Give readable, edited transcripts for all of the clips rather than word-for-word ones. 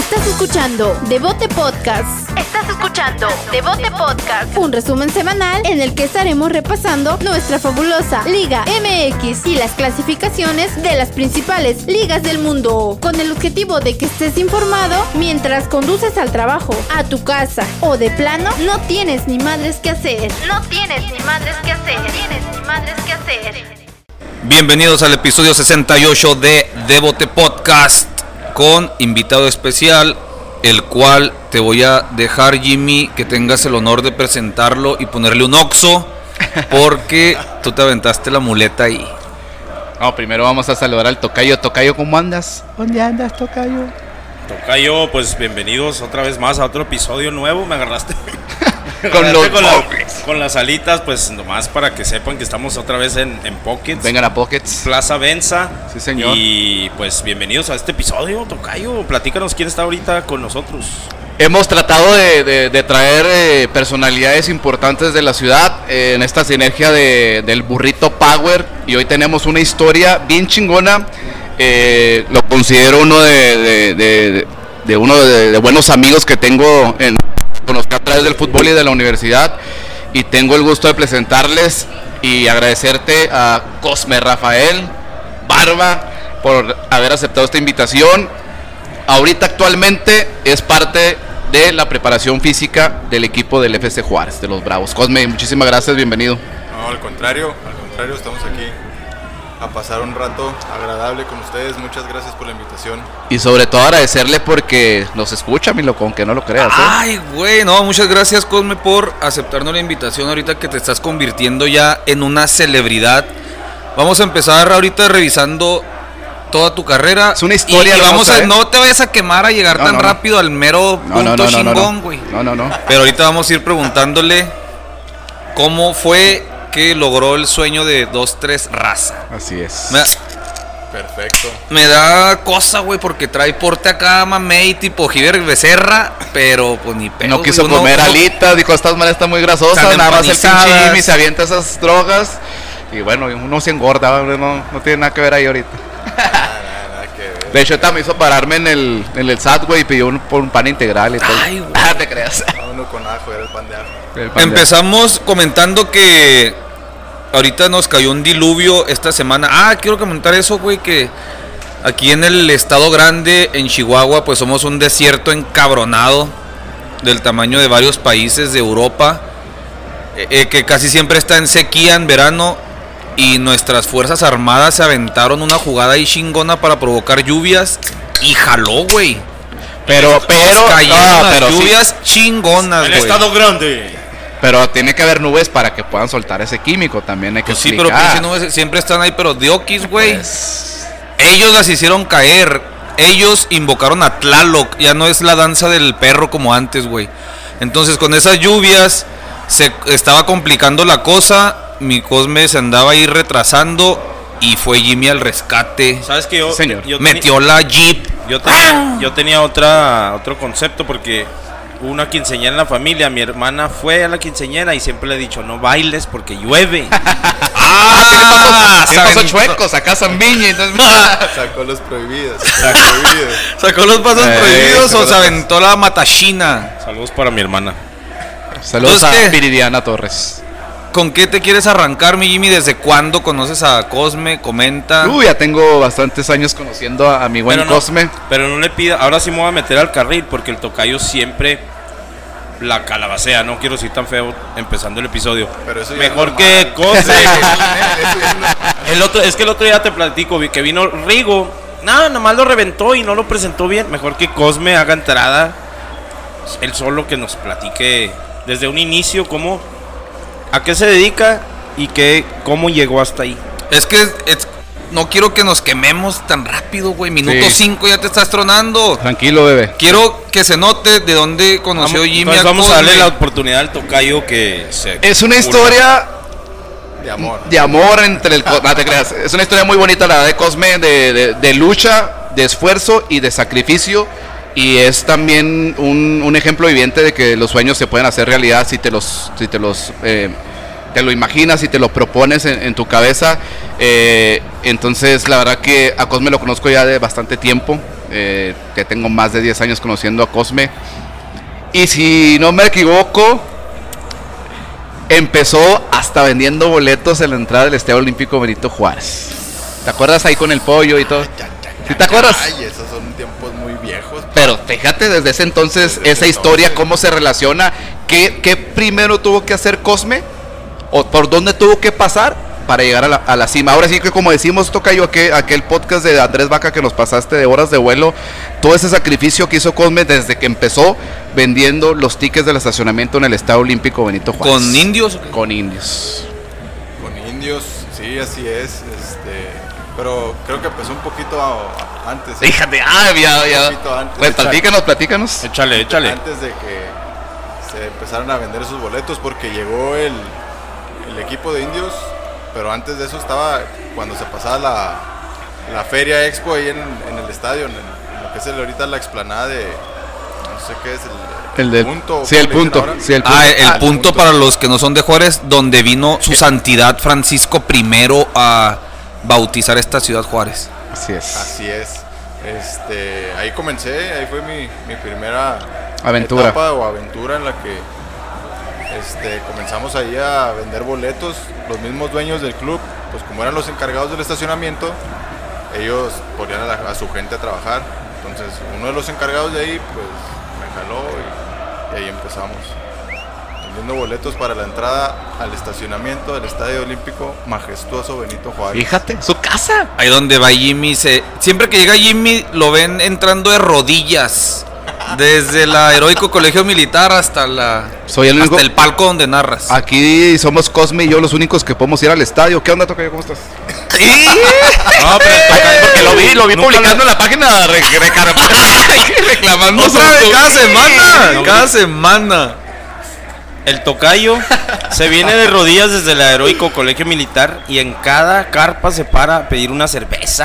Estás escuchando Devote Podcast. Un resumen semanal en el que estaremos repasando nuestra fabulosa Liga MX y las clasificaciones de las principales ligas del mundo, con el objetivo de que estés informado mientras conduces al trabajo, a tu casa o de plano no tienes ni madres que hacer. Bienvenidos al episodio 68 de Devote Podcast con invitado especial, el cual te voy a dejar, Jimmy, que tengas el honor de presentarlo y ponerle un oxo, porque tú te aventaste la muleta ahí. No, primero vamos a saludar al Tocayo. Tocayo, ¿cómo andas? ¿Dónde andas, Tocayo? Tocayo, pues bienvenidos otra vez más a otro episodio nuevo. Me agarraste con las alitas, pues nomás para que sepan que estamos otra vez en Pockets. Vengan a Pockets. Plaza Benza. Sí, señor. Y pues bienvenidos a este episodio, Tocayo. Platícanos quién está ahorita con nosotros. Hemos tratado de traer personalidades importantes de la ciudad en esta sinergia del Burrito Power. Y hoy tenemos una historia bien chingona. Lo considero uno de buenos amigos que tengo conozco a través del fútbol y de la universidad, y tengo el gusto de presentarles y agradecerte a Cosme Rafael Barba por haber aceptado esta invitación. Ahorita actualmente es parte de la preparación física del equipo del FC Juárez, de los Bravos. Cosme, muchísimas gracias, bienvenido. No, al contrario, estamos aquí a pasar un rato agradable con ustedes. Muchas gracias por la invitación. Y sobre todo agradecerle porque nos escucha, mi loco, aunque no lo creas. Ay, güey, no, muchas gracias, Cosme, por aceptarnos la invitación ahorita que te estás convirtiendo ya en una celebridad. Vamos a empezar ahorita revisando toda tu carrera. Es una historia. Y vamos a, no te vayas a quemar a llegar tan rápido al mero punto chingón, güey. No. Pero ahorita vamos a ir preguntándole cómo fue que logró el sueño de 2-3 raza. Así es. Perfecto. Me da cosa, güey, porque trae porte acá, mamey, tipo Giver Becerra, pero pues ni pedo. No quiso comer alitas, dijo, estas malas están muy grasosas, nada más el pinche Jimmy se avienta esas drogas. Y bueno, uno se engorda, no tiene nada que ver ahí ahorita. Nada que ver. De hecho, también hizo pararme en el SAT, güey, y pidió un pan integral y todo. Ay, güey. Te creas. Uno con ajo, era el pan de ajo. Empezamos comentando que ahorita nos cayó un diluvio esta semana. Quiero comentar eso, güey, que aquí en el estado grande, en Chihuahua, pues somos un desierto encabronado del tamaño de varios países de Europa, que casi siempre está en sequía en verano, y nuestras fuerzas armadas se aventaron una jugada ahí chingona para provocar lluvias y jaló, güey. Pero lluvias chingonas, güey. El estado grande. Pero tiene que haber nubes para que puedan soltar ese químico, también hay que Pues sí, explicar. pero pinche nubes siempre están ahí, pero diokis, güey. Pues, ellos las hicieron caer. Ellos invocaron a Tlaloc. Ya no es la danza del perro como antes, güey. Entonces con esas lluvias se estaba complicando la cosa. Mi Cosme se andaba ahí retrasando y fue Jimmy al rescate. ¿Sabes qué? Metió la Jeep. Yo tenía otro concepto, porque hubo una quinceañera en la familia. Mi hermana fue a la quinceañera y siempre le he dicho, no bailes porque llueve. tiene pasos chuecos, acá Zambiña. Sacó los prohibidos. ¿Sacó los pasos prohibidos o se aventó la matachina? Saludos para mi hermana. Saludos a Viridiana Torres. ¿Con qué te quieres arrancar, mi Jimmy? ¿Desde cuándo conoces a Cosme? Comenta. Ya tengo bastantes años conociendo a mi buen Cosme. Pero no le pida, ahora sí me voy a meter al carril, porque el Tocayo siempre la calabacea. No quiero ser tan feo empezando el episodio. Pero eso mejor que Cosme. Es que el otro día te platico que vino Rigo. Nomás lo reventó y no lo presentó bien. Mejor que Cosme haga entrada él solo, que nos platique desde un inicio a qué se dedica y cómo llegó hasta ahí. Es que no quiero que nos quememos tan rápido, güey. Minuto 5 ya te estás tronando. Tranquilo, bebé. Quiero que se note de dónde conoció Jimmy a vamos a darle la oportunidad al Tocayo que se... Es una historia de amor entre el... No te creas. Es una historia muy bonita, la de Cosme, de lucha, de esfuerzo y de sacrificio. Y es también un ejemplo viviente de que los sueños se pueden hacer realidad si te lo imaginas, si te lo propones en tu cabeza. Entonces la verdad que a Cosme lo conozco ya de bastante tiempo. Ya tengo más de 10 años conociendo a Cosme. Y si no me equivoco, empezó hasta vendiendo boletos en la entrada del Estadio Olímpico Benito Juárez. ¿Te acuerdas ahí con el pollo y todo? ¿Sí te acuerdas? Ay, esos son tiempos muy viejos. Pero fíjate desde ese entonces, Desde esa ese historia, entonces. cómo se relaciona, qué primero tuvo que hacer Cosme, o por dónde tuvo que pasar para llegar a la cima. Ahora sí que, como decimos, tocayo, aquel podcast de Andrés Vaca que nos pasaste de horas de vuelo, todo ese sacrificio que hizo Cosme desde que empezó vendiendo los tickets del estacionamiento en el Estadio Olímpico Benito Juárez. ¿Con indios o qué? Con indios. Con indios, sí, así es. Pero creo que empezó un poquito antes. Fíjate, ya. Un poquito antes. Pues platícanos. Échale. Antes de que se empezaron a vender esos boletos, porque llegó el equipo de indios, pero antes de eso estaba cuando se pasaba la Feria Expo ahí en el estadio, en lo que es ahorita la explanada de, no sé qué es, El del punto. Sí, el ¿cómo le dicen punto. ahora? Sí, el punto. Ah, el punto para los que no son de Juárez, donde vino su santidad Francisco I a bautizar esta ciudad Juárez. Así es. Así es. Ahí comencé, ahí fue mi primera Aventura. etapa o aventura en la que comenzamos ahí a vender boletos. Los mismos dueños del club, pues como eran los encargados del estacionamiento, ellos ponían a su gente a trabajar. Entonces uno de los encargados de ahí pues me jaló y ahí empezamos vendiendo boletos para la entrada al estacionamiento del Estadio Olímpico Majestuoso Benito Juárez. Fíjate, su casa. Ahí donde va Jimmy, siempre que llega Jimmy lo ven entrando de rodillas. Desde el heroico colegio militar hasta único- el palco donde narras. Aquí somos Cosme y yo los únicos que podemos ir al estadio. ¿Qué onda, tocayo? ¿Cómo estás? Sí. No, pero el tocayo, Porque lo vi nunca publicando en la página reclamando Otra vez, cada semana. No, Cada semana. El tocayo se viene de rodillas desde el heroico colegio militar y en cada carpa se para a pedir una cerveza.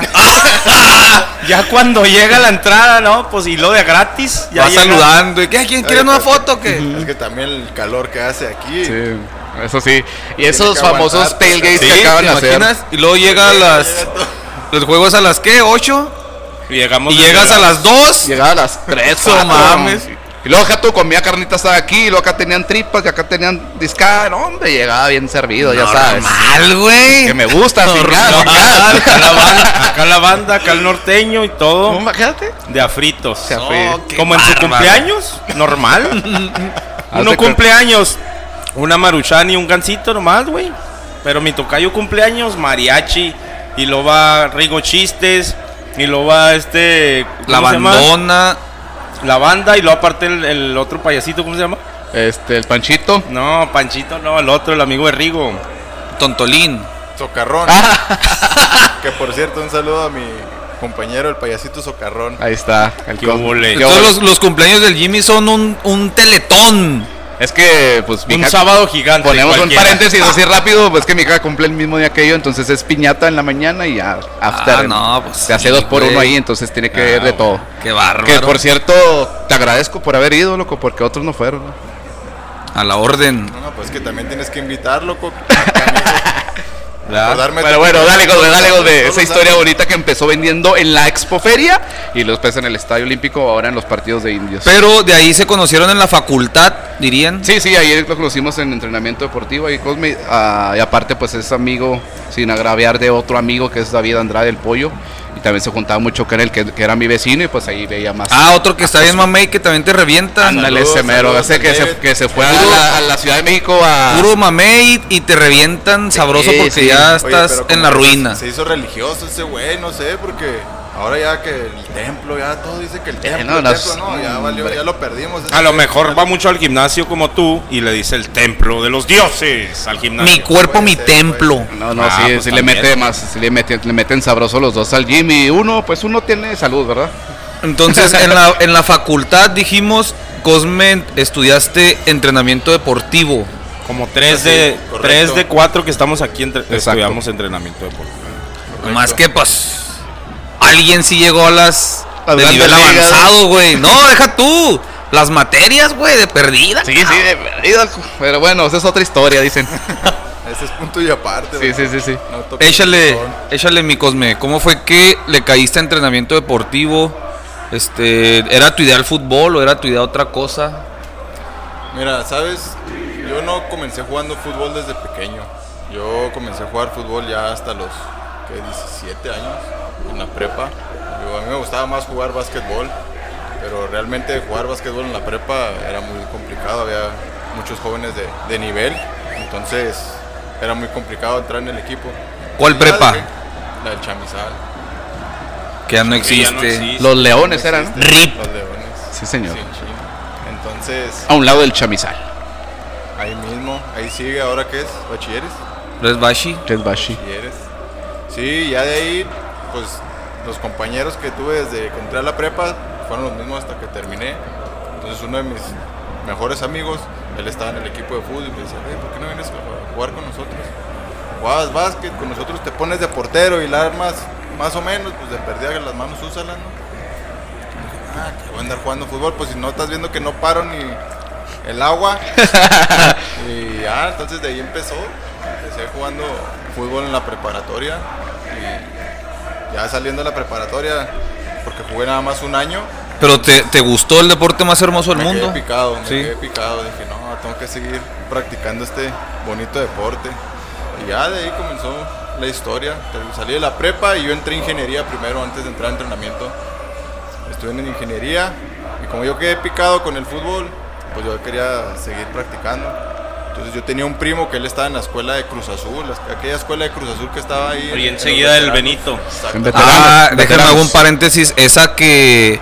Ya cuando llega a la entrada, ¿no? Pues y lo de gratis. Ya Va llega. saludando. ¿Y qué? ¿Quién quiere una foto o qué? Es que también el calor que hace aquí. Sí, eso sí. Y esos que famosos aguantar, tailgates Sí, que acaban ¿te de hacer. imaginas? Y luego llega a los juegos a las ¿qué? ¿8? Y llegamos Y desde llegas a las 2. Llegaba a las 3, No mames. Y luego acá tú comía carnitas asada aquí, y luego acá tenían tripas, y acá tenían discada. No, hombre, llegaba bien servido, ya sabes. Normal, güey. Que me gusta, Normal. Acá la banda, acá el norteño y todo. Imagínate. De afritos. Se fue. No, qué Como en su bárbaro. cumpleaños, normal. Haz Uno de cumpleaños, una maruchan y un gansito nomás, güey. Pero mi tocayo cumpleaños, mariachi. Y lo va Rigo Chistes. Y lo va La ¿cómo se llama? bandona. La banda. Y luego aparte el otro payasito, ¿cómo se llama? El Panchito. No, Panchito, no, el otro, el amigo de Rigo. Tontolín. Socarrón. Que por cierto, un saludo a mi compañero, el payasito Socarrón. Ahí está. Qué ole. Entonces los cumpleaños del Jimmy son un teletón. Es que, pues, mi Un hija- sábado gigante. ponemos un cualquiera. paréntesis así rápido, pues que mi hija cumple el mismo día que yo, entonces es piñata en la mañana y ya after. no, pues se hace sí, 2 por 1 güey. ahí, entonces tiene que ver de todo. Qué bárbaro. Que por cierto, te agradezco por haber ido, loco, porque otros no fueron. ¿no? A la orden. No, pues que también tienes que invitarlo, ¿Verdad? Pero bueno, dale, Gosbe, esa historia bonita que empezó vendiendo en la Expoferia y después en el Estadio Olímpico, ahora en los partidos de indios. Pero de ahí se conocieron en la facultad, dirían. Sí, ayer lo conocimos en entrenamiento deportivo ahí Cosme, y aparte pues es amigo, sin agraviar, de otro amigo que es David Andrade, el Pollo, y también se juntaba mucho con él, que era mi vecino, y pues ahí veía más. Otro que está bien mamey que también te revienta. Ándale, Saludos, ese mero, saludos, ese David. que se fue Puro- a la Ciudad de México a... Puro mamey y te revientan sabroso porque sí. ya Oye, estás pero en como la que ruina. Se hizo religioso ese güey, no sé, porque ahora ya que el templo, ya todo dice que el templo, no, el las- templo, no, ya valió, hombre. ya lo perdimos. A lo mejor va mucho al gimnasio como tú y le dice el templo de los dioses al gimnasio. Mi cuerpo, mi puede ser, templo. No, Pues sí le también. mete más, sí le meten sabroso los dos al gym, y uno tiene salud, ¿verdad? Entonces, en la facultad dijimos, Cosme, estudiaste entrenamiento deportivo. Como 3 Sí, de correcto. 3 de 4 que estamos aquí Exacto. estudiamos entrenamiento deportivo. Más que pues alguien sí llegó a las Las de grandes nivel ligas. avanzado, güey. No, deja tú. Las materias, güey, de perdida. Sí, de verdad, pero bueno, esa es otra historia, dicen. Ese es punto y aparte. Sí, ¿verdad? sí. No toques Échale, el botón. échale mi Cosme. ¿Cómo fue que le caíste a entrenamiento deportivo? ¿Era tu idea el fútbol o era tu idea otra cosa? Mira, sabes, yo no comencé jugando fútbol desde pequeño. Yo comencé a jugar fútbol ya hasta los 17 años en la prepa. A mí me gustaba más jugar básquetbol, pero realmente jugar básquetbol en la prepa era muy complicado. Había muchos jóvenes de nivel, entonces era muy complicado entrar en el equipo. ¿Cuál prepa? La del Chamizal. Que ya no Que ya existe. no existe. Los Leones eran, ¿no? RIP. Los Leones. Sí, señor. Sí, chino. Entonces, A un lado del chamizal. ahí mismo, ahí sigue. ¿Ahora qué es? ¿Bachilleres? ¿Es Bashi? Bashi. Bachilleres. Sí, ya de ahí, pues los compañeros que tuve desde que entré a la prepa fueron los mismos hasta que terminé. Entonces uno de mis mejores amigos, él estaba en el equipo de fútbol y me decía, ¿por qué no vienes a jugar con nosotros? Jugabas básquet, con nosotros te pones de portero y la armas más o menos, pues de perdida las manos úsalas, ¿no? Y dije, que voy a andar jugando fútbol, pues si no estás viendo que no paro ni el agua. Y ya, entonces de ahí empecé jugando fútbol en la preparatoria y ya saliendo de la preparatoria, porque jugué nada más un año. ¿Pero te gustó el deporte más hermoso del Me mundo? quedé picado, Sí. dije, no, tengo que seguir practicando este bonito deporte. Y ya de ahí comenzó la historia. Salí de la prepa y yo entré en ingeniería primero antes de entrar a entrenamiento. Estuve en ingeniería y como yo quedé picado con el fútbol, pues yo quería seguir practicando. Entonces yo tenía un primo que él estaba en la escuela de Cruz Azul, aquella escuela de Cruz Azul que estaba ahí. Y en enseguida los del veteranos. Benito. Exactamente. Veteranos. Déjame hago un paréntesis. Esa que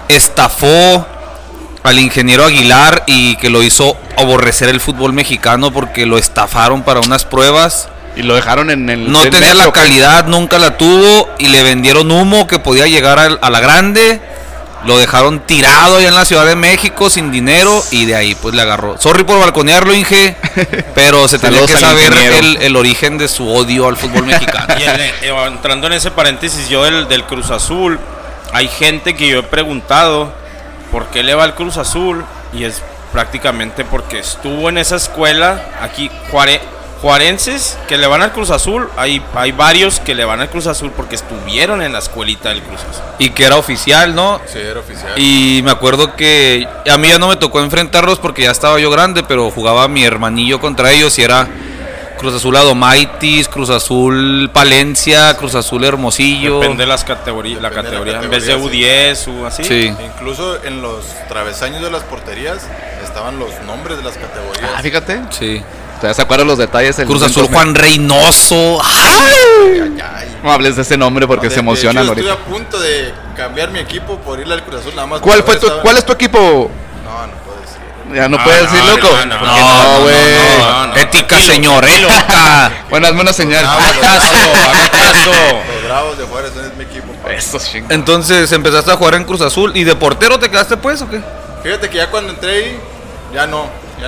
estafó al ingeniero Aguilar y que lo hizo aborrecer el fútbol mexicano porque lo estafaron para unas pruebas. Y lo dejaron en el. No en tenía metro, la calidad, nunca la tuvo y le vendieron humo que podía llegar a la grande. Lo dejaron tirado allá en la Ciudad de México sin dinero y de ahí pues le agarró. Sorry por balconearlo, Inge, pero se tenía Saludos que al saber ingeniero. el origen de su odio al fútbol mexicano. Y entrando en ese paréntesis, yo del Cruz Azul, hay gente que yo he preguntado por qué le va al Cruz Azul y es prácticamente porque estuvo en esa escuela. Aquí juarenses que le van al Cruz Azul, hay varios que le van al Cruz Azul porque estuvieron en la escuelita del Cruz Azul. Y que era oficial, ¿no? Sí, era oficial. Y me acuerdo que a mí ya no me tocó enfrentarlos porque ya estaba yo grande, pero jugaba mi hermanillo contra ellos y era Cruz Azul Adomaitis, Cruz Azul Palencia, Cruz Azul Hermosillo. Depende de las categorías, la Depende de la categoría, en vez de categoría, U10 o así. Sí. Incluso en los travesaños de las porterías estaban los nombres de las categorías. Ah, fíjate. Sí. ¿Te acuerdas los detalles? Cruz Azul Juan Reynoso. Ay, ay. No hables de ese nombre porque se emocionan Yo ahorita. estoy a punto de cambiar mi equipo por irle al Cruz Azul nada más. ¿Cuál es tu equipo? No, no puedo decir. Ya no puedes decir, loco. no, güey. no. Ética, Tranquilo, señor, tranquilo. ética. Bueno, hazme una señal. Haga caso. Los Bravos de Juárez son mi equipo. Eso, ching. Entonces empezaste a jugar en Cruz Azul y de portero te quedaste pues o qué? Fíjate que ya cuando entré ahí, ya no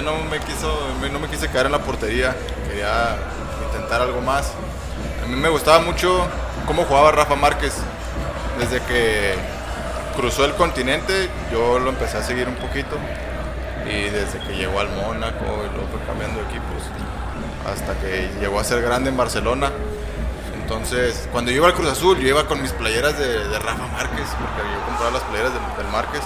me quise quedar en la portería. Quería intentar algo más. A mí me gustaba mucho cómo jugaba Rafa Márquez. Desde que cruzó el continente, yo lo empecé a seguir un poquito. Y desde que llegó al Mónaco y luego fue cambiando de equipos hasta que llegó a ser grande en Barcelona. Entonces, cuando yo iba al Cruz Azul, yo iba con mis playeras de Rafa Márquez, porque yo compraba las playeras del Márquez.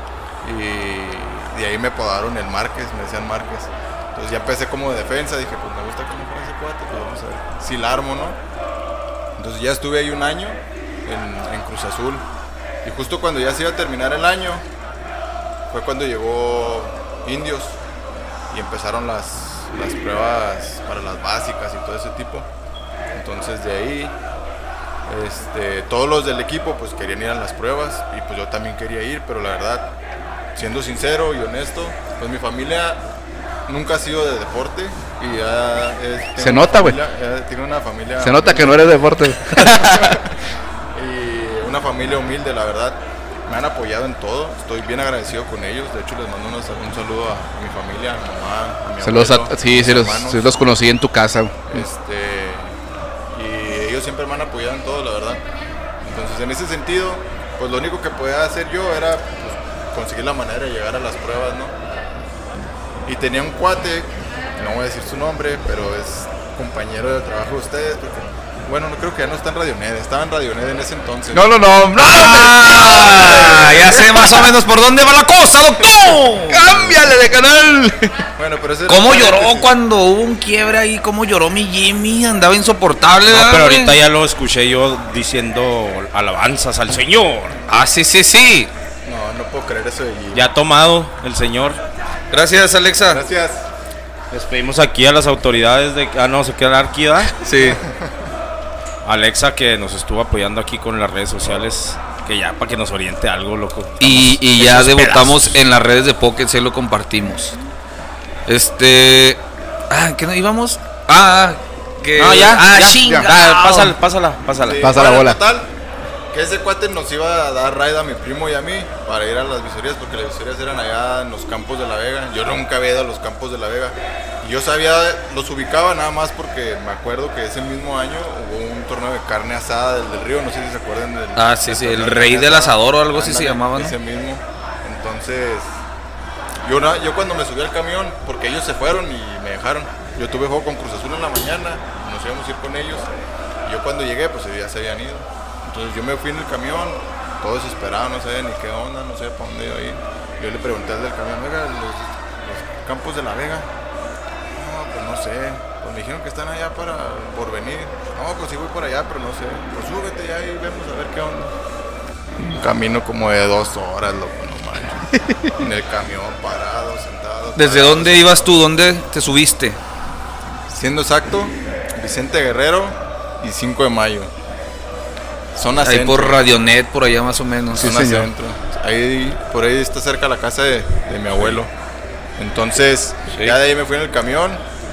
Y de ahí me apodaron el Márquez, me decían Márquez. Entonces ya empecé como de defensa, dije, pues me gusta cómo juega ese cuate, pues vamos a ver si la armo, ¿no? Entonces ya estuve ahí un año en Cruz Azul. Y justo cuando ya se iba a terminar el año, fue cuando llegó Indios y empezaron las pruebas para las básicas y todo ese tipo. Entonces de ahí todos los del equipo pues querían ir a las pruebas y pues yo también quería ir, pero la verdad, siendo sincero y honesto, pues mi familia nunca ha sido de deporte y ya Se nota, güey. Tiene una familia. Se nota que no eres deporte. Y una familia humilde, la verdad. Me han apoyado en todo, estoy bien agradecido con ellos. De hecho, les mando un saludo a mi familia, a mi mamá, a mi Saludos abuelo, a, sí, mis hermanos. sí, los conocí en tu casa. Y ellos siempre me han apoyado en todo, la verdad. Entonces, en ese sentido, pues lo único que podía hacer yo era pues, conseguir la manera de llegar a las pruebas, ¿no? Y tenía un cuate, no voy a decir su nombre, pero es compañero de trabajo de ustedes, porque Bueno, no creo que ya no está en Radionet, estaba en Radionet en ese entonces. No. Ya sé más o menos por dónde va la cosa, doctor. ¡Cámbiale de canal! Bueno, pero ese ¿Cómo era- lloró sí. cuando hubo un quiebre ahí? ¿Cómo lloró mi Jimmy? Andaba insoportable. No, ¿verdad, pero güey? ahorita ya lo escuché yo diciendo alabanzas al Señor. Ah, sí. No puedo creer eso de Jimmy. Ya ha tomado el Señor. Gracias, Alexa. Gracias. Les pedimos aquí a las autoridades de... Ah, no, se queda aquí, ¿verdad? Sí. Alexa, que nos estuvo apoyando aquí con las redes sociales, que ya para que nos oriente algo, loco. Y ya Esos debutamos pedazos. en las redes de Pocket, se lo compartimos. ¿Qué no íbamos? Que No, ya, ya, chinga. ya, pásala. Sí, Pasa la bueno, bola. Total, que ese cuate nos iba a dar ride a mi primo y a mí para ir a las visorías, porque las visorías eran allá en los Campos de la Vega. Yo nunca había ido a los Campos de la Vega. Y yo los ubicaba nada más porque me acuerdo que ese mismo año hubo un torneo de carne asada del Río, no sé si se acuerdan del... Sí, del sí, torneo el de rey carne del asada. asador o algo así se Ándale, llamaba, ¿no? ese mismo. Entonces, yo cuando me subí al camión, porque ellos se fueron y me dejaron. Yo tuve juego con Cruz Azul en la mañana, nos íbamos a ir con ellos. Y yo cuando llegué, pues ya se habían ido. Entonces yo me fui en el camión, todo desesperado, no sabía ni qué onda, no sé para dónde iba a ir. Yo le pregunté al del camión, oiga, los Campos de la Vega. No, pues no sé. Pues me dijeron que están allá por venir. No, pues sí voy por allá, pero no sé. Pues súbete ya y vemos a ver qué onda. Un camino como de 2 horas, loco, no manches. En el camión, parado, sentado. ¿Desde parado, dónde sentado. ibas tú? ¿Dónde te subiste? Siendo exacto, Vicente Guerrero y 5 de Mayo. Zona Ahí centro. por Radionet, por allá más o menos. Zona señor. centro. Por ahí está cerca la casa de mi abuelo. Entonces, Sí. ya de ahí me fui en el camión.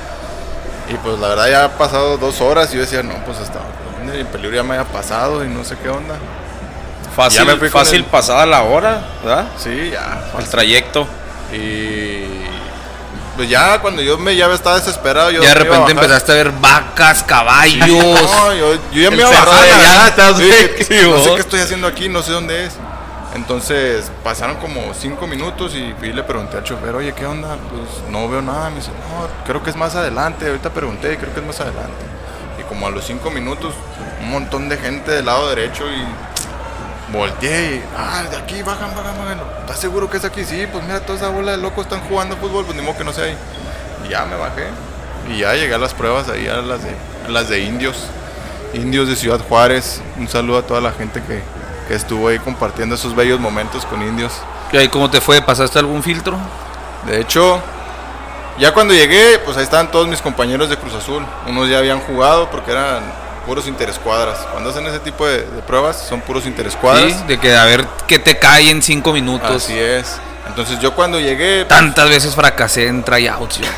Y pues la verdad ya ha pasado 2 horas y yo decía, no, pues hasta dónde el peligro ya me había pasado y no sé qué onda. Fácil, Ya me fui con fácil el- pasada la hora, ¿verdad? Sí, ya. El trayecto. Y pues ya cuando ya estaba desesperado, yo Ya de me iba a repente bajar. empezaste a ver vacas, caballos. No, yo ya me El iba a cerro bajar. de la allá, verdad. estás Yo dije, activo. no sé qué estoy haciendo aquí, no sé dónde es. Entonces pasaron como 5 minutos y fui y le pregunté al chofer, oye, ¿qué onda? Pues no veo nada. Me dice, no, creo que es más adelante. Ahorita pregunté y creo que es más adelante. Y como a los 5 minutos, un montón de gente del lado derecho y volteé y, de aquí, bajan. ¿Estás seguro que es aquí? Sí, pues mira, toda esa bola de locos están jugando fútbol, pues ni modo que no sea ahí. Y ya me bajé. Y ya llegué a las pruebas ahí, a las de indios de Ciudad Juárez. Un saludo a toda la gente que estuvo ahí compartiendo esos bellos momentos con indios. ¿Y ahí cómo te fue? ¿Pasaste algún filtro? De hecho, ya cuando llegué, pues ahí estaban todos mis compañeros de Cruz Azul. Unos ya habían jugado porque eran puros interescuadras. Cuando hacen ese tipo de pruebas, son puros interescuadras. Sí, de que a ver qué te cae en 5 minutos. Así es. Entonces yo cuando llegué, Tantas veces fracasé en tryouts. Yo.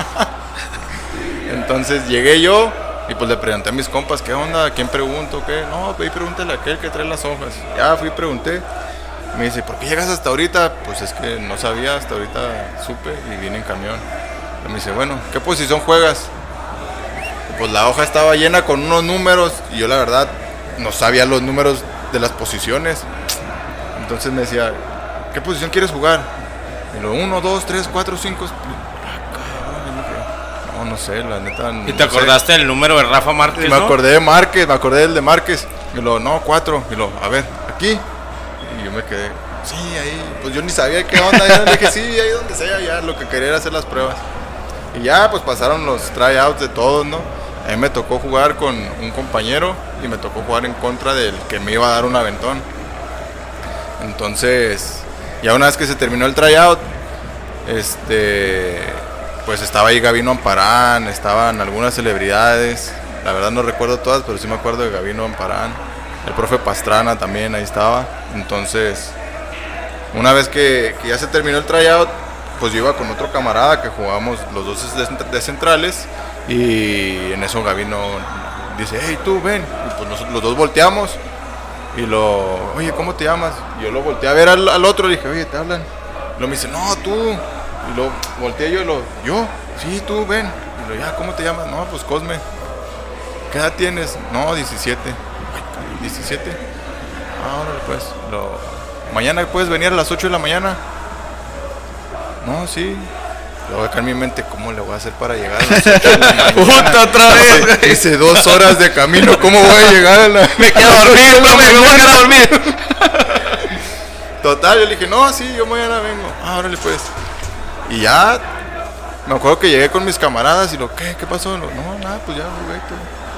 entonces llegué yo y pues le pregunté a mis compas, ¿qué onda? ¿A quién pregunto? ¿Qué? No, pues ahí pregúntale a aquel que trae las hojas. Ya fui y pregunté. Me dice, ¿por qué llegas hasta ahorita? Pues es que no sabía, hasta ahorita supe y vine en camión. Y me dice, bueno, ¿qué posición juegas? Pues la hoja estaba llena con unos números y yo la verdad no sabía los números de las posiciones. Entonces me decía, ¿qué posición quieres jugar? Y lo 1, 2, 3, 4, 5. No sé, la neta. ¿Y te acordaste del número de Rafa Márquez, Me no? acordé de Márquez, me acordé del de Márquez. Y lo, no, 4. Y lo, a ver, aquí. Y yo me quedé, sí, ahí. Pues yo ni sabía qué onda. Ya le dije, sí, ahí donde sea, ya lo que quería era hacer las pruebas. Y ya, pues pasaron los tryouts de todos, ¿no? A mí me tocó jugar con un compañero y me tocó jugar en contra del que me iba a dar un aventón. Entonces, ya una vez que se terminó el tryout, pues estaba ahí Gabino Amparán, estaban algunas celebridades, la verdad no recuerdo todas, pero sí me acuerdo de Gabino Amparán, el profe Pastrana también ahí estaba. Entonces, una vez que ya se terminó el tryout, pues yo iba con otro camarada que jugábamos los dos de centrales y en eso Gabino dice, hey tú ven, y pues nosotros los dos volteamos y oye, ¿cómo te llamas? Y yo lo volteé a ver al otro, le dije, oye, ¿te hablan? Y me dice, no, tú. Y lo volteé yo, sí, tú, ven. Y ya, ¿cómo te llamas? No, pues Cosme. ¿Qué edad tienes? No, 17. Ay, 17. Órale, pues. Mañana puedes venir a las 8 de la mañana. No, sí. Luego acá en mi mente, ¿cómo le voy a hacer para llegar a las 8 de la mañana? Puta, otra vez, güey. Hice 2 horas de camino, ¿cómo voy a llegar a la... Me quedo dormido, me voy a quedar dormido. Total, yo le dije, no, sí, yo mañana vengo. Ah, órale pues. Y ya, me acuerdo que llegué con mis camaradas y lo, ¿qué pasó? No, nada, pues ya, perfecto.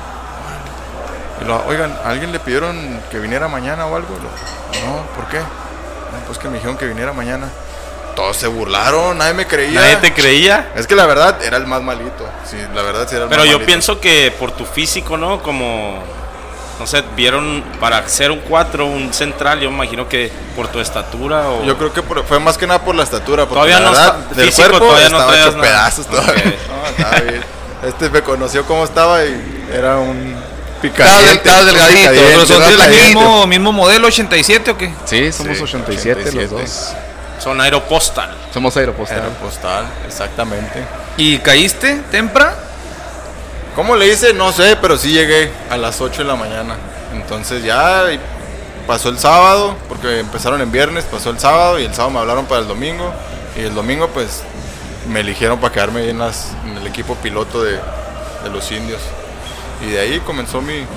Y lo, oigan, ¿a alguien le pidieron que viniera mañana o algo? No, ¿por qué? No, pues que me dijeron que viniera mañana. Todos se burlaron, nadie me creía. ¿Nadie te creía? Es que la verdad era el más malito. Sí, la verdad sí era el Pero más yo malito. pienso que por tu físico, ¿no? Como, no sé, vieron para ser un 4, un central, yo me imagino que por tu estatura o... Yo creo que fue más que nada por la estatura. Porque Todavía la no verdad, está- del físico cuerpo todavía no estaba traías hecho nada. pedazos todavía. Ok. No, estaba bien. Este me conoció cómo estaba y era un Estaba picadiente. delgadito. Pero son del mismo. mismo modelo 87 o qué? Sí, somos Sí, 87 los 87. dos. Son aeropostal. Somos aeropostal. Aeropostal, exactamente. ¿Y caíste, Tempra? ¿Cómo le hice? No sé, pero sí llegué a las 8 de la mañana. Entonces ya pasó el sábado, porque empezaron en viernes, pasó el sábado y el sábado me hablaron para el domingo. Y el domingo pues me eligieron para quedarme ahí en el equipo piloto de los indios. Y de ahí comenzó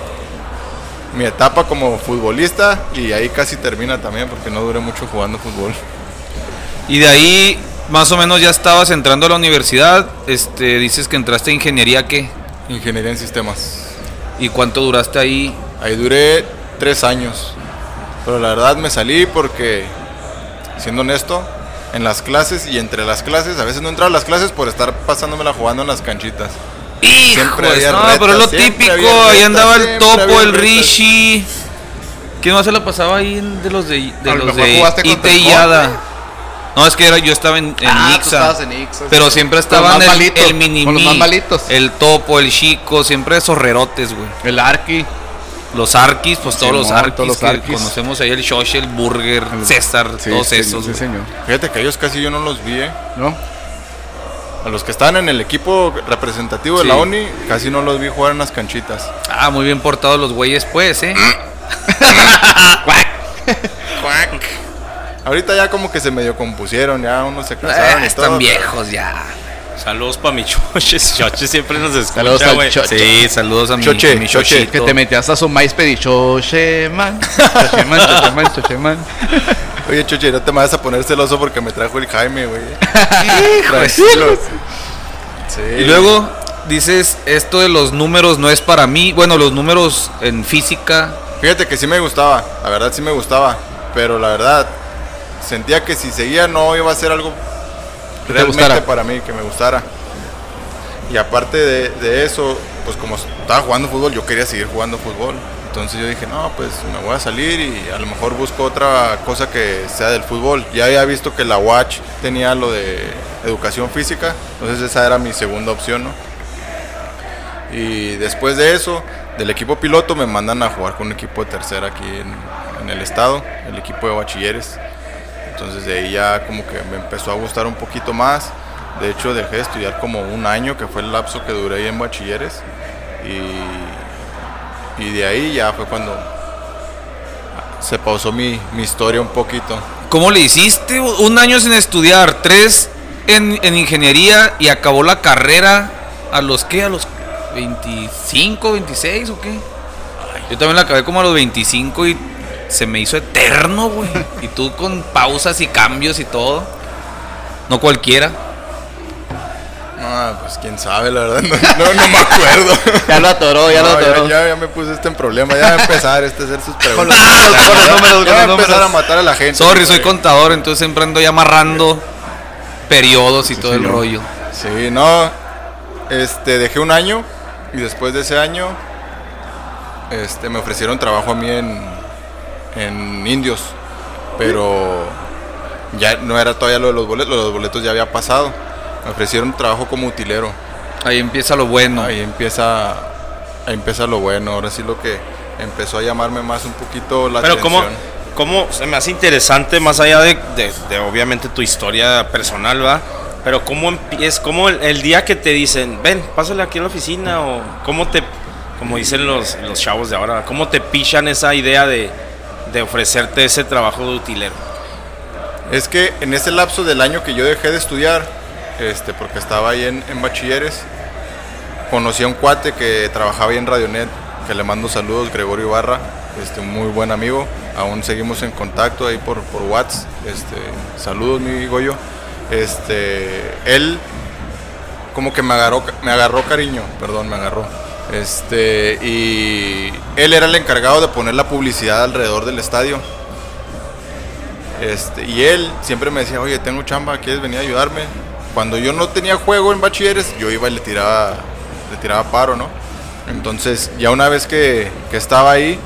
mi etapa como futbolista y ahí casi termina también porque no duré mucho jugando fútbol. Y de ahí, más o menos, ya estabas entrando a la universidad. Dices que entraste a ingeniería, ¿qué? Ingeniería en sistemas. ¿Y cuánto duraste ahí? Ahí duré 3 años. Pero la verdad me salí porque, siendo honesto, en las clases y entre las clases, a veces no entraba a las clases por estar pasándomela jugando en las canchitas. Siempre Hijos, había no, retas, pero es lo siempre típico. había Ahí retas, andaba el siempre Topo, había el retas. Rishi. ¿Quién más se la pasaba ahí de los de A lo los mejor de jugaste contra Ite el y Jorge. Yada? No, es que yo estaba en Tú Ixa. estabas en Ixa, Pero sí. siempre Con los estaban más malitos, el mini con los más malitos. el Topo, el Chico, siempre esos rerotes, güey. El Arqui. Los Arquis, pues todos los Simón, Arquis todos los que Arquis. conocemos ahí, el Shosh, el Burger, César, Sí, todos sí, esos, sí, güey. señor. Fíjate que ellos casi yo no los vi, ¿No? A los que estaban en el equipo representativo de Sí. la ONI, casi no los vi jugar en las canchitas. Ah, muy bien portados los güeyes, pues, Ahorita ya como que se medio compusieron, ya unos se casaron y Están todo. viejos ya. Saludos para mi Choche. Choche siempre nos Saludos escucha, al güey. Choche. Sí, saludos a mi, Choche, mi Choche, Chochito. Que te metías a su MySpace y Chocheman. Chocheman, Chocheman, Chocheman. Oye, Choche, no te me vas a poner celoso porque me trajo el Jaime, güey. Híjole. Tranquilos. Sí. Y luego dices, esto de los números no es para mí. Bueno, los números en física. Fíjate que sí me gustaba, la verdad sí me gustaba, pero la verdad sentía que si seguía no iba a ser algo te realmente gustara. para mí, que me gustara. Y aparte de eso, pues como estaba jugando fútbol, yo quería seguir jugando fútbol. Entonces yo dije, no, pues me voy a salir y a lo mejor busco otra cosa que sea del fútbol. Ya había visto que la UACH tenía lo de educación física, entonces esa era mi segunda opción, ¿no? Y después de eso, del equipo piloto me mandan a jugar con un equipo de tercera aquí en el estado, el equipo de bachilleres. Entonces de ahí ya como que me empezó a gustar un poquito más. De hecho dejé de estudiar como un año, que fue el lapso que duré ahí en bachilleres. Y de ahí ya fue cuando se pausó mi historia un poquito. ¿Cómo le hiciste? Un año sin estudiar, 3 en ingeniería y acabó la carrera a los ¿qué? ¿A los 25, 26 o qué? Yo también la acabé como a los 25 y se me hizo eterno, güey. Y tú con pausas y cambios y todo. No cualquiera. No, pues quién sabe, la verdad, no me acuerdo. Ya lo atoró, ya lo No, atoró. ya me puse en problema, ya va a empezar a hacer sus preguntas. Con los números, Ya va a con los empezar a números. matar a la gente. Sorry, soy contador, entonces siempre ando ya amarrando periodos y todo el señor. rollo. Sí, no, dejé un año y después de ese año, me ofrecieron trabajo a mí en Indios, pero ya no era todavía lo de los boletos ya había pasado. Me ofrecieron trabajo como utilero. Ahí empieza lo bueno. Ahí empieza lo bueno. Ahora sí lo que empezó a llamarme más un poquito la Pero atención. ¿cómo se me hace interesante, más allá de obviamente tu historia personal, va? Pero cómo empieza, cómo el día que te dicen, ven, pásale aquí a la oficina, o cómo como dicen los chavos de ahora, cómo te pichan esa idea de ofrecerte ese trabajo de utilero. Es que en ese lapso del año que yo dejé de estudiar, porque estaba ahí en bachilleres. Conocí a un cuate que trabajaba ahí en Radionet, que le mando saludos, Gregorio Ibarra, un muy buen amigo. Aún seguimos en contacto ahí por WhatsApp. Saludos, mi Goyo. Él como que me agarró cariño, y él era el encargado de poner la publicidad alrededor del estadio. Y él siempre me decía, oye, tengo chamba, ¿quieres venir a ayudarme? Cuando yo no tenía juego en bachilleres, yo iba y le tiraba paro, ¿no? Entonces, ya una vez que estaba ahí,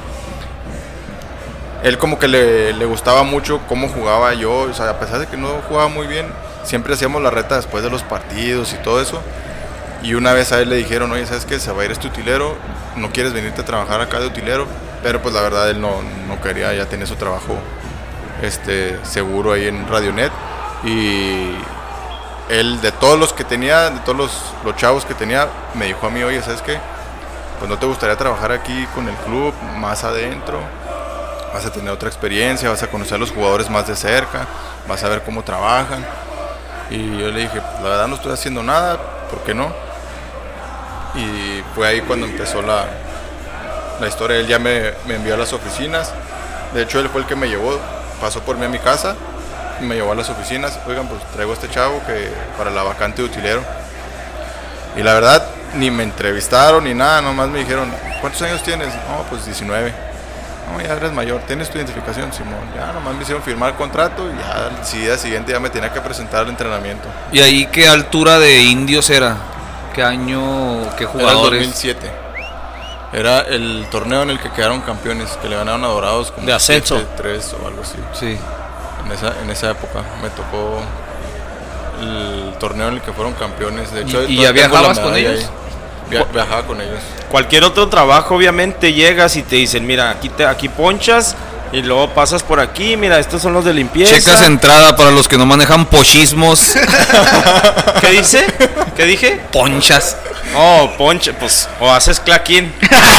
él como que le gustaba mucho cómo jugaba yo, o sea, a pesar de que no jugaba muy bien, siempre hacíamos la reta después de los partidos y todo eso. Y una vez a él le dijeron, oye, ¿sabes qué? Se va a ir utilero, ¿no quieres venirte a trabajar acá de utilero? Pero pues la verdad él no quería, ya tenía su trabajo seguro ahí en Radionet. Y él, de todos los que tenía, de todos los chavos que tenía, me dijo a mí, oye, ¿sabes qué? Pues no te gustaría trabajar aquí con el club, más adentro, vas a tener otra experiencia, vas a conocer a los jugadores más de cerca, vas a ver cómo trabajan. Y yo le dije, la verdad no estoy haciendo nada, ¿por qué no? Y fue ahí cuando empezó la historia. Él ya me envió a las oficinas. De hecho, él fue el que me llevó, pasó por mí a mi casa y me llevó a las oficinas. Oigan, pues traigo a este chavo para la vacante de utilero. Y la verdad, ni me entrevistaron ni nada, nomás me dijeron, ¿cuántos años tienes? No, pues 19. No, ya eres mayor, ¿tienes tu identificación, Simón? Ya nomás me hicieron firmar el contrato y ya al día siguiente ya me tenía que presentar al entrenamiento. ¿Y ahí qué altura de indios era? ¿Qué año, qué jugadores? Era el 2007. Era el torneo en el que quedaron campeones, que le ganaron a Dorados como de ascenso 3 o algo así. Sí. En esa época me tocó el torneo en el que fueron campeones. De hecho, ¿Y ya viajabas con ellos? Viajaba con ellos. Cualquier otro trabajo, obviamente, llegas y te dicen, mira, aquí ponchas y luego pasas por aquí, mira, estos son los de limpieza. Checas entrada para los que no manejan pochismos. ¿Qué dice? ¿Qué dije? Ponchas. Oh, ponche, pues, o haces claquín.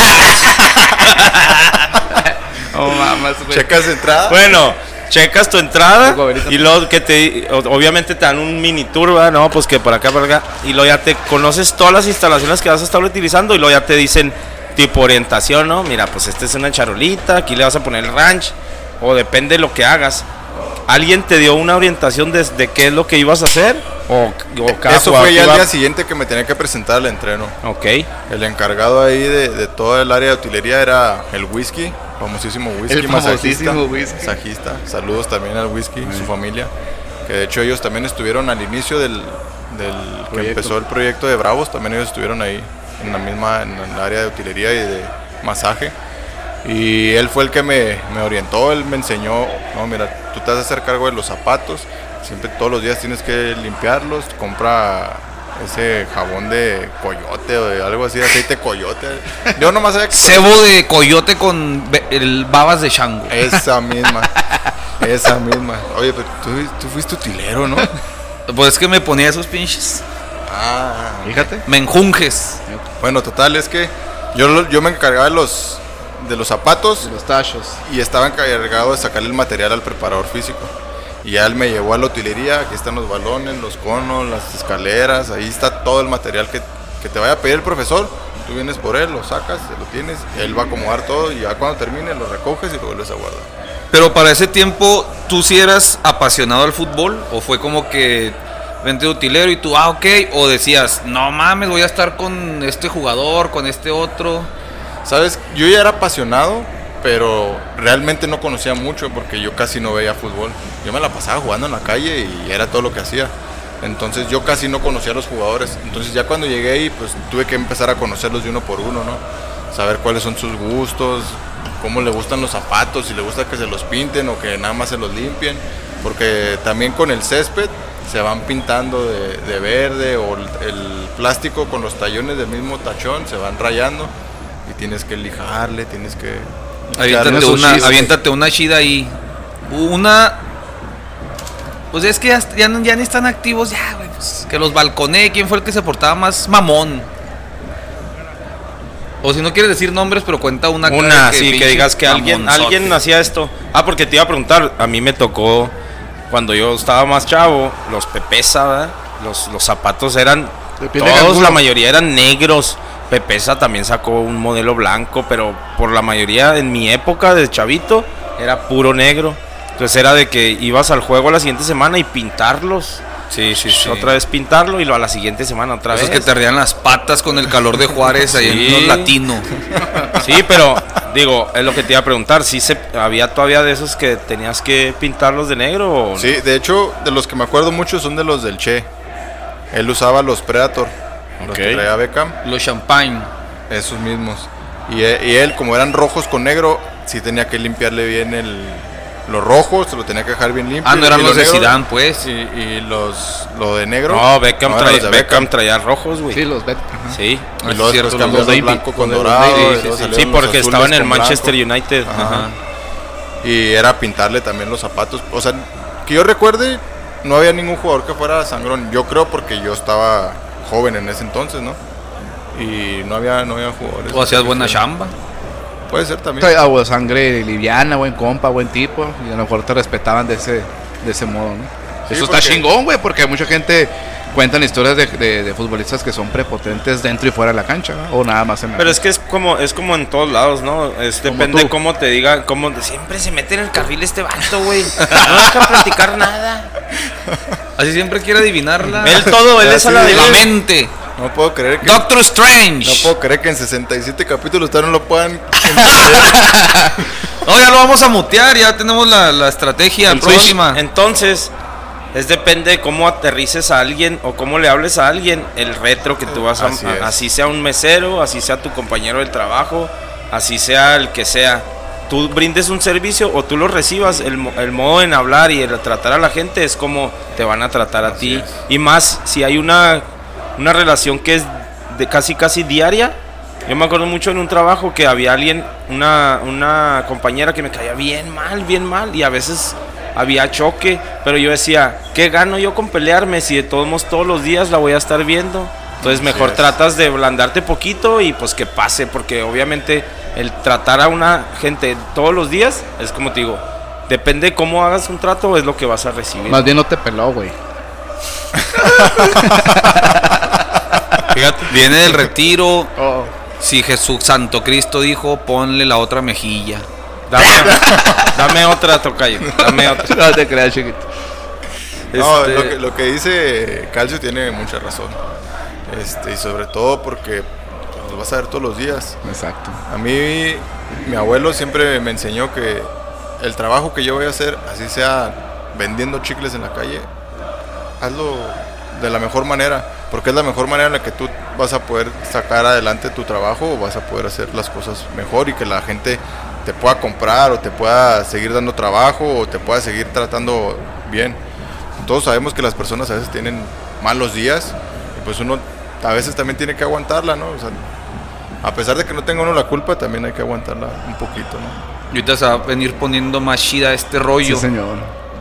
Oh, mamas, güey. ¿Checas entrada? Bueno, checas tu entrada y luego que obviamente te dan un mini tour, ¿verdad? No, pues que por acá, y luego ya te conoces todas las instalaciones que vas a estar utilizando y luego ya te dicen tipo orientación, ¿no? Mira, pues esta es una charolita, aquí le vas a poner el ranch, o depende de lo que hagas. ¿Alguien te dio una orientación de qué es lo que ibas a hacer? ¿O cada Eso fue ya el día siguiente que me tenía que presentar al entreno. Ok. El encargado ahí de todo el área de utilería era el Whisky, famosísimo Whisky, el famosísimo Whisky. Masajista. Saludos también al Whisky, su familia, que de hecho ellos también estuvieron al inicio del que empezó el proyecto de Bravos, también ellos estuvieron ahí en el área de utilería y de masaje. Y él fue el que me orientó, él me enseñó, no, mira, tú te vas a hacer cargo de los zapatos, siempre todos los días tienes que limpiarlos, compra ese jabón de coyote o de algo así, aceite coyote. Yo nomás sabía que Cebo de coyote con el babas de chango. Esa misma. Oye, pero tú fuiste utilero, ¿no? Pues es que me ponía esos pinches Fíjate. menjunjes. Bueno, total, es que yo me encargaba de los zapatos Los tachos. y estaba encargado de sacarle el material al preparador físico. Y ya él me llevó a la utilería, aquí están los balones, los conos, las escaleras, ahí está todo el material que te vaya a pedir el profesor. Tú vienes por él, lo sacas, lo tienes, él va a acomodar todo y ya cuando termine lo recoges y lo vuelves a guardar. Pero para ese tiempo, ¿tú sí eras apasionado al fútbol? ¿O fue como que vente de utilero y tú, ok? ¿O decías, no mames, voy a estar con este jugador, con este otro? ¿Sabes? Yo ya era apasionado, pero realmente no conocía mucho porque yo casi no veía fútbol. Yo me la pasaba jugando en la calle y era todo lo que hacía. Entonces yo casi no conocía a los jugadores. Entonces ya cuando llegué ahí, pues tuve que empezar a conocerlos de uno por uno, ¿no? Saber cuáles son sus gustos, cómo le gustan los zapatos, si le gusta que se los pinten o que nada más se los limpien. Porque también con el césped se van pintando de verde o el plástico con los tallones del mismo tachón se van rayando. Y tienes que lijarle, tienes que... Aviéntate una chida ahí. Pues es que ya ni están activos, ya, güey. Pues, que los balconé. ¿Quién fue el que se portaba más mamón? O si no quieres decir nombres, pero cuenta una sí, que digas que alguien hacía esto. Porque te iba a preguntar, a mí me tocó cuando yo estaba más chavo, los Pepesa, ¿verdad? Los zapatos eran, De piel de todos, canguro. la mayoría eran negros. Pepesa también sacó un modelo blanco, pero por la mayoría en mi época de chavito era puro negro. Entonces era de que ibas al juego la siguiente semana y pintarlos. Sí. Otra vez pintarlo y a la siguiente semana otra Esos vez. que te rían las patas con el calor de Juárez ahí Sí. en los latinos. Sí, pero digo, es lo que te iba a preguntar. ¿Sí había todavía de esos que tenías que pintarlos de negro o no? Sí, de hecho, de los que me acuerdo mucho son de los del Che. Él usaba los Predator, los que Ok. traía Beckham, Los champagne. esos mismos. Y él, como eran rojos con negro, sí tenía que limpiarle bien los rojos, se lo tenía que dejar bien limpio. Ah, no eran y los de negros- Zidane, pues. Y lo de negro. No, Beckham, no, eran los de Beckham traía rojos, güey. Sí, los bet. Sí. Ah, Y luego es cierto, después cambió los los Navy, blanco con los de los dorado. Navy, y sí, luego sí. salieron Sí, los porque azules estaba en el con Manchester blanco. United. Ajá. Y era pintarle también los zapatos. O sea, que yo recuerde, no había ningún jugador que fuera sangrón. Yo creo porque yo estaba joven en ese entonces, ¿no? Y no había jugadores. O hacías buena chamba. Puede ser también. Traía sangre liviana, buen compa, buen tipo. Y a lo mejor te respetaban de ese modo, ¿no? Sí, Eso está porque- chingón, güey, porque mucha gente cuentan historias de futbolistas que son prepotentes dentro y fuera de la cancha, ¿no? O nada más en la Pero es que es como en todos lados, ¿no? Depende tú. cómo te diga, siempre se mete en el carril este vato, güey. No deja platicar nada. Así siempre quiere adivinarla. Él es a la de la mente. No puedo creer que. Doctor No Strange. puedo creer que en 67 capítulos todavía no lo puedan. No, ya lo vamos a mutear. Ya tenemos la estrategia próxima. Entonces, depende de cómo aterrices a alguien o cómo le hables a alguien, el retro que tú vas Así es. así sea un mesero, así sea tu compañero del trabajo, así sea el que sea. Tú brindes un servicio o tú lo recibas, el modo en hablar y el tratar a la gente es como te van a tratar a ti. es. Y más si hay una relación que es de casi diaria. Yo me acuerdo mucho en un trabajo que había alguien, una compañera que me caía bien mal, y a veces había choque, pero yo decía, ¿qué gano yo con pelearme si de todos modos todos los días la voy a estar viendo? Entonces mejor es. tratas de ablandarte poquito y pues que pase, porque obviamente el tratar a una gente todos los días es como te digo, depende de cómo hagas un trato es lo que vas a recibir. Más bien no te peló, güey. Fíjate, viene del retiro. Oh. Si Jesús Santo Cristo dijo, ponle la otra mejilla. Dame otra, tocayo, dame otra. No te creas, chiquito. No, Este- lo que dice Calcio tiene mucha razón. Y sobre todo porque pues, lo vas a ver todos los días. Exacto. A mí, mi abuelo siempre me enseñó que el trabajo que yo voy a hacer, así sea vendiendo chicles en la calle, hazlo de la mejor manera, porque es la mejor manera en la que tú vas a poder sacar adelante tu trabajo o vas a poder hacer las cosas mejor y que la gente te pueda comprar o te pueda seguir dando trabajo o te pueda seguir tratando bien. Todos sabemos que las personas a veces tienen malos días y pues uno a veces también tiene que aguantarla, ¿no? O sea, a pesar de que no tenga uno la culpa, también hay que aguantarla un poquito, ¿no? Y ahorita se va a venir poniendo más chida este rollo. Sí, señor.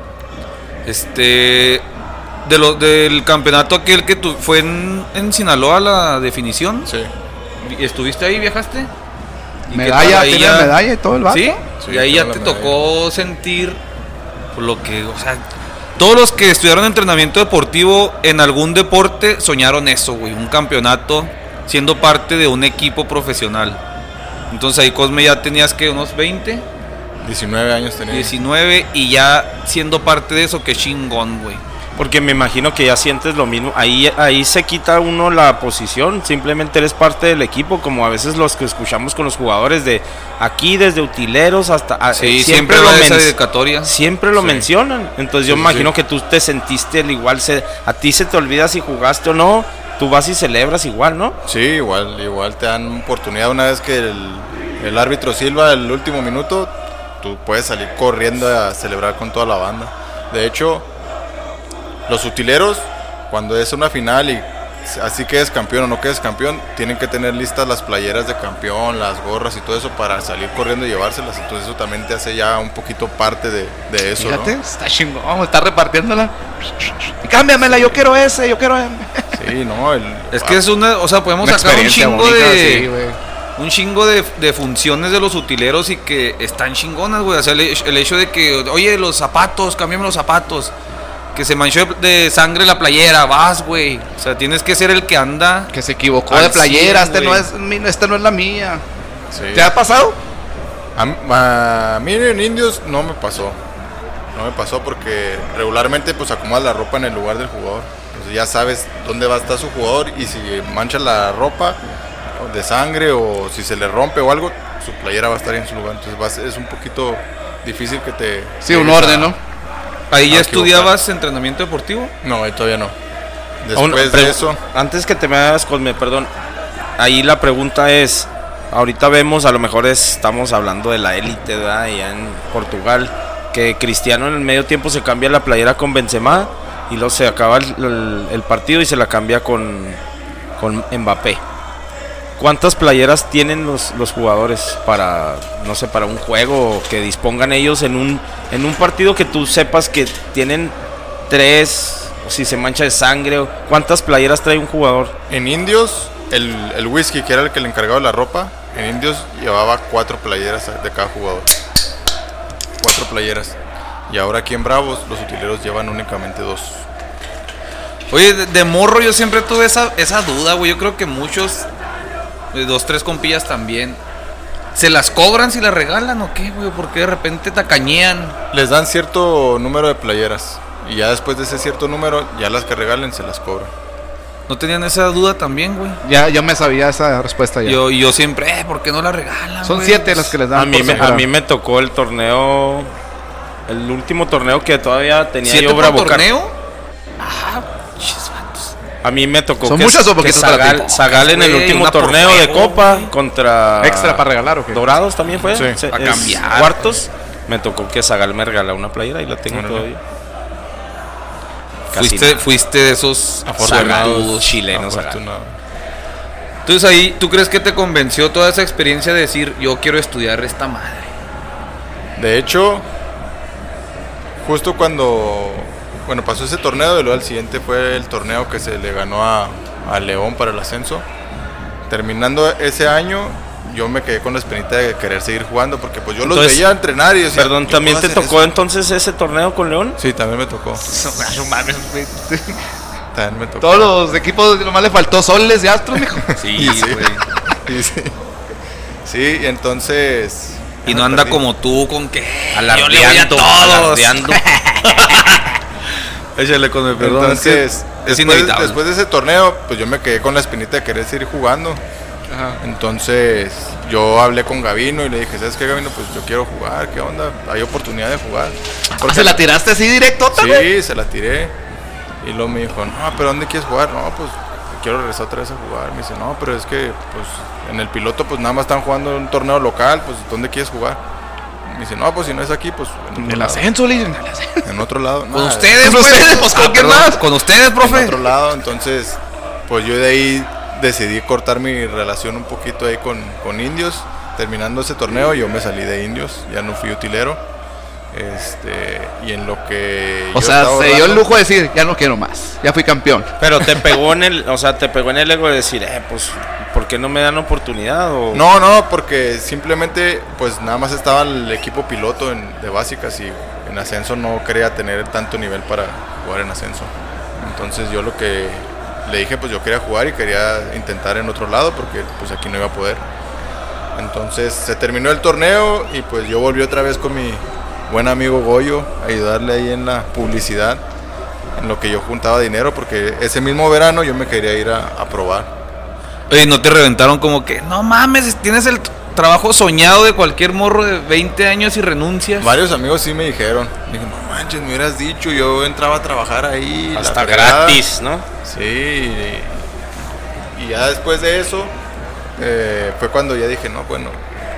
Del campeonato aquel que fue en Sinaloa, la definición. Sí. ¿Estuviste ahí, viajaste? ¿Y qué Medalla, tal? Ahí tiene ya- medalla y todo el vato. ¿Sí? Sí, Y ahí ya toda te la medalla. tocó sentir lo que, o sea, todos los que estudiaron entrenamiento deportivo en algún deporte soñaron eso, güey, un campeonato siendo parte de un equipo profesional. Entonces ahí, Cosme, ya tenías que unos 20, 19 años tenía. 19 y ya siendo parte de eso, qué chingón, güey. Porque me imagino que ya sientes lo mismo. Ahí se quita uno la posición. Simplemente eres parte del equipo. Como a veces los que escuchamos con los jugadores de aquí, desde utileros hasta. Sí, siempre va esa dedicatoria. Siempre lo Sí. mencionan. Entonces yo Sí, me imagino sí. que tú te sentiste al igual. A ti se te olvida si jugaste o no. Tú vas y celebras igual, ¿no? Sí, igual te dan oportunidad una vez que el árbitro silba el último minuto, tú puedes salir corriendo a celebrar con toda la banda. De hecho, los utileros, cuando es una final y así quedes campeón o no quedes campeón, tienen que tener listas las playeras de campeón, las gorras y todo eso para salir corriendo y llevárselas. Entonces eso también te hace ya un poquito parte de eso, Fíjate, ¿no? está chingón, está repartiéndola. Y cámbiamela, yo quiero ese, yo quiero ese. Sí, no, Es que es una, o sea, podemos Una sacar un experiencia chingo bonita, de... sí, güey. un chingo de funciones de los utileros y que están chingonas, güey. O sea, el hecho de que, oye, los zapatos, cambiame los zapatos. que se manchó de sangre la playera, vas, güey. O sea, tienes que ser el que anda. Que se equivocó Al de playera, 100, esta no es la mía. Sí. ¿Te ha pasado? A mí en Indios no me pasó. No me pasó porque regularmente pues acomodas la ropa en el lugar del jugador. Entonces ya sabes dónde va a estar su jugador y si mancha la ropa de sangre o si se le rompe o algo, su playera va a estar en su lugar. Entonces es un poquito difícil que te... Sí, un llegues orden, ¿no? ¿Ahí ya a estudiabas entrenamiento deportivo? No, ahí todavía no. Aún- Después pero de eso... Antes que te me hagas, Cosme, perdón. Ahí la pregunta es, ahorita vemos, a lo mejor estamos hablando de la élite, ¿verdad? Allá en Portugal, que Cristiano en el medio tiempo se cambia la playera con Benzema y luego se acaba el partido y se la cambia con Mbappé. ¿Cuántas playeras tienen los jugadores para, no sé, para un juego o que dispongan ellos en un partido que tú sepas que tienen 3, o si se mancha de sangre? ¿Cuántas playeras trae un jugador? En Indios, el whisky, que era el que le encargaba la ropa, en Indios llevaba 4 playeras de cada jugador. 4 playeras. Y ahora aquí en Bravos, los utileros llevan únicamente 2. Oye, de morro yo siempre tuve esa duda, güey. Yo creo que muchos, 2, 3 compillas también, ¿se las cobran si las regalan o qué, güey? Porque de repente tacañean. Les dan cierto número de playeras. Y ya después de ese cierto número, ya las que regalen se las cobran. ¿No tenían esa duda también, güey? Ya me sabía esa respuesta ya. Yo siempre, ¿por qué no la regalan? Son güey? 7 las que les dan. A mí, por a separado. mí me tocó el torneo, el último torneo que todavía tenía 7 yo por Bravocar. torneo. Ah, chis, vatos. A mí me tocó ¿Son que, muchas o que poquitas para ti? Zagal en el Güey, último una por torneo de juego, Copa güey. contra ¿Extra para regalar o qué? Dorados también fue. Sí, a cambiar. Cuartos. Me tocó que Zagal me regalara una playera y la tengo Órale. todavía. Casi Fuiste de esos Afortunados chilenos. Zagal. Afortunado. Entonces ahí, ¿tú crees que te convenció toda esa experiencia de decir, yo quiero estudiar esta madre? De hecho, justo cuando pasó ese torneo, y luego al siguiente fue el torneo que se le ganó a León para el ascenso. Terminando ese año, yo me quedé con la espinita de querer seguir jugando porque pues yo los Entonces, veía entrenar y decía, Perdón, "Yo ¿también puedo te hacer tocó eso". entonces ese torneo con León? Sí, también me tocó. No mames, güey. También me tocó. Todos los equipos, nomás le faltó Soles de Astros, mijo. Sí, güey. Y sí. Sí, y entonces... Y ya no me anda perdí. como tú con que Alardeando, yo le voy a todos. alardeando. Échale con el perdón. Entonces, es inevitable. después de ese torneo, pues yo me quedé con la espinita de querer seguir jugando. Entonces, yo hablé con Gavino y le dije, ¿sabes qué, Gavino? Pues yo quiero jugar, ¿qué onda? Hay oportunidad de jugar. Porque se la tiraste así directo, Sí, se la tiré. Y luego me dijo, no, pero ¿dónde quieres jugar? No, pues quiero regresar otra vez a jugar. Me dice, no, pero es que pues en el piloto pues nada más están jugando un torneo local, pues ¿dónde quieres jugar? Me dice, no, pues si no es aquí, pues en otro El lado". ascenso, le dicen. En otro lado. Con Nada, ustedes, con pues. ustedes, pues, ¿con quién perdón, más? Con ustedes, En profe. otro lado, entonces pues yo de ahí decidí cortar mi relación un poquito ahí con Indios. Terminando ese torneo yo me salí de Indios, ya no fui utilero. Y en lo que O yo sea, estaba se dio el ahorrando- lujo de decir, ya no quiero más. Ya fui campeón. Pero te pegó en el, o sea, te pegó en el ego de decir, pues, ¿por qué no me dan oportunidad? O... No, porque simplemente pues nada más estaba el equipo piloto de básicas y en ascenso no quería tener tanto nivel para jugar en ascenso. Entonces yo lo que le dije, pues yo quería jugar y quería intentar en otro lado porque pues aquí no iba a poder. Entonces se terminó el torneo y pues yo volví otra vez con mi buen amigo Goyo a ayudarle ahí en la publicidad, en lo que yo juntaba dinero porque ese mismo verano yo me quería ir a probar. Oye, ¿no te reventaron como que, no mames, tienes el trabajo soñado de cualquier morro de 20 años y renuncias? Varios amigos sí me dijeron, dije, no manches, me hubieras dicho, yo entraba a trabajar ahí. la Hasta fregada". gratis, ¿no? Sí, y ya después de eso, fue cuando ya dije, no, bueno,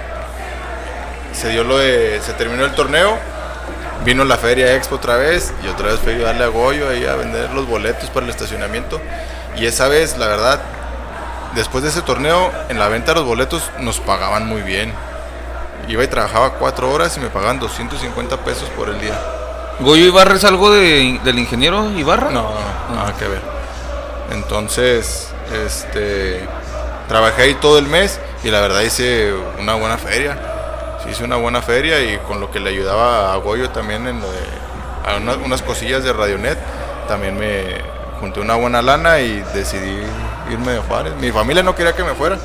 se terminó el torneo, vino la Feria Expo otra vez, y otra vez fui a ayudarle a Goyo ahí a vender los boletos para el estacionamiento, y esa vez, la verdad, después de ese torneo, en la venta de los boletos nos pagaban muy bien. Iba y trabajaba 4 horas y me pagaban 250 pesos por el día. ¿Goyo Ibarra es algo del ingeniero Ibarra? No, nada que ver. Entonces, trabajé ahí todo el mes y la verdad hice una buena feria. Sí, hice una buena feria y con lo que le ayudaba a Goyo también en lo de a unas cosillas de Radionet, también me junté una buena lana y decidí irme de Juárez. Mi familia no quería que me fuera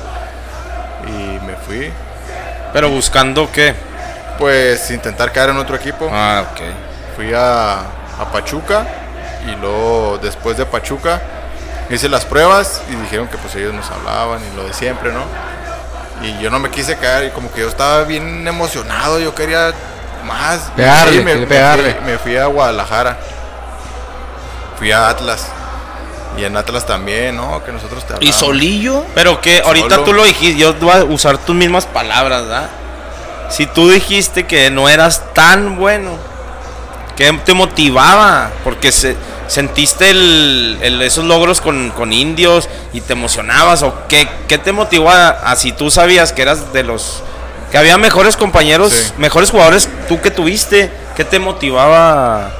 y me fui. Pero buscando qué. Pues intentar caer en otro equipo. Ah, ok. Fui a Pachuca y luego después de Pachuca hice las pruebas y dijeron que pues ellos nos hablaban y lo de siempre, ¿no? Y yo no me quise caer y como que yo estaba bien emocionado, yo quería más. Pegarle, Me fui a Guadalajara, fui a Atlas y en Atlas también, ¿no? Que nosotros te ¿Y hablábamos. solillo? Pero que ahorita Solo. tú lo dijiste, yo voy a usar tus mismas palabras, ¿verdad? Si tú dijiste que no eras tan bueno, ¿qué te motivaba? Porque sentiste esos logros con indios y te emocionabas, o qué te motivó a si tú sabías que eras de los que había mejores compañeros, Sí. mejores jugadores tú que tuviste, ¿qué te motivaba?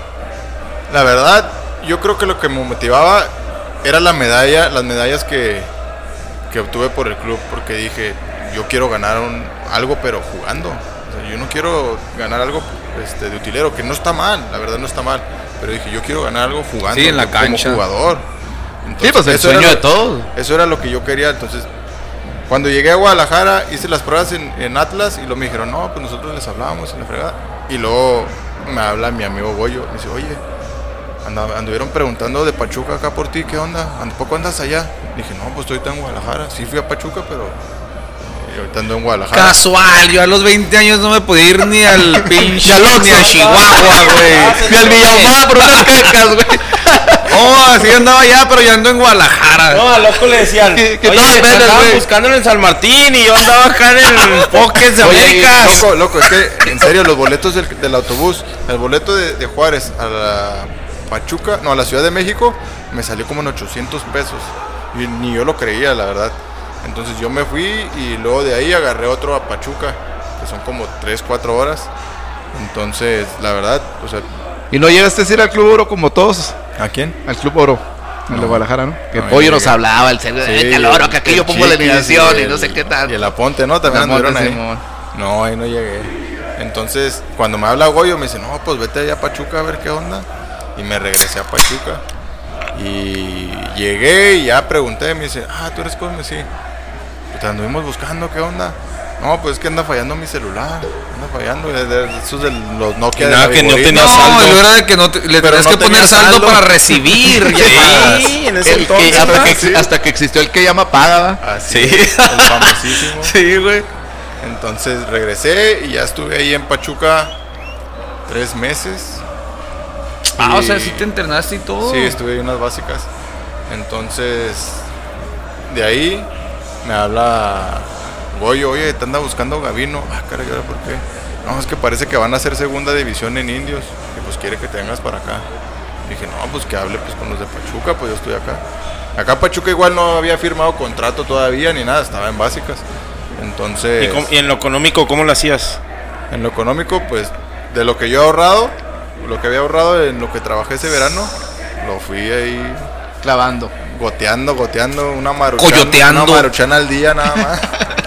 La verdad, yo creo que lo que me motivaba era las medallas que obtuve por el club, porque dije, yo quiero ganar algo pero jugando. O sea, yo no quiero ganar algo de utilero, que no está mal, la verdad no está mal, pero dije, yo quiero ganar algo jugando, Sí, en la como cancha. jugador. Sí, pues el eso era sueño de lo- todos. Eso era lo que yo quería, entonces cuando llegué a Guadalajara hice las pruebas en Atlas y luego me dijeron, no, pues nosotros les hablábamos en la fregada. Y luego me habla mi amigo Goyo, me dice, oye, anduvieron preguntando de Pachuca acá por ti, ¿qué onda? ¿Poco andas allá? Dije, no, pues estoy en Guadalajara, sí fui a Pachuca, pero ahorita ando en Guadalajara. Casual, yo a los 20 años no me podía ir ni al pinche, al Oxxo. ni a Chihuahua, güey. Ni al Villahumada por unas cacas, güey. Oh, así andaba ya, pero ya ando en Guadalajara. No, al loco le decían, Que oye, todas veces, andaban güey. buscándolo en San Martín y yo andaba acá en el Poques de Oye, Américas. loco, es que en serio, los boletos del autobús, el boleto de Juárez a la Pachuca, no, a la Ciudad de México, me salió como en 800 pesos. Y ni yo lo creía, la verdad. Entonces yo me fui y luego de ahí agarré otro a Pachuca, que son como 3-4 horas. Entonces, la verdad, o sea, ¿Y no llegaste a ir al Club Oro como todos? ¿a quién? Al Club Oro, el de No. Guadalajara, ¿no? Que No, Pollo yo nos llegué. hablaba, el serio, Sí, vete al Oro, que aquí yo pongo la Chiquis eliminación y el- no sé qué tal. Y el Aponte, ¿no? También El Aponte, anduvieron ahí. Simón. No, ahí no llegué. Entonces, cuando me habla Goyo, me dice, no, pues vete allá a Pachuca a ver qué onda. Y me regresé a Pachuca. Y llegué y ya pregunté, me dice, ¿tú eres Cosme? Sí. Pues te anduvimos buscando, ¿qué onda? No, pues es que anda fallando mi celular. Anda fallando. Esos de los Nokia. Y de nada, la que no Viborita. tenía No, saldo. y lo era de que no le Pero tenías no que poner tenía saldo saldo. para recibir llamadas. Sí, en ese El que, entonces. hasta, ¿verdad? que, sí. hasta que existió el que llama paga, ¿va? Así Sí. es, el famosísimo. Sí, güey. Entonces regresé y ya estuve ahí en Pachuca 3 meses. Ah, Y- o sea, sí te entrenaste y todo. Sí, estuve ahí unas básicas. Entonces, de ahí me habla Goyo, oye, te anda buscando Gavino. Caray, ¿ahora por qué? No, es que parece que van a hacer segunda división en Indios. Y pues quiere que te vengas para acá. Dije, no, pues que hable pues con los de Pachuca, pues yo estoy acá. Acá Pachuca igual no había firmado contrato todavía ni nada, estaba en básicas. Entonces, ¿Y en lo económico cómo lo hacías? en lo económico, pues de lo que yo he ahorrado, lo que había ahorrado en lo que trabajé ese verano, lo fui ahí Clavando. goteando, una maruchan, Coyoteando. una maruchan al día nada más.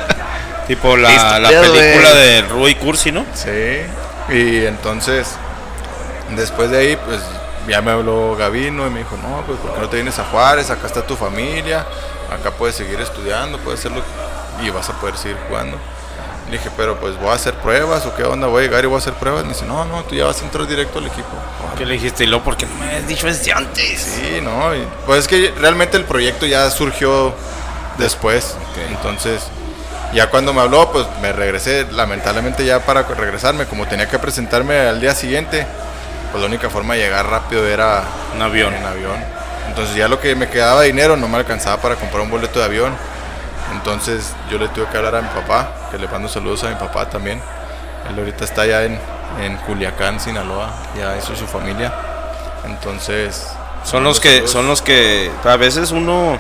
Tipo Listo, la pedo, película güey. de Rui Cursi, ¿no? Sí, y entonces, después de ahí, pues ya me habló Gavino y me dijo, no, pues ¿por qué no te vienes a Juárez? Acá está tu familia, acá puedes seguir estudiando, puedes hacerlo y vas a poder seguir jugando. Le dije, pero pues voy a hacer pruebas o qué onda, voy a llegar y voy a hacer pruebas. Me dice, no, tú ya vas a entrar directo al equipo. ¿Qué le dijiste? Y luego, ¿por qué no me habías dicho desde antes? Sí, no, pues es que realmente el proyecto ya surgió después. Entonces, ya cuando me habló, pues me regresé. Lamentablemente ya para regresarme, como tenía que presentarme al día siguiente, pues la única forma de llegar rápido era Un avión. en avión. Entonces ya lo que me quedaba de dinero no me alcanzaba para comprar un boleto de avión. Entonces yo le tuve que hablar a mi papá, que le mando saludos a mi papá también. Él ahorita está ya en Culiacán, Sinaloa, ya hizo su familia. Entonces Son los que a veces uno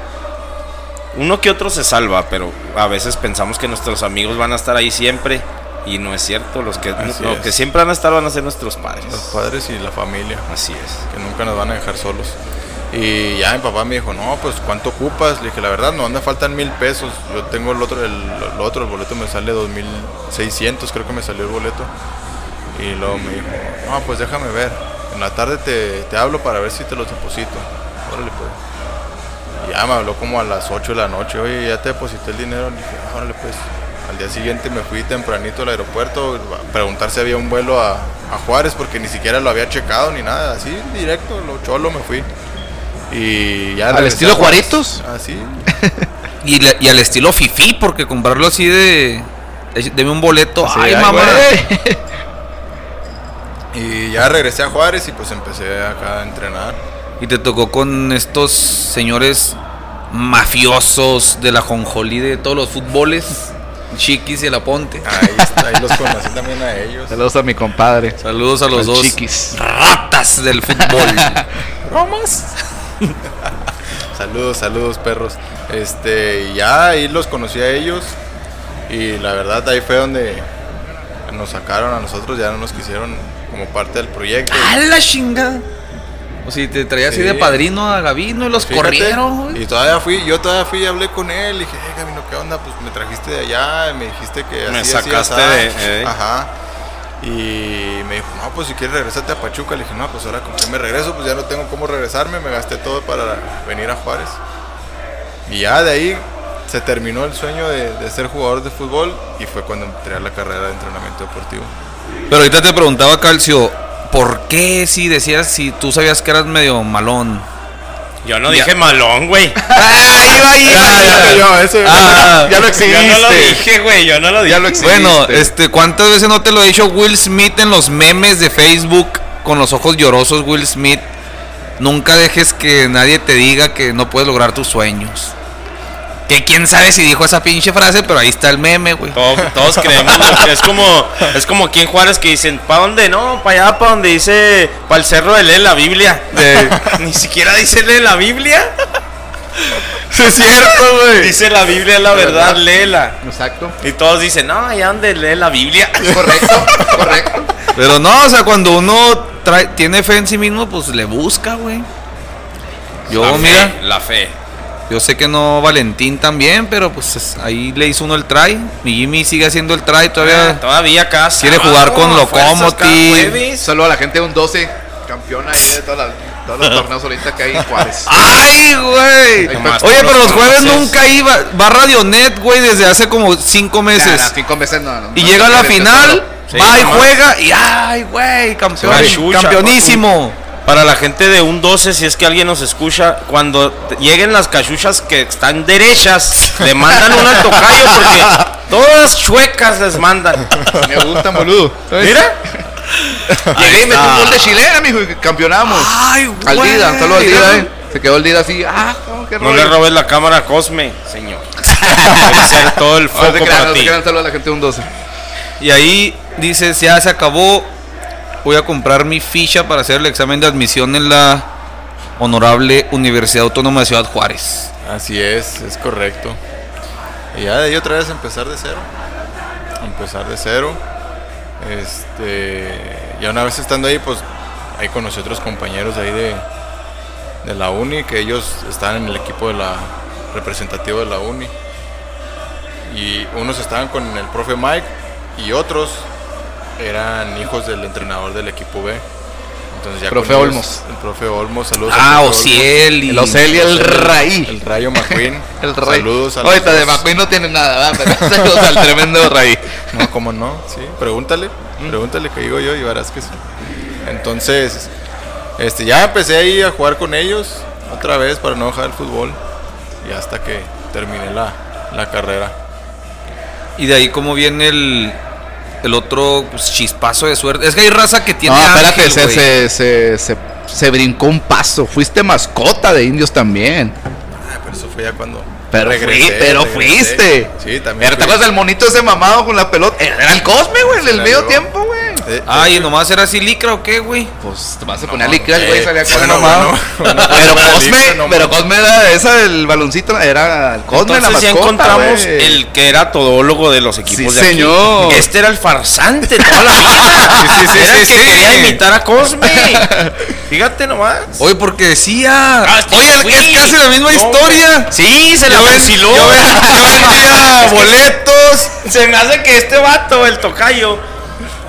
que otro se salva, pero a veces pensamos que nuestros amigos van a estar ahí siempre y no es cierto. Los Así es. que siempre van a estar van a ser nuestros padres. los padres y la familia, Así es. que nunca nos van a dejar solos. Y ya mi papá me dijo, no, pues ¿cuánto ocupas? Le dije, la verdad, no, me faltan 1,000 pesos. Yo tengo el boleto me sale 2,600, creo que me salió el boleto. Y luego me dijo, no, pues déjame ver. en la tarde te hablo para ver si te los deposito. Órale, pues. Y ya me habló como a las 8 de la noche, oye, ya te deposité el dinero. Y dije, órale, pues. Al día siguiente me fui tempranito al aeropuerto a preguntar si había un vuelo a Juárez, porque ni siquiera lo había checado ni nada, así directo, lo cholo me fui. Y ya ¿Al estilo Juaritos? Así. Y al estilo fifí, porque comprarlo así deme un boleto. Sí, ay, ay, mamá. güey. Y ya regresé a Juárez y pues empecé acá a entrenar. Y te tocó con estos señores mafiosos de la Jonjolí de todos los fútboles, Chiquis y el Aponte. Ahí los conocí también a ellos. Saludos a mi compadre. Saludos a los dos Chiquis. ratas del fútbol. ¿Romas? Saludos perros. Y ya ahí los conocí a ellos. Y la verdad ahí fue donde nos sacaron a nosotros, ya no nos quisieron como parte del proyecto. ¡A la chingada! O si te traía así Sí. de padrino a Gavino y los Fíjate, corrieron, güey. Y yo todavía fui y hablé con él. Y dije, Gavino, ¿qué onda? Pues me trajiste de allá, me dijiste que Me así, sacaste así, así. de... Ajá. Y me dijo, no, pues si quieres regresarte a Pachuca. Le dije, no, pues ahora con qué me regreso, pues ya no tengo cómo regresarme. Me gasté todo para venir a Juárez. Y ya de ahí se terminó el sueño de ser jugador de fútbol. Y fue cuando entré a la carrera de entrenamiento deportivo. Pero ahorita te preguntaba, Calcio, ¿por qué si tú sabías que eras medio malón? Yo no dije malón, güey. Ya lo exhibiste. Yo no lo dije, güey. Yo no lo dije. Ya lo exhibiste. Bueno, ¿cuántas veces no te lo ha dicho Will Smith en los memes de Facebook con los ojos llorosos? Will Smith, nunca dejes que nadie te diga que no puedes lograr tus sueños. Que quién sabe si dijo esa pinche frase, pero ahí está el meme, güey. Todos creemos que es como aquí en Juárez que dicen, ¿para dónde? No, para allá, para donde dice, para el cerro de lee la Biblia. Ni siquiera dice lee la Biblia. Sí, es cierto, güey. Dice la Biblia la verdad, léela. Exacto. Y todos dicen, no, allá donde lee la Biblia. Correcto. Pero no, o sea, cuando uno tiene fe en sí mismo, pues le busca, güey. La fe. Yo sé que no Valentín también, pero pues ahí le hizo uno el try. Mi Jimmy sigue haciendo el try todavía. Todavía casi. Quiere jugar con Lokomotiv. Solo a la gente de un 12, campeón ahí de todos los torneos ahorita que hay en Juárez. ¡Ay, güey! Nomás Oye, tú pero los los jueves conoces. nunca iba. Va Radionet, güey, desde hace como 5 meses. Nah, 5 meses no. Y llega a la final, Sí, va y nomás. juega y ¡ay, güey! Campeón, Cachucha, campeonísimo. Para la gente de un 12, si es que alguien nos escucha, cuando lleguen las cachuchas que están derechas, le mandan una al tocayo porque todas chuecas les mandan. Me gustan, boludo. Mira. Llegué y metí un gol de chilena, mijo, y campeonamos. ¡Ay, güey! Al Dida, solo al Dida, Se quedó el Dida así. Qué No le robes la cámara a Cosme, señor. Debe ser todo el foco para ti. Solo a la gente de un 12. Y ahí dices, ya se acabó. Voy a comprar mi ficha para hacer el examen de admisión en la Honorable Universidad Autónoma de Ciudad Juárez. Así es correcto. Y ya de ahí otra vez empezar de cero. Ya una vez estando ahí, pues ahí conocí otros compañeros de ahí de la uni, que ellos estaban en el equipo de la representativo de la uni. Y unos estaban con el profe Mike y otros eran hijos del entrenador del equipo B. Entonces ya Profe con ellos, Olmos. el profe Olmos, saludos. al profe Ociel. El Ocel y el Raí. el Rayo McQueen. El Raí. Saludos a Ahorita los de dos. McQueen no tiene nada, ¿verdad? Pero saludos al tremendo Raí. No, ¿cómo no? Sí, pregúntale que digo yo y verás que sí. Entonces, ya empecé ahí a jugar con ellos otra vez para no dejar el fútbol y hasta que terminé la carrera. Y de ahí como viene el otro pues, chispazo de suerte. Es que hay raza que tiene No, espérate, ángel, güey. se brincó un paso. Fuiste mascota de Indios también. Pero eso fue ya cuando Pero regresé. fuiste. Sí, también. Pero te acuerdas del monito ese mamado con la pelota. Era el Cosme, güey, del la medio llevó. tiempo, güey. Ay, nomás era así licra o qué, güey. Pues te vas a poner a licrar, güey, salía con bueno, mamado. bueno, Pero Cosme era esa del baloncito, era el Cosme, Entonces la ya mascota, encontramos güey. el que era todólogo de los equipos Sí, de aquí. señor. Este era el farsante toda la vida. Sí, Era el sí, que sí. quería imitar a Cosme. Fíjate nomás. Oye, porque decía. sí, Oye, fui. es casi la misma No, historia. Sí, se la Yo vaciló. yo vendía boletos. Se me hace que este vato, el tocayo,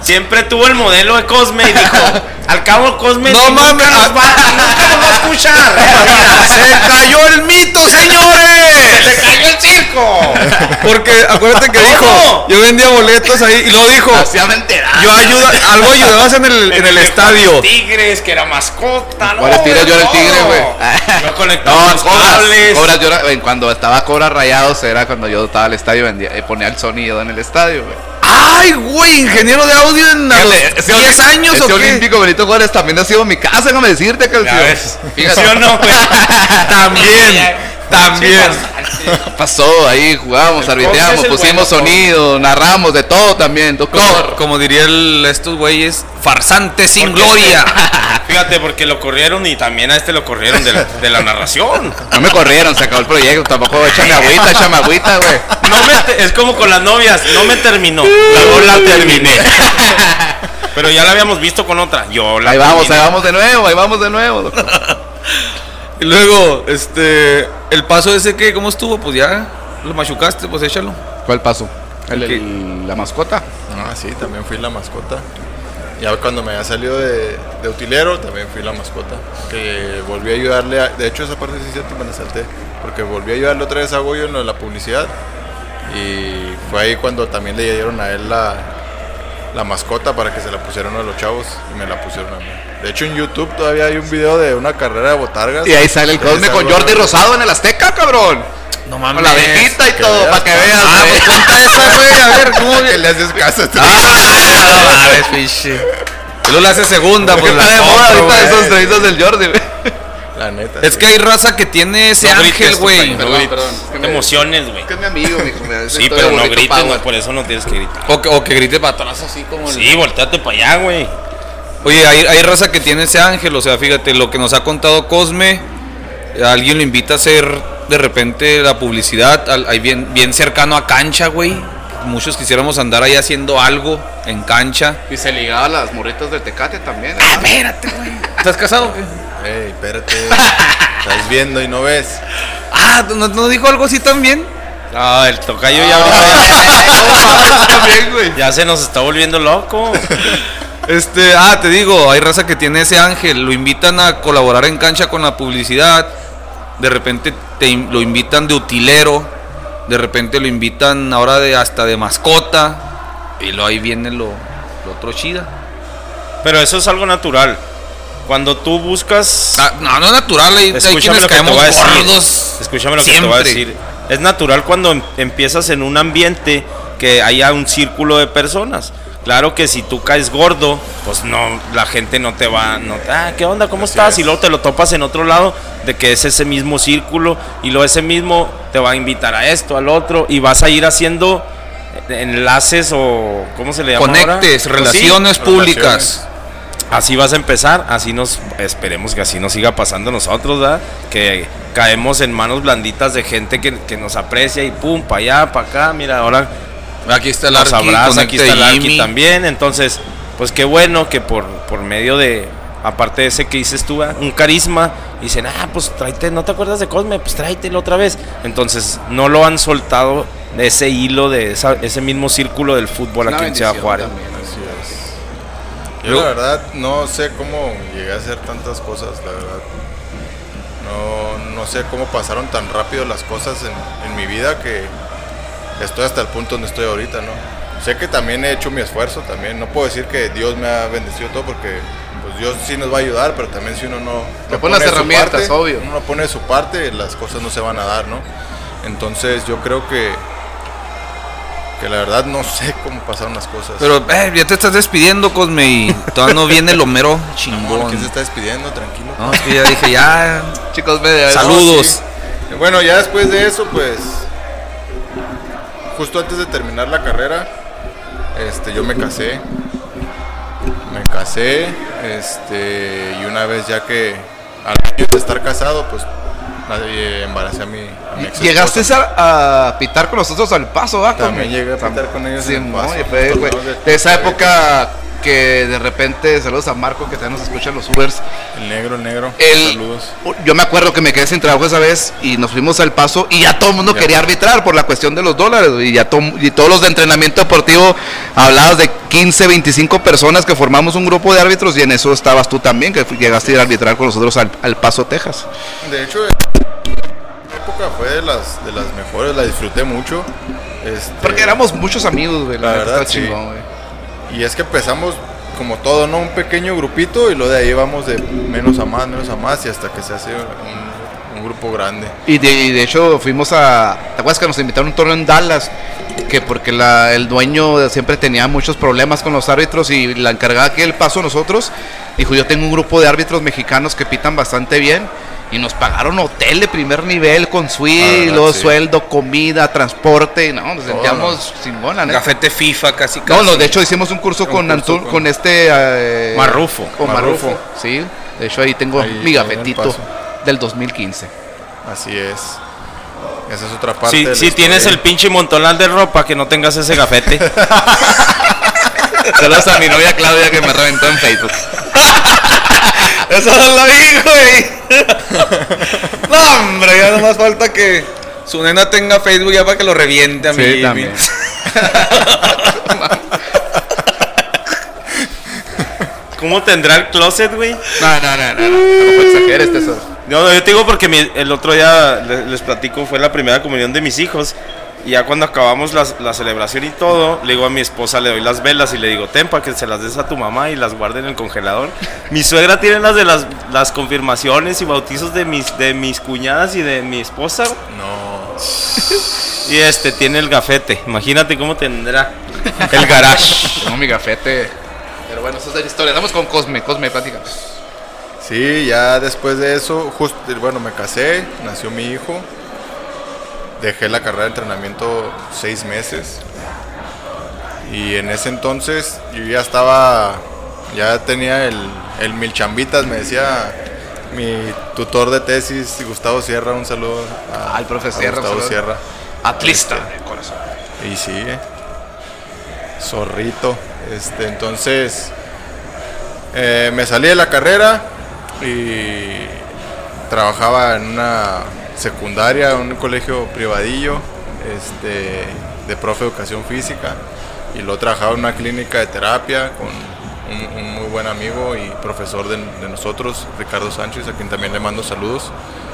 siempre tuvo el modelo de Cosme y dijo, al cabo Cosme No mames, nunca nos va a escuchar. ¡Se cayó el mito, señores! ¡Se cayó el circo! Porque acuérdate que ¿Cómo? dijo, yo vendía boletos ahí y luego dijo, Hacía enterar. algo ayudabas en el estadio. Tigres, que era mascota, ¿no? ¿Cuál es tigre? Yo era el tigre, güey. Yo conectaba los cables. Cobras, yo cuando estaba Cobras Rayados era cuando yo estaba al estadio, ponía el sonido en el estadio, güey. ¡Ay, güey! Ingeniero de audio en a los 10 años o qué. Olímpico Benito Juárez también ha sido mi casa, déjame decirte que Ya ves. fíjate. ¿Sí o no, güey? También. Pasó ahí, jugamos, El arbitreamos, Cox es el pusimos bueno, sonido, narramos de todo también, doctor. Como diría estos güeyes, farsante sin Porque gloria. Fíjate, porque lo corrieron y también a este lo corrieron de la narración. No me corrieron, se acabó el proyecto, tampoco échame agüita, güey. Es como con las novias, no me terminó, luego la terminé. Pero ya la habíamos visto con otra. Ahí vamos de nuevo, doctor. Y luego, el paso ese que, ¿cómo estuvo? Pues ya lo machucaste, pues échalo. ¿Cuál paso? ¿Qué? La mascota. Ah, sí, también fui la mascota. Ya cuando me había salido de utilero, también fui la mascota. Que volví a ayudarle, de hecho esa parte sí me la salté, porque volví a ayudarle otra vez a Goyo en lo de la publicidad. Y fue ahí cuando también le dieron a él la mascota para que se la pusieran a los chavos y me la pusieron a mí. De hecho en YouTube todavía hay un video de una carrera de botargas. Y ahí sale el Cosme con Jordi Rosado en el Azteca, cabrón. No mames. Con la abejita y que todo, veas, para que veas, Ah, güey. pues cuenta esa, güey. A ver, ¿cómo Que le haces caso. no mames, pinche. Tú le haces segunda, pues Está la de moda compro, ahorita güey. esas entrevistas del Jordi, güey. La neta. Es que hay raza que tiene ese No ángel, grites, güey. compañero. Perdón. No te emociones, güey. Que es mi amigo, mijo. Sí, pero no grites, no, por eso no tienes que gritar. O que grite para atrás así como el... Sí, volteate para allá, güey. Oye, hay raza que tiene ese ángel, o sea, fíjate, lo que nos ha contado Cosme, alguien lo invita a hacer de repente la publicidad, ahí bien cercano a cancha, güey. Muchos quisiéramos andar ahí haciendo algo en cancha. Y se ligaba a las morritas del Tecate también. Espérate, güey. ¿Estás casado o qué? Ey, espérate. Estás viendo y no ves. Ah, ¿no dijo algo así también? No, el tocayo ya También, güey. ya se nos está volviendo loco. Te digo, hay raza que tiene ese ángel, lo invitan a colaborar en cancha con la publicidad, de repente lo invitan de utilero, de repente lo invitan ahora hasta de mascota, y luego ahí viene lo otro chida. Pero eso es algo natural. Cuando tú buscas... No es natural, hay Escúchame quienes lo que te caemos voy a decir. gordos. Escúchame lo que siempre. te voy a decir. Es natural cuando empiezas en un ambiente que haya un círculo de personas. Claro que si tú caes gordo, pues no, la gente no te va, ¿qué onda? ¿Cómo estás? Y luego te lo topas en otro lado, de que es ese mismo círculo, y luego ese mismo te va a invitar a esto, al otro, y vas a ir haciendo enlaces o, ¿cómo se le llama ahora? Conectes, Pues sí, relaciones públicas. Así vas a empezar, esperemos que así nos siga pasando a nosotros, ¿verdad? Que caemos en manos blanditas de gente que nos aprecia y pum, para allá, para acá, mira, ahora Aquí está el nos Arqui, abraza, aquí conecte está el Arqui Jimmy. también, entonces, pues qué bueno que por medio de, aparte de ese que dices tú, un carisma, dicen, pues tráete, ¿no te acuerdas de Cosme? Pues tráetelo otra vez. Entonces, no lo han soltado de ese hilo, de ese mismo círculo del fútbol aquí en Ciudad Juárez. Así es. Yo la verdad no sé cómo llegué a hacer tantas cosas, la verdad. No sé cómo pasaron tan rápido las cosas en mi vida que estoy hasta el punto donde estoy ahorita, ¿no? Sé que también he hecho mi esfuerzo, también. No puedo decir que Dios me ha bendecido todo porque pues Dios sí nos va a ayudar, pero también si uno no pone las su herramientas, parte, obvio. uno no pone su parte, las cosas no se van a dar, ¿no? Entonces yo creo que la verdad no sé cómo pasaron las cosas. Pero ya te estás despidiendo, Cosme, y todavía no viene lo mero chingón. ¿Quién se está despidiendo? Tranquilo. No, es que ya dije, ya. Chicos, Saludos. Sí. Bueno, ya después de eso, pues justo antes de terminar la carrera, yo me casé. Y una vez ya que al año de estar casado, pues embaracé a mi ex esposa. ¿Llegaste a pitar con nosotros al paso, ¿ah? También llegué a pitar con ellos Sí, en el paso. de esa época que de repente, saludos a Marco que también nos escuchan los Ubers. El negro. Saludos. Yo me acuerdo que me quedé sin trabajo esa vez y nos fuimos al Paso y ya todo el mundo quería arbitrar por la cuestión de los dólares, y ya y todos los de entrenamiento deportivo hablabas de 15, 25 personas que formamos un grupo de árbitros, y en eso estabas tú también, que llegaste a ir a arbitrar con nosotros al Paso, Texas. De hecho, la época fue de las mejores, la disfruté mucho. Porque éramos muchos amigos, güey. La verdad, sí. Chingón, güey. Y es que empezamos como todo, ¿no? Un pequeño grupito, y luego de ahí vamos de menos a más, y hasta que se hace un grupo grande. Y de hecho fuimos ¿te acuerdas que nos invitaron a un torneo en Dallas? Que porque el dueño siempre tenía muchos problemas con los árbitros, y la encargada aquí del Paso nosotros dijo: yo tengo un grupo de árbitros mexicanos que pitan bastante bien, y nos pagaron hotel de primer nivel con suite, luego sueldo, comida, transporte, y nos sentíamos chingón, la neta. Gafete FIFA casi. No, de hecho hicimos un curso con Marrufo. Con Marrufo, sí. De hecho ahí tengo mi gafetito del 2015. Así es. Esa es otra parte. Si tienes el pinche montonal de ropa, que no tengas ese gafete. Saludos a mi novia Claudia, que me reventó en Facebook. Eso no lo vi, güey. No, hombre, ya nomás falta que su nena tenga Facebook ya para que lo reviente a mí. Sí, también. ¿Cómo tendrá el closet, güey? No exageres, tesoro. No, yo te digo porque el otro día les platico, fue la primera comunión de mis hijos. Y ya cuando acabamos la celebración y todo, le digo a mi esposa, le doy las velas y le digo: ten, para que se las des a tu mamá y las guarde en el congelador. Mi suegra tiene las de las confirmaciones y bautizos de mis cuñadas y de mi esposa. No. Y tiene el gafete. Imagínate cómo tendrá el garage. Tengo mi gafete. Pero bueno, esa es la historia. Vamos con Cosme, platícanos. Sí, ya después de eso, me casé, nació mi hijo. Dejé la carrera de entrenamiento 6 meses, y en ese entonces yo ya tenía el mil chambitas, me decía mi tutor de tesis, Gustavo Sierra. Un saludo al profe Sierra. Gustavo Sierra, atlista de corazón. Y sí, zorrito. Entonces me salí de la carrera y trabajaba en una secundaria, un colegio privadillo, de profe de educación física, y luego trabajaba en una clínica de terapia con un muy buen amigo y profesor de nosotros, Ricardo Sánchez, a quien también le mando saludos.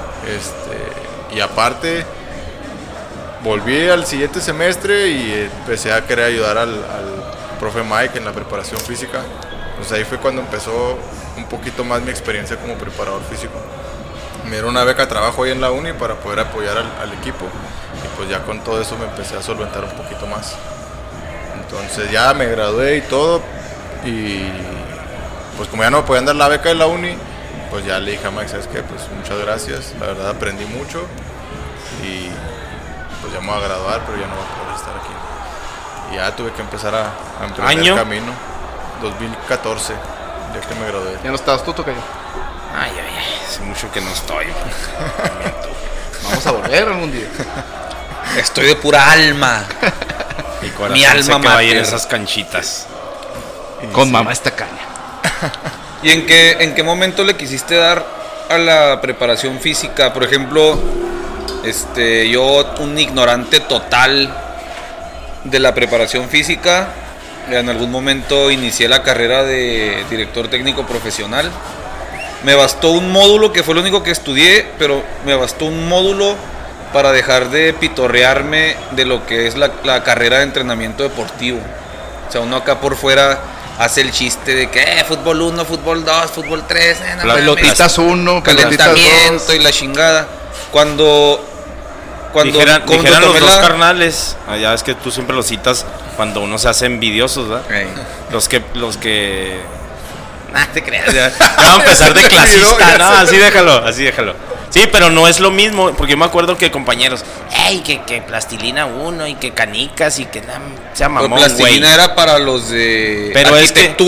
Y aparte volví al siguiente semestre y empecé a querer ayudar al profe Mike en la preparación física. Pues ahí fue cuando empezó un poquito más mi experiencia como preparador físico. Me dieron una beca de trabajo ahí en la uni para poder apoyar al equipo, y pues ya con todo eso me empecé a solventar un poquito más. Entonces ya me gradué y todo, y pues como ya no me podían dar la beca de la uni, pues ya le dije a Mike: ¿sabes qué? Pues muchas gracias, la verdad aprendí mucho, y pues ya me voy a graduar, pero ya no voy a poder estar aquí. Y ya tuve que empezar a emprender el camino. 2014, ya que me gradué. ¿Ya no estabas tú, Tocayo? Ay, hace mucho que no estoy. Vamos a volver algún día. Estoy de pura alma. Mi alma que va a ir en esas canchitas. Con mamá esta caña. ¿Y en qué momento le quisiste dar a la preparación física? Por ejemplo, yo, un ignorante total de la preparación física, en algún momento inicié la carrera de director técnico profesional. Me bastó un módulo, que fue lo único que estudié, pero me bastó un módulo para dejar de pitorrearme de lo que es la carrera de entrenamiento deportivo. O sea, uno acá por fuera hace el chiste de que fútbol 1, fútbol 2, fútbol 3, pelotitas 1, calentamiento y la chingada. Cuando dijeran los dos carnales, ya es que tú siempre los citas cuando uno se hace envidiosos, ¿verdad? Hey. Los que te creas, ya va a empezar de clasista, no, así déjalo. Sí, pero no es lo mismo, porque yo me acuerdo que compañeros, que plastilina 1 y que canicas y que sea mamón, plastilina era para los de pero arquitectura.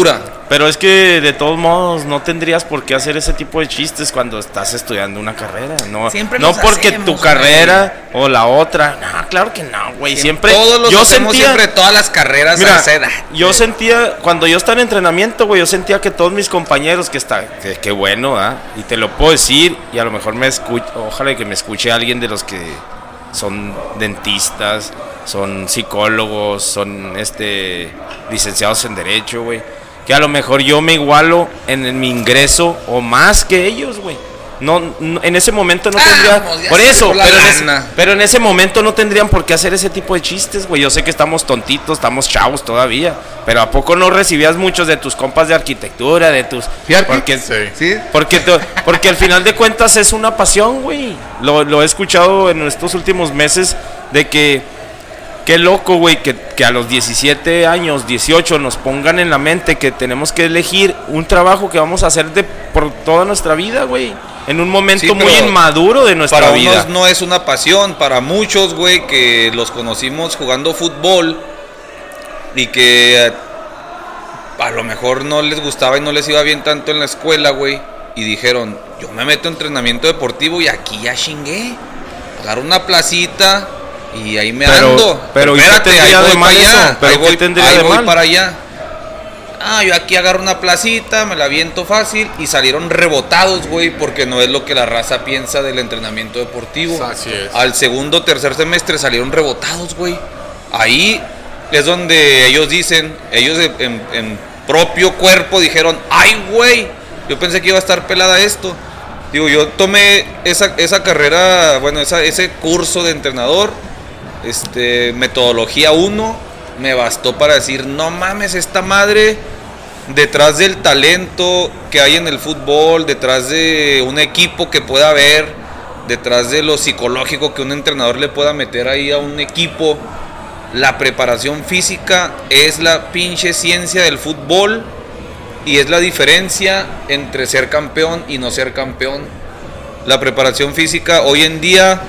Pero es que de todos modos no tendrías por qué hacer ese tipo de chistes cuando estás estudiando una carrera. No, Siempre no los porque hacemos, tu carrera o la otra. No, claro que no, güey. Siempre. Todos los yo hacemos sentía, siempre todas las carreras mira, a esa edad. yo sentía, cuando yo estaba en entrenamiento, güey, yo sentía que todos mis compañeros que bueno, ¿ah? Y te lo puedo decir, y a lo mejor ojalá que me escuche alguien de los que son dentistas, son psicólogos, son licenciados en Derecho, güey. Que a lo mejor yo me igualo en mi ingreso o más que ellos, güey. No, en ese momento no tendría. Pues Por eso, pero en ese momento no tendrían por qué hacer ese tipo de chistes, güey. Yo sé que estamos tontitos, estamos chavos todavía. Pero ¿a poco no recibías muchos de tus compas de arquitectura, de tus. Porque, Sí. porque al final de cuentas es una pasión, güey. Lo he escuchado en estos últimos meses de que. Qué loco, güey, que a los 17 años, 18 nos pongan en la mente que tenemos que elegir un trabajo que vamos a hacer por toda nuestra vida, güey. En un momento Sí, muy inmaduro de nuestra para vida. unos no es una pasión, para muchos, güey, que los conocimos jugando fútbol y que a lo mejor no les gustaba y no les iba bien tanto en la escuela, güey, y dijeron, yo me meto en entrenamiento deportivo y aquí ya chingué, agarro una placita y ahí me ando. Pero espérate, ahí voy para allá, ¿Pero ahí voy, qué tendría ahí de voy mal? para allá. Yo aquí agarro una placita, me la aviento fácil y salieron rebotados, güey, porque no es lo que la raza piensa del entrenamiento deportivo. Así es. Al segundo, tercer semestre salieron rebotados, güey. Ahí es donde ellos dicen, ellos en propio cuerpo dijeron, ay, güey, yo pensé que iba a estar pelada esto. Digo, yo tomé esa carrera, bueno, ese curso de entrenador, metodología 1, me bastó para decir, no mames, esta madre, detrás del talento que hay en el fútbol, detrás de un equipo que pueda haber, detrás de lo psicológico que un entrenador le pueda meter ahí a un equipo, la preparación física es la pinche ciencia del fútbol y es la diferencia entre ser campeón y no ser campeón. La preparación física hoy en día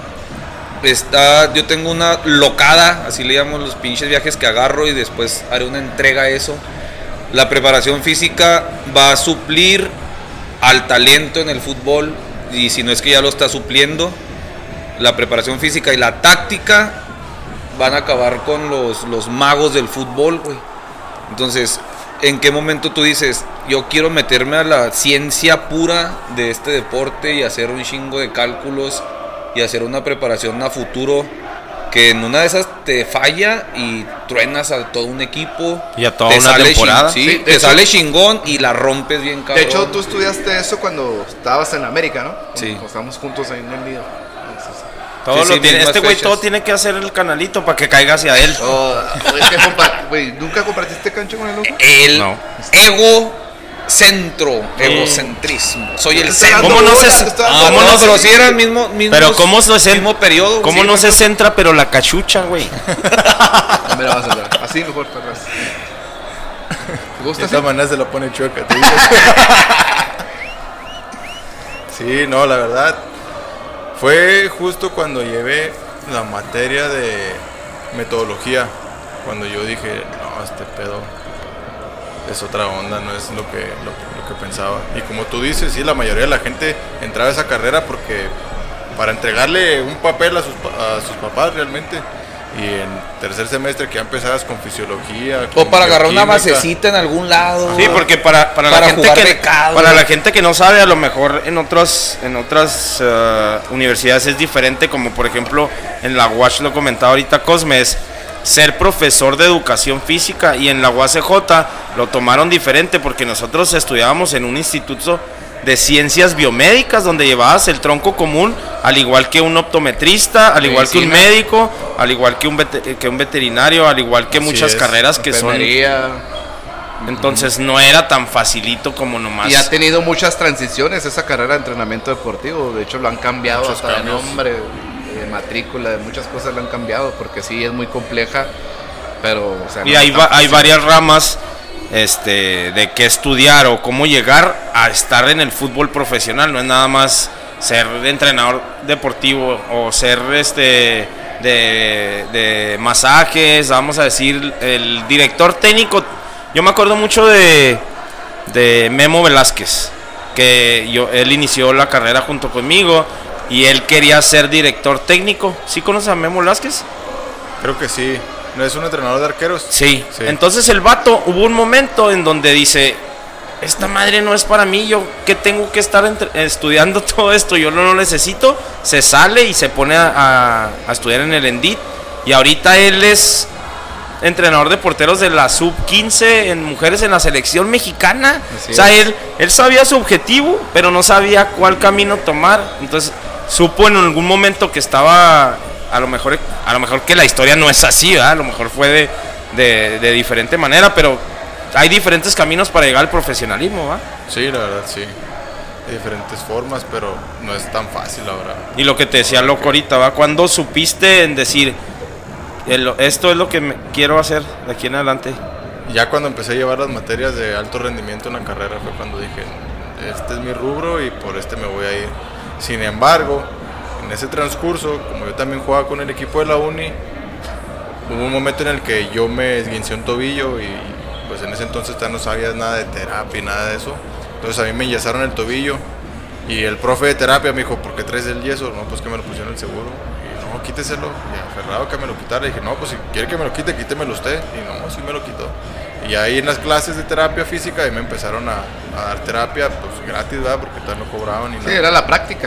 yo tengo una locada, así le llamo los pinches viajes que agarro y después haré una entrega a eso. La preparación física va a suplir al talento en el fútbol y si no es que ya lo está supliendo, la preparación física y la táctica van a acabar con los magos del fútbol, güey. Entonces, ¿en qué momento tú dices, yo quiero meterme a la ciencia pura de este deporte y hacer un chingo de cálculos y hacer una preparación a futuro que en una de esas te falla y truenas a todo un equipo y a toda una temporada? Sí, te sale chingón y la rompes bien cabrón. De hecho, tú estudiaste eso cuando estabas en América, ¿no? Sí. Cuando estábamos juntos ahí en el nido. Todo Sí, lo tiene, mismas güey fechas. todo tiene que hacer el canalito para que caiga hacia él. Güey, ¿nunca compartiste cancha con el ojo? El No. egocentrismo. Soy el Está centro. dando ¿Cómo no bola, se- te está Ah, dando no, bola, pero sí. sí era el mismo Pero ¿cómo se mismo periodo. ¿Cómo sí, no se centra pero la cachucha, güey? No me la vas a dar. Así mejor para atrás. ¿Te De gusta así? esta manera se la pone chueca. ¿te digo? Sí, no, la verdad. Fue justo cuando llevé la materia de metodología. Cuando yo dije, no, este pedo es otra onda, no es lo que pensaba. Y como tú dices, sí, la mayoría de la gente entraba a esa carrera porque para entregarle un papel a sus papás realmente. Y en tercer semestre que ya empezabas con fisiología. O con para agarrar una bioquímica. basecita en algún lado. Sí, porque para la gente jugar que becado. para la gente que no sabe, a lo mejor en otras universidades es diferente, como por ejemplo en la UASH lo comentaba ahorita Cosme, es ser profesor de educación física, y en la UACJ lo tomaron diferente porque nosotros estudiábamos en un instituto de ciencias biomédicas donde llevabas el tronco común, al igual que un optometrista, al igual que un Medicina. médico, al igual que un veterinario, al igual que Así muchas es, carreras que son. Enfermería. Entonces no era tan facilito como nomás. Y ha tenido muchas transiciones esa carrera de entrenamiento deportivo. De hecho, lo han cambiado Muchos hasta cambios. de nombre, de matrícula, de muchas cosas lo han cambiado porque sí es muy compleja. Pero, o sea, Y no hay, es tan hay fácil. varias ramas de qué estudiar o cómo llegar a estar en el fútbol profesional. No es nada más ser entrenador deportivo o ser de masajes, vamos a decir, el director técnico Yo me acuerdo mucho de Memo Velázquez, que él inició la carrera junto conmigo y él quería ser director técnico. ¿Sí conoces a Memo Velázquez? Creo que sí. ¿No es un entrenador de arqueros? Sí. Entonces el vato, hubo un momento en donde dice, esta madre no es para mí, yo que tengo que estar estudiando todo esto, yo no lo necesito. Se sale y se pone a estudiar en el ENDIT y ahorita él es entrenador de porteros de la sub-15 en mujeres en la selección mexicana. Así o sea, es. él sabía su objetivo, pero no sabía cuál camino tomar. Entonces supo en algún momento que estaba, a lo mejor que la historia no es así, ¿verdad? A lo mejor fue de diferente manera, pero hay diferentes caminos para llegar al profesionalismo, ¿va? Sí, la verdad, sí. De diferentes formas, pero no es tan fácil ahora. Y lo que te decía loco ahorita, ¿va? ¿Cuándo supiste en decir, esto es lo que quiero hacer de aquí en adelante? Ya cuando empecé a llevar las materias de alto rendimiento en la carrera fue cuando dije, este es mi rubro y por este me voy a ir. Sin embargo, en ese transcurso, como yo también jugaba con el equipo de la uni, hubo un momento en el que yo me esguincé un tobillo y pues en ese entonces ya no sabía nada de terapia y nada de eso. Entonces a mí me enyesaron el tobillo y el profe de terapia me dijo, ¿por qué traes el yeso? No, pues que me lo pusieron el seguro. Y no, quíteselo. Y aferrado que me lo quitara. Y dije, no, pues si quiere que me lo quite, quítemelo usted. Y no, sí me lo quitó. Y ahí en las clases de terapia física ahí me empezaron a dar terapia pues gratis, ¿verdad? Porque todavía no cobraban ni nada. Sí, era la práctica.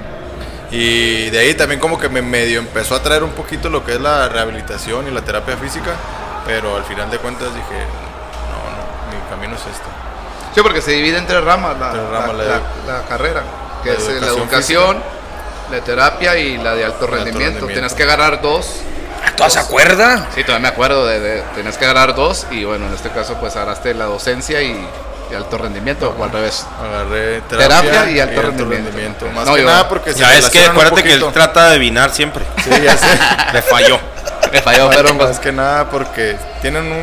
Y de ahí también como que me medio empezó a traer un poquito lo que es la rehabilitación y la terapia física, pero al final de cuentas dije, no, mi camino es este. Sí, porque se divide en tres ramas la carrera, que la es la educación educación, la terapia y la de alto rendimiento. Tienes que agarrar dos. ¿Todas se acuerda? Sí, todavía me acuerdo tienes que agarrar dos y bueno, en este caso pues agarraste la docencia y alto rendimiento o al revés. Agarré terapia y alto rendimiento. Más que nada porque ya es que acuérdate que él trata de adivinar siempre. Sí, ya sé. Le falló. Pero más que nada porque tienen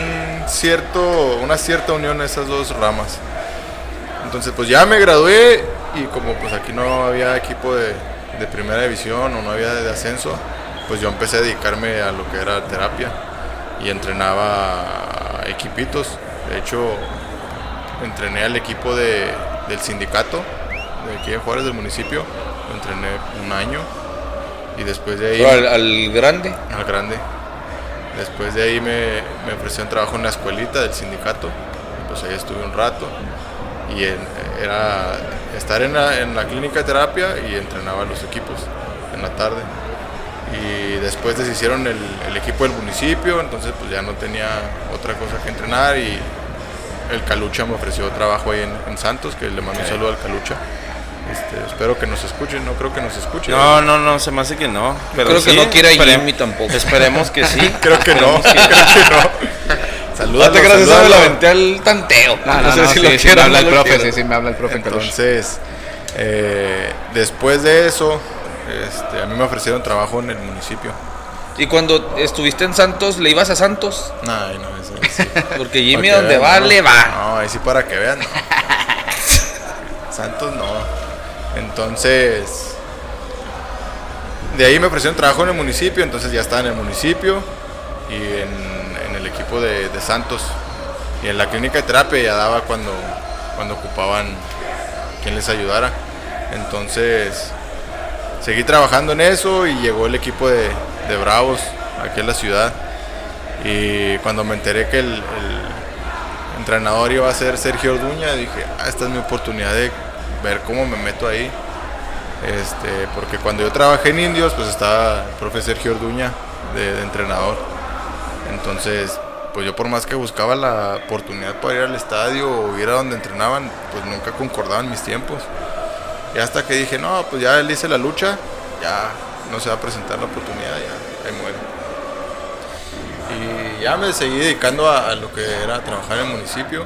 una cierta unión esas dos ramas. Entonces pues ya me gradué y como pues aquí no había equipo de primera división o no había de ascenso, pues yo empecé a dedicarme a lo que era terapia y entrenaba equipitos. De hecho, entrené al equipo del sindicato de aquí de Juárez, del municipio. Lo entrené un año y después de ahí... ¿Al grande? Al grande. Después de ahí me ofrecieron trabajo en la escuelita del sindicato. Pues ahí estuve un rato y era estar en la clínica de terapia y entrenaba a los equipos en la tarde. Y después deshicieron el equipo del municipio, entonces pues ya no tenía otra cosa que entrenar y el Calucha me ofreció trabajo ahí en Santos, que le mando un saludo al Calucha. Espero que nos escuchen, no creo que nos escuchen. No, se me hace que no. Pero creo sí, que no quiere Jimmy tampoco. Esperemos que sí. Creo que no. Saludos. Gracias a la aventé al tanteo. No sé si lo quiero. Me habla el profe, sí, me habla el profe. Entonces, después de eso, a mí me ofrecieron trabajo en el municipio. ¿Y cuando estuviste en Santos, le ibas a Santos? No, eso sí. Porque Jimmy donde va, le va. No, ahí sí para que vean, no. Santos no. Entonces, de ahí me ofrecieron trabajo en el municipio, entonces ya estaba en el municipio y en el equipo de Santos. Y en la clínica de terapia ya daba cuando ocupaban quien les ayudara. Entonces, seguí trabajando en eso y llegó el equipo de Bravos aquí en la ciudad. Y cuando me enteré que el entrenador iba a ser Sergio Orduña, dije, esta es mi oportunidad de ver cómo me meto ahí. Porque cuando yo trabajé en Indios, pues estaba el profe Sergio Orduña de entrenador. Entonces, pues yo por más que buscaba la oportunidad para ir al estadio o ir a donde entrenaban, pues nunca concordaban mis tiempos. Y hasta que dije, no, pues ya le hice la lucha, ya no se va a presentar la oportunidad, ya ahí muero. Y ya me seguí dedicando a lo que era trabajar en el municipio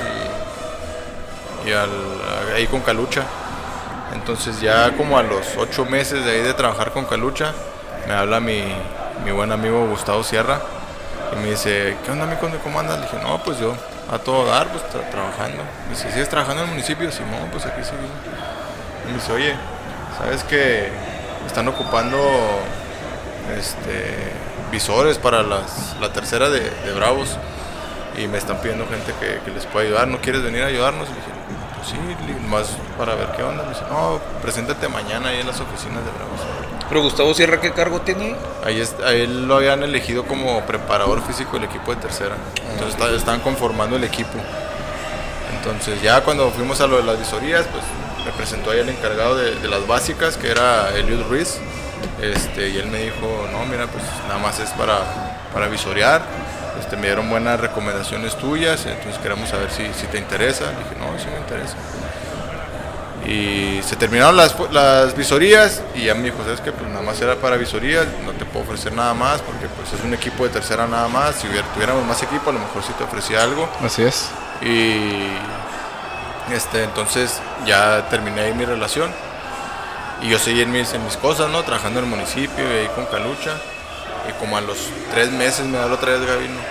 y ahí con Calucha. Entonces ya como a los 8 meses de ahí de trabajar con Calucha, me habla mi buen amigo Gustavo Sierra y me dice, ¿qué onda, amigo? ¿Cómo andas? Le dije, no, pues yo a todo dar, pues trabajando. Me dice, ¿sigues trabajando en el municipio? Simón, pues aquí seguimos. Y me dice, oye, ¿sabes que están ocupando visores para la tercera de Bravos? y me están pidiendo gente que les pueda ayudar. ¿No quieres venir a ayudarnos? Le dije, pues sí, más para ver qué onda. Me dice, no, preséntate mañana ahí en las oficinas de Bravos. Pero Gustavo Sierra, ¿qué cargo tiene? A él lo habían elegido como preparador físico del equipo de tercera. Entonces estaban conformando el equipo. Entonces ya cuando fuimos a lo de las visorías, pues me presentó ahí el encargado de las básicas, que era Eliud Ruiz. Y él me dijo, no, mira, pues nada más es para visorear. Me dieron buenas recomendaciones tuyas, entonces queremos saber si te interesa. Le dije, no, sí me interesa. Y se terminaron las visorías y ya me dijo, ¿sabes qué? Pues nada más era para visorías, no te puedo ofrecer nada más porque pues es un equipo de tercera nada más. Si tuviéramos más equipo, a lo mejor sí te ofrecía algo. Así es. Y entonces ya terminé ahí mi relación y yo seguí en mis cosas, ¿no? Trabajando en el municipio y ahí con Calucha. Y como a los 3 meses me habló otra vez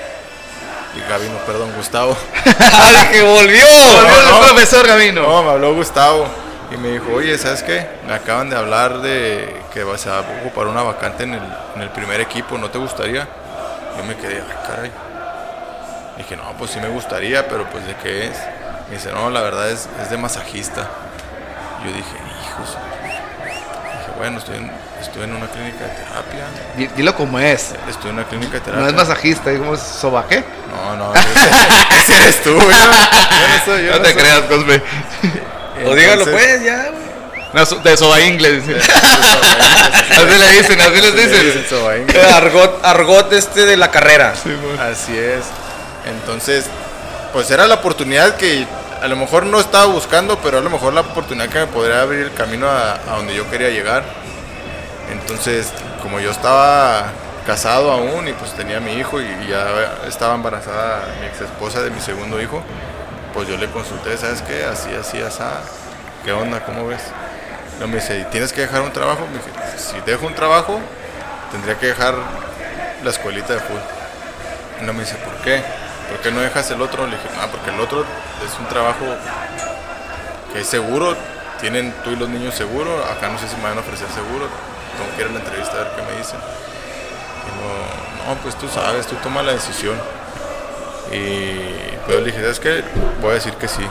Gustavo. ¡Que volvió! Volvió el profesor Gavino. No, me habló Gustavo y me dijo, oye, ¿sabes qué? Me acaban de hablar de que se va a ocupar una vacante en el primer equipo, ¿no te gustaría? Yo me quedé, ay, caray. Dije, no, pues sí me gustaría, pero pues ¿de qué es? Me dice, no, la verdad es de masajista. Yo dije, hijos. Dije, bueno, estoy en una clínica de terapia. Dilo como es. Estoy en una clínica de terapia. No es masajista, digamos, sobaqué. No, ese eres tú, güey. Yo no te creas, Cosme. O dígalo pues, ya, güey. No, de soba inglés. Así le dicen, así les dicen. Argot de la carrera. Sí, así es. Entonces, pues era la oportunidad que a lo mejor no estaba buscando, pero a lo mejor la oportunidad que me podría abrir el camino a donde yo quería llegar. Entonces, como yo estaba casado aún y pues tenía a mi hijo y ya estaba embarazada mi ex esposa de mi segundo hijo, pues yo le consulté, ¿sabes qué? Así, ¿qué onda? ¿Cómo ves? No, me dice, ¿y tienes que dejar un trabajo? Me dije, si dejo un trabajo, tendría que dejar la escuelita de fútbol. No, me dice, ¿por qué? ¿Por qué no dejas el otro? Le dije, no, porque el otro es un trabajo que es seguro, tienen tú y los niños seguro, acá no sé si me van a ofrecer seguro, tengo que ir a la entrevista a ver qué me dicen. Y no, pues tú sabes, tú tomas la decisión. Y pues le dije, ¿sabes qué? Voy a decir que sí.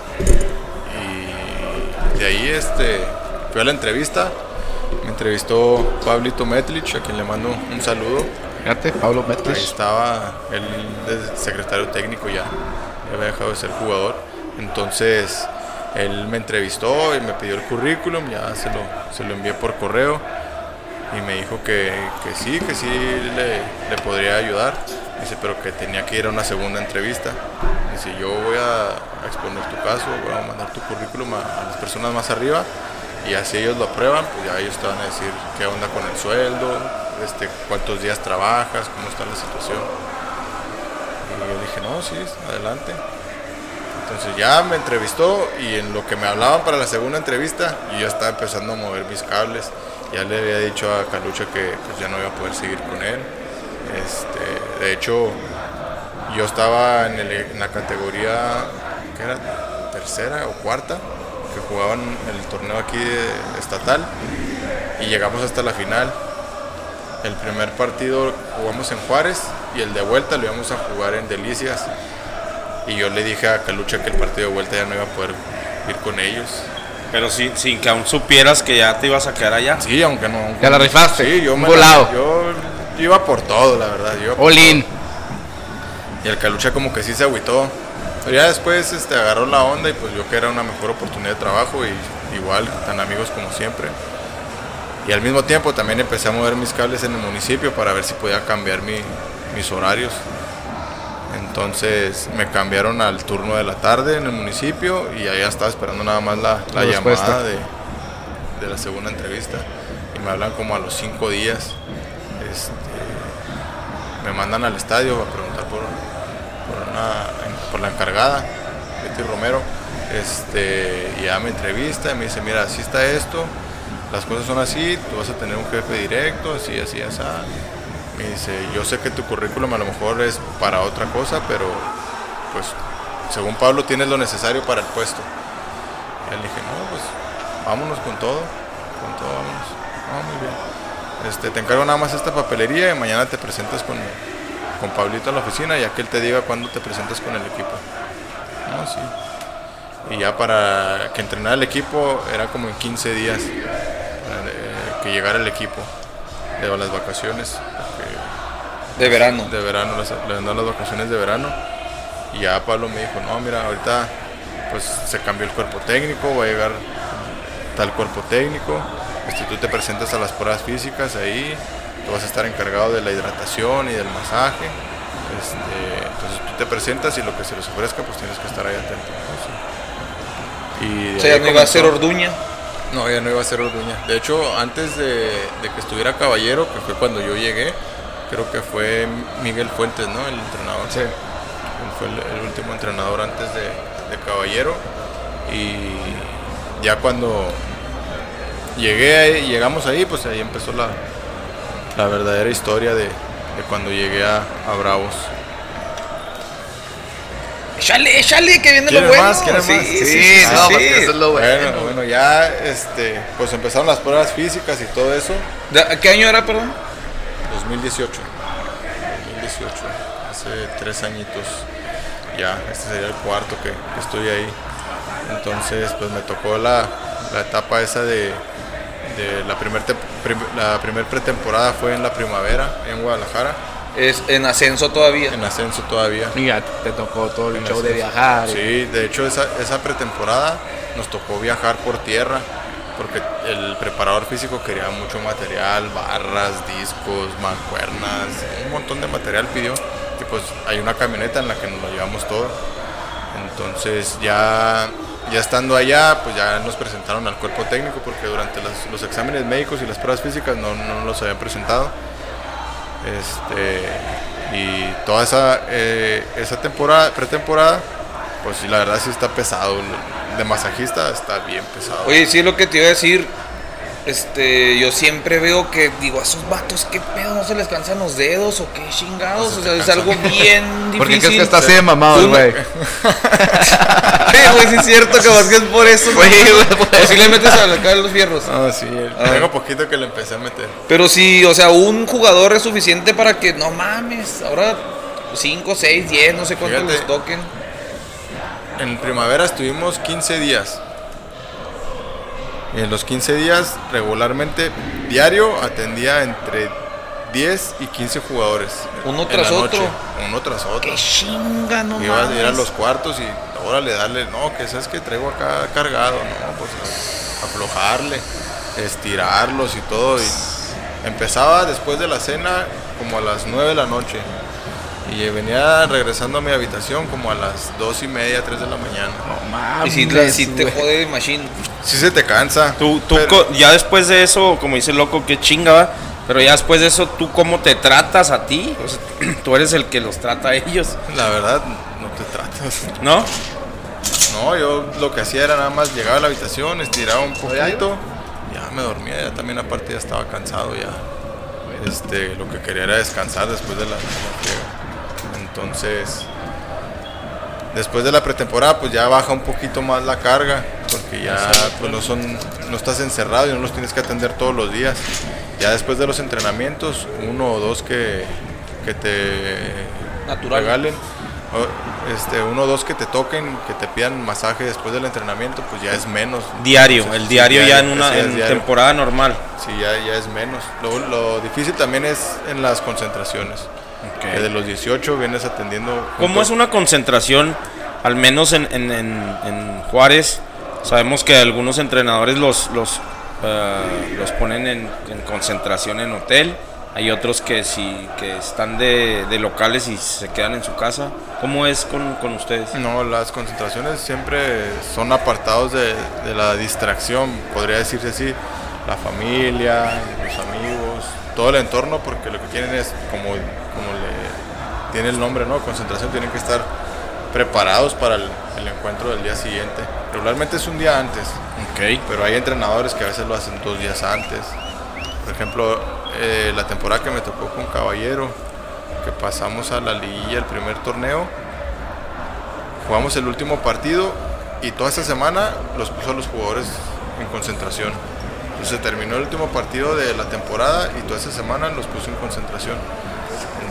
Y de ahí fui a la entrevista, me entrevistó Pablito Metlich, a quien le mando un saludo. Fíjate, Pablo Metlich. Ahí estaba él de secretario técnico, ya había dejado de ser jugador. Entonces él me entrevistó y me pidió el currículum, ya se lo envié por correo y me dijo que sí le podría ayudar. Dice, pero que tenía que ir a una segunda entrevista. Dice, yo voy a exponer tu caso, voy a mandar tu currículum a las personas más arriba y así ellos lo aprueban, pues ya ellos te van a decir qué onda con el sueldo, cuántos días trabajas, cómo está la situación. Y yo dije, no, sí, adelante. Entonces ya me entrevistó y en lo que me hablaban para la segunda entrevista, yo ya estaba empezando a mover mis cables. Ya le había dicho a Calucha que pues, ya no iba a poder seguir con él. De hecho, yo estaba en la categoría, ¿qué era? Tercera o cuarta, que jugaban el torneo aquí estatal y llegamos hasta la final. El primer partido jugamos en Juárez y el de vuelta lo íbamos a jugar en Delicias. Y yo le dije a Calucha que el partido de vuelta ya no iba a poder ir con ellos. Pero sin que aún supieras que ya te ibas a quedar allá. Sí, aunque no. Ya la rifaste. Sí, yo iba por todo, la verdad. All in. Y el Calucha como que sí se agüitó. Pero ya después agarró la onda y pues vio que era una mejor oportunidad de trabajo y igual, tan amigos como siempre. Y al mismo tiempo también empecé a mover mis cables en el municipio para ver si podía cambiar mis horarios. Entonces me cambiaron al turno de la tarde en el municipio y allá estaba esperando nada más la llamada de la segunda entrevista. Y me hablan como a los 5 días. Me mandan al estadio a preguntar por la encargada, Betty Romero. Y ya me entrevista y me dice, mira, así está esto, las cosas son así, tú vas a tener un jefe directo, así. Me dice, yo sé que tu currículum a lo mejor es para otra cosa, pero pues según Pablo tienes lo necesario para el puesto. Y le dije, no, pues vámonos con todo, vámonos. No, muy bien. Te encargo nada más esta papelería y mañana te presentas con con Pablito en la oficina, ya que él te diga cuándo te presentas con el equipo. No, sí. Y ya para que entrenara el equipo era como en 15 días que llegara el equipo de las vacaciones. De verano. De verano, le dan las vacaciones de verano. Y ya Pablo me dijo, no, mira, ahorita pues se cambió el cuerpo técnico, va a llegar tal cuerpo técnico, tú te presentas a las pruebas físicas ahí, tú vas a estar encargado de la hidratación y del masaje, entonces tú te presentas y lo que se les ofrezca pues tienes que estar ahí atento, ¿no? Sí. Y o sea, ya no iba a ser Orduña. No, ya no iba a ser Orduña. De hecho, antes de que estuviera Caballero, que fue cuando yo llegué, creo que fue Miguel Fuentes, ¿no? El entrenador. Sí. Él fue el último entrenador antes de Caballero. Y ya cuando llegamos ahí, pues ahí empezó la verdadera historia de cuando llegué a Bravos. Échale, que viene lo bueno. ¿Quieres más? Sí, eso es lo bueno. Bueno, ya pues empezaron las pruebas físicas y todo eso. ¿Qué año era, perdón? 2018, hace 3 añitos. Ya, este sería el cuarto que estoy ahí. Entonces, pues me tocó la etapa esa de la primer pretemporada fue en la primavera, en Guadalajara. Es en ascenso todavía. En ascenso todavía. Mira, te tocó todo el show ascenso. de viajar. Sí, de hecho esa pretemporada nos tocó viajar por tierra, porque el preparador físico quería mucho material, barras, discos, mancuernas, un montón de material pidió. Y pues hay una camioneta en la que nos lo llevamos todo. Entonces ya estando allá, pues ya nos presentaron al cuerpo técnico, porque durante los exámenes médicos y las pruebas físicas no los habían presentado. Y toda esa pretemporada, pues sí, la verdad sí está pesado. De masajista está bien pesado. Oye, sí, lo que te iba a decir, yo siempre veo que, digo, a esos vatos, ¿qué pedo? ¿No se les cansan los dedos o qué chingados? O sea, es algo bien difícil. ¿Por qué crees que está así de mamado, güey? Güey, sí es cierto que más que es por eso, güey. O si le metes a la cara de los fierros. Ah, sí, tengo poquito que le empecé a meter. Pero sí, o sea, un jugador es suficiente para que, no mames, ahora 5, 6, 10, no sé cuántos les toquen. En primavera estuvimos 15 días. Y en los 15 días, regularmente, diario, atendía entre 10 y 15 jugadores. Uno tras otro. Uno tras otro. Qué chinga, no Ibas mames. a ir a los cuartos y órale, darle, no, que sabes que traigo acá cargado, no, pues aflojarle, estirarlos y todo. Y empezaba después de la cena como a las 9 de la noche. Y venía regresando a mi habitación como a las 2:30, 3 de la mañana. No mames. Y si te jode machine. Sí se te cansa. Ya después de eso, como dice el loco, qué chinga, ¿va? Pero ya después de eso, ¿tú cómo te tratas a ti? O sea, tú eres el que los trata a ellos, La verdad, no te tratas. ¿no? No, yo lo que hacía era nada más llegaba a la habitación, estiraba un poquito, ya me dormía, ya también aparte ya estaba cansado, ya. Lo que quería era descansar después de la friega. Entonces, después de la pretemporada, pues ya baja un poquito más la carga, porque ya pues no estás encerrado y no los tienes que atender todos los días. Ya después de los entrenamientos, 1 o 2 que te regalen, 1 o 2 que te toquen, que te pidan masaje después del entrenamiento, pues ya es menos. Diario, Entonces, el diario sí, ya en diario. temporada normal. Sí, ya es menos. Lo difícil también es en las concentraciones. Okay. Que de los 18 vienes atendiendo. ¿Cómo es una concentración? Al menos en Juárez, sabemos que algunos entrenadores los ponen en concentración en hotel. Hay otros que están de locales y se quedan en su casa. ¿Cómo es con ustedes? No, las concentraciones siempre son apartados de la distracción, podría decirse así. La familia, los amigos, todo el entorno, porque lo que quieren es, como le tiene el nombre, ¿no? Concentración, tienen que estar preparados para el encuentro del día siguiente. Regularmente es un día antes, Okay. pero hay entrenadores que a veces lo hacen 2 días antes. Por ejemplo, la temporada que me tocó con Caballero, que pasamos a la liguilla, el primer torneo, jugamos el último partido y toda esta semana los puso a los jugadores en concentración. Entonces terminó el último partido de la temporada y toda esta semana los puso en concentración.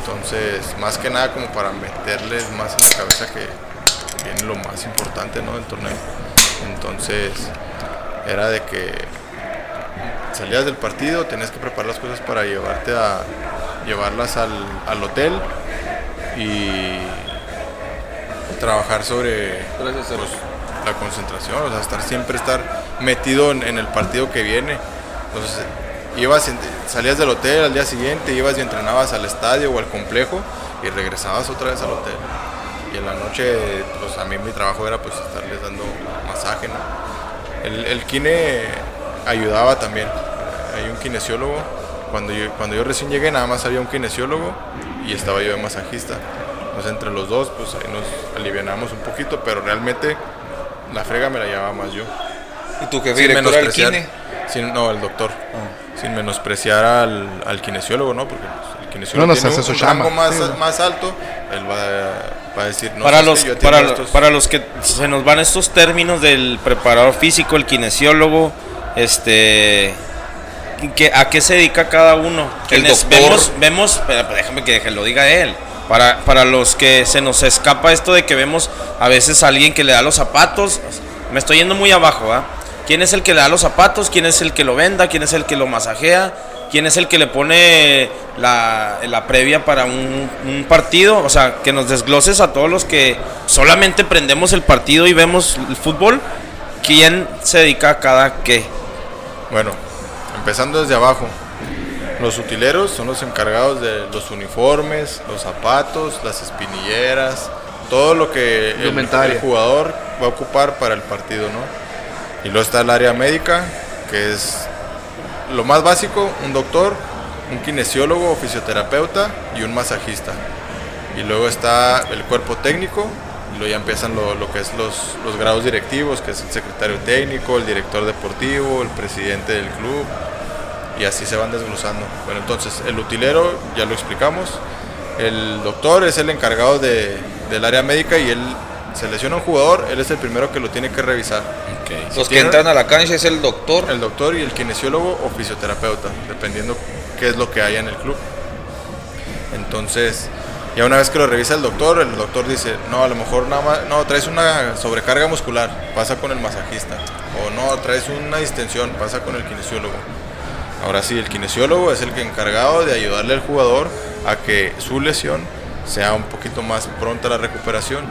Entonces, más que nada como para meterles más en la cabeza que viene lo más importante, ¿no?, del torneo. Entonces, era de que salías del partido, tenías que preparar las cosas para llevarlas al hotel y trabajar sobre pues, la concentración, o sea, estar metido en el partido que viene. Entonces, salías del hotel al día siguiente, ibas y entrenabas al estadio o al complejo y regresabas otra vez al hotel. Y en la noche, pues a mí mi trabajo era pues estarles dando masaje, ¿no? El kine ayudaba también. Hay un kinesiólogo. Cuando yo recién llegué, nada más había un kinesiólogo y estaba yo de masajista. Entonces, entre los dos, pues ahí nos alivianamos un poquito, pero realmente la frega me la llevaba más yo. ¿Y tú qué director al kine? No, el doctor. Sin menospreciar al kinesiólogo, ¿no? Porque pues, el kinesiólogo tiene un rango más alto. Él va a decir, no, para los que se nos van estos términos del preparador físico, el kinesiólogo, ¿a qué se dedica cada uno? El doctor. Vemos, pero déjame que lo diga él. Para los que se nos escapa esto de que vemos a veces a alguien que le da los zapatos, me estoy yendo muy abajo, ¿ah? ¿Quién es el que le da los zapatos? ¿Quién es el que lo venda? ¿Quién es el que lo masajea? ¿Quién es el que le pone la previa para un partido? O sea, que nos desgloses a todos los que solamente prendemos el partido y vemos el fútbol. ¿Quién se dedica a cada qué? Bueno, empezando desde abajo. Los utileros son los encargados de los uniformes, los zapatos, las espinilleras, todo lo que el jugador va a ocupar para el partido, ¿no? Y luego está el área médica, que es lo más básico, un doctor, un kinesiólogo o fisioterapeuta y un masajista. Y luego está el cuerpo técnico, y luego ya empiezan lo que es los grados directivos, que es el secretario técnico, el director deportivo, el presidente del club, y así se van desglosando. Bueno, entonces el utilero, ya lo explicamos, el doctor es el encargado del área médica y él se lesiona un jugador, él es el primero que lo tiene que revisar. Okay. Los que entran a la cancha es el doctor. El doctor y el kinesiólogo o fisioterapeuta, dependiendo qué es lo que haya en el club. Entonces, ya una vez que lo revisa el doctor dice, no, a lo mejor nada más, no, traes una sobrecarga muscular, pasa con el masajista. O no, traes una distensión, pasa con el kinesiólogo. Ahora sí, el kinesiólogo es el que encargado de ayudarle al jugador a que su lesión sea un poquito más pronta la recuperación.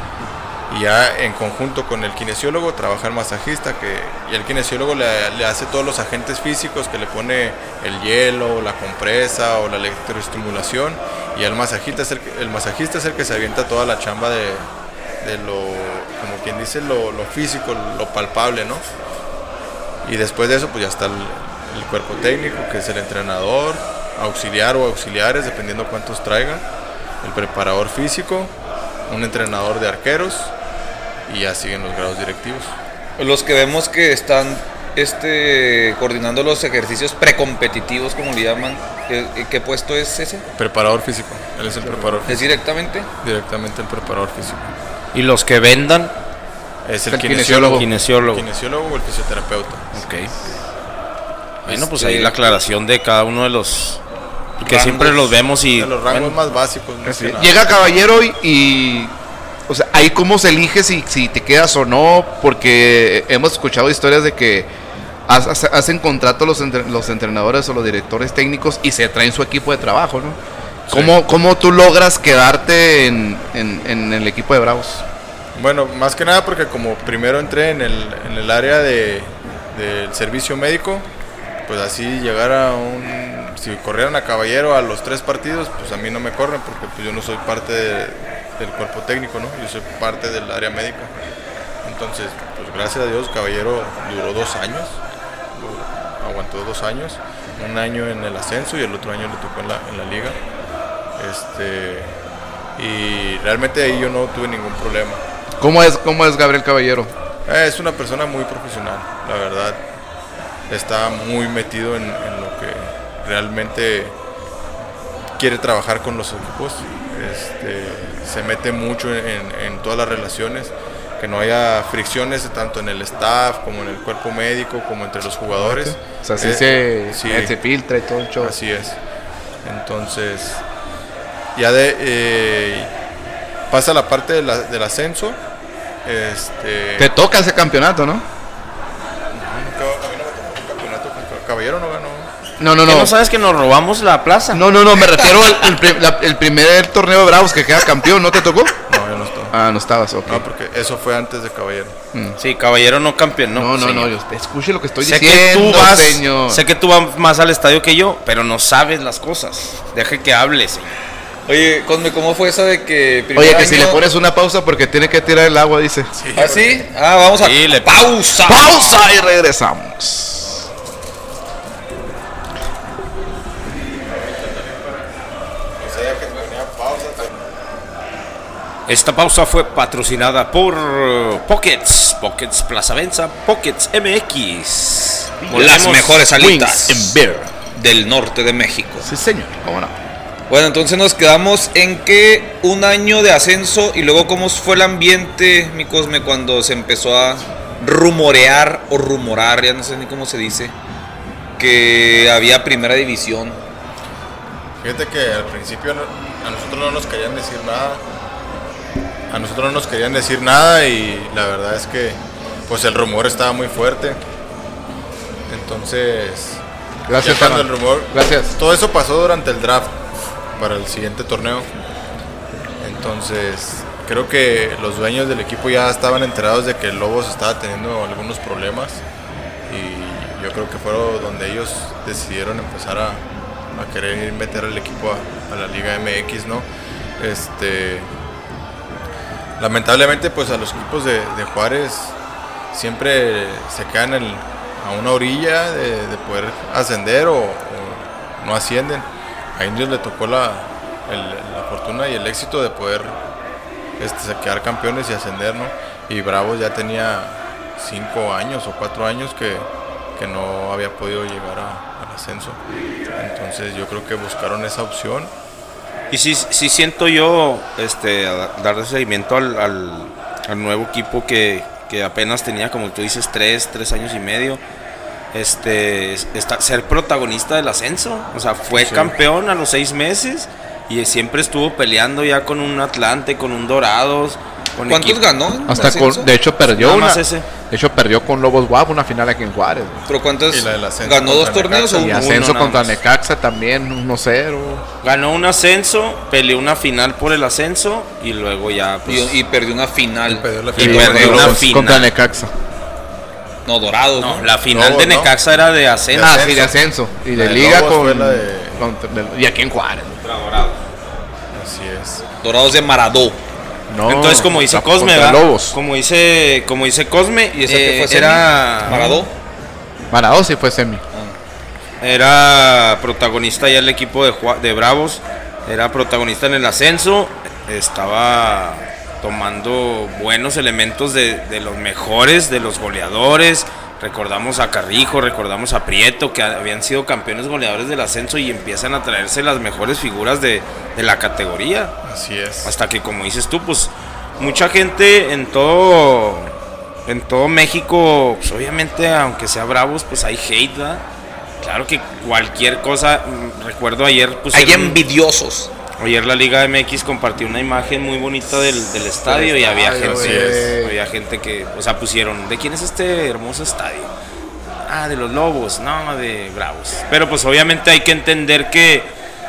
Y ya en conjunto con el kinesiólogo trabaja el masajista, y el kinesiólogo le hace todos los agentes físicos, que le pone el hielo, la compresa o la electroestimulación, y el masajista es el que se avienta toda la chamba de lo, como quien dice, lo físico, lo palpable, ¿no? Y después de eso pues ya está el cuerpo técnico, que es el entrenador, auxiliar o auxiliares, dependiendo cuántos traigan, el preparador físico, un entrenador de arqueros, y ya siguen los grados directivos. Los que vemos que están coordinando los ejercicios precompetitivos, como le llaman, ¿qué puesto es ese? Preparador físico, él es el preparador físico. ¿Es directamente? Directamente el preparador físico. ¿Y los que vendan? Es el kinesiólogo. Kinesiólogo O el fisioterapeuta. Ok. Bueno, pues ahí la aclaración de cada uno de los que rangos, siempre los vemos y... De los rangos más básicos. Llega Caballero y o sea, ahí cómo se elige si te quedas o no, porque hemos escuchado historias de que hacen contrato los entrenadores o los directores técnicos y se traen su equipo de trabajo, ¿no? Sí. ¿Cómo tú logras quedarte en el equipo de Bravos? Bueno, más que nada porque como primero entré en el área del servicio médico, pues así llegar si corrieran a Caballero a los 3 partidos, pues a mí no me corren porque pues yo no soy parte del cuerpo técnico, ¿no? Yo soy parte del área médica. Entonces, pues gracias a Dios Caballero duró 2 años, aguantó 2 años, un año en el ascenso y el otro año le tocó en la liga. Y realmente ahí yo no tuve ningún problema. ¿Cómo es Gabriel Caballero? Es una persona muy profesional, la verdad. Está muy metido en lo que realmente quiere trabajar con los equipos. Se mete mucho en todas las relaciones, que no haya fricciones tanto en el staff como en el cuerpo médico como entre los jugadores. O sea, se filtra y todo el show. Así es. Entonces, ya pasa la parte del ascenso. Te toca ese campeonato, ¿no? A mí no me tocó el campeonato con Caballero, no ganó. No. ¿Que no sabes que nos robamos la plaza? No, me refiero al primer torneo de Bravos que queda campeón, ¿no te tocó? No, yo no estaba. Ah, no estabas, ok. No, porque eso fue antes de Caballero. Sí, Caballero no campeón, ¿no? No, yo escuche lo que estoy Sé diciendo, que tú vas, señor. sé que tú vas más al estadio que yo, pero no sabes las cosas. Deja que hable, señor. Oye, Cosme, ¿cómo fue esa de que Oye, que si le pones una pausa porque tiene que tirar el agua, dice. ¿Ah, sí? Ah, vamos a... Sí, le ¡Pausa! ¡Pausa! Y regresamos. Esta pausa fue patrocinada por Pockets Plaza Venza, Pockets MX. Las mejores alitas Wings and Beer. del norte de México. Sí, señor, cómo no. Bueno, entonces nos quedamos en que un año de ascenso y luego cómo fue el ambiente, mi Cosme, cuando se empezó a rumorear o rumorar, ya no sé ni cómo se dice, que había primera división. Fíjate que al principio a nosotros no nos querían decir nada. A nosotros no nos querían decir nada y la verdad es que pues el rumor estaba muy fuerte. Entonces, Gracias, ya cuando Ana. el rumor, Gracias. todo eso pasó durante el draft para el siguiente torneo. Entonces, creo que los dueños del equipo ya estaban enterados de que el Lobos estaba teniendo algunos problemas y yo creo que fueron donde ellos decidieron empezar a querer meter al equipo a la Liga MX, ¿no? Lamentablemente, pues a los equipos de Juárez siempre se quedan a una orilla de poder ascender o no ascienden. A Indios le tocó la fortuna y el éxito de poder quedar campeones y ascender, ¿no? Y Bravos ya tenía 5 años o 4 años que no había podido llegar al ascenso. Entonces yo creo que buscaron esa opción. Y sí siento yo darle seguimiento al nuevo equipo que apenas tenía, como tú dices, 3 años y medio. Ser protagonista del ascenso. O sea, fue campeón a los 6 meses y siempre estuvo peleando ya con un Atlante, con un Dorados. ¿Cuántos ganó? Hasta de hecho perdió Nada una. más ese. De hecho perdió con Lobos WAP una final aquí en Juárez. ¿Pero cuántos? Y la del ascenso ¿Ganó 2 contra torneos o Necaxa. Y uno? ascenso nada contra más. Necaxa también 1-0. Ganó un ascenso, peleó una final por el ascenso y luego ya pues, Y perdió una final. Perdió la y final. perdió una final. Contra Necaxa. No, Dorados. No, ¿no? la final Lobos, de ¿no? Necaxa era de ascenso. Ah, sí, de ascenso. Y La de de liga Lobos fue con, la de- y aquí en Juárez. Así es. Dorados de Maradó. No, Entonces, como dice contra Cosme, ¿verdad? Lobos. Como dice Cosme, ¿Y esa que fue semi? era Maradó. Maradó sí fue semi. Era protagonista ya el equipo de Bravos, era protagonista en el ascenso, estaba tomando buenos elementos de los mejores, de los goleadores. Recordamos a Carrijo, recordamos a Prieto, que habían sido campeones goleadores del ascenso y empiezan a traerse las mejores figuras de la categoría. Así es. Hasta que, como dices tú, pues mucha gente en todo México, pues, obviamente, aunque sea Bravos, pues hay hate, ¿verdad? Claro que cualquier cosa, recuerdo ayer Hay envidiosos. ayer la Liga MX compartió una imagen muy bonita del estadio y había estadio, gente, güey. había gente que, o sea, pusieron, ¿de quién es este hermoso estadio? Ah, de los Lobos, no, de Bravos. Pero pues obviamente hay que entender que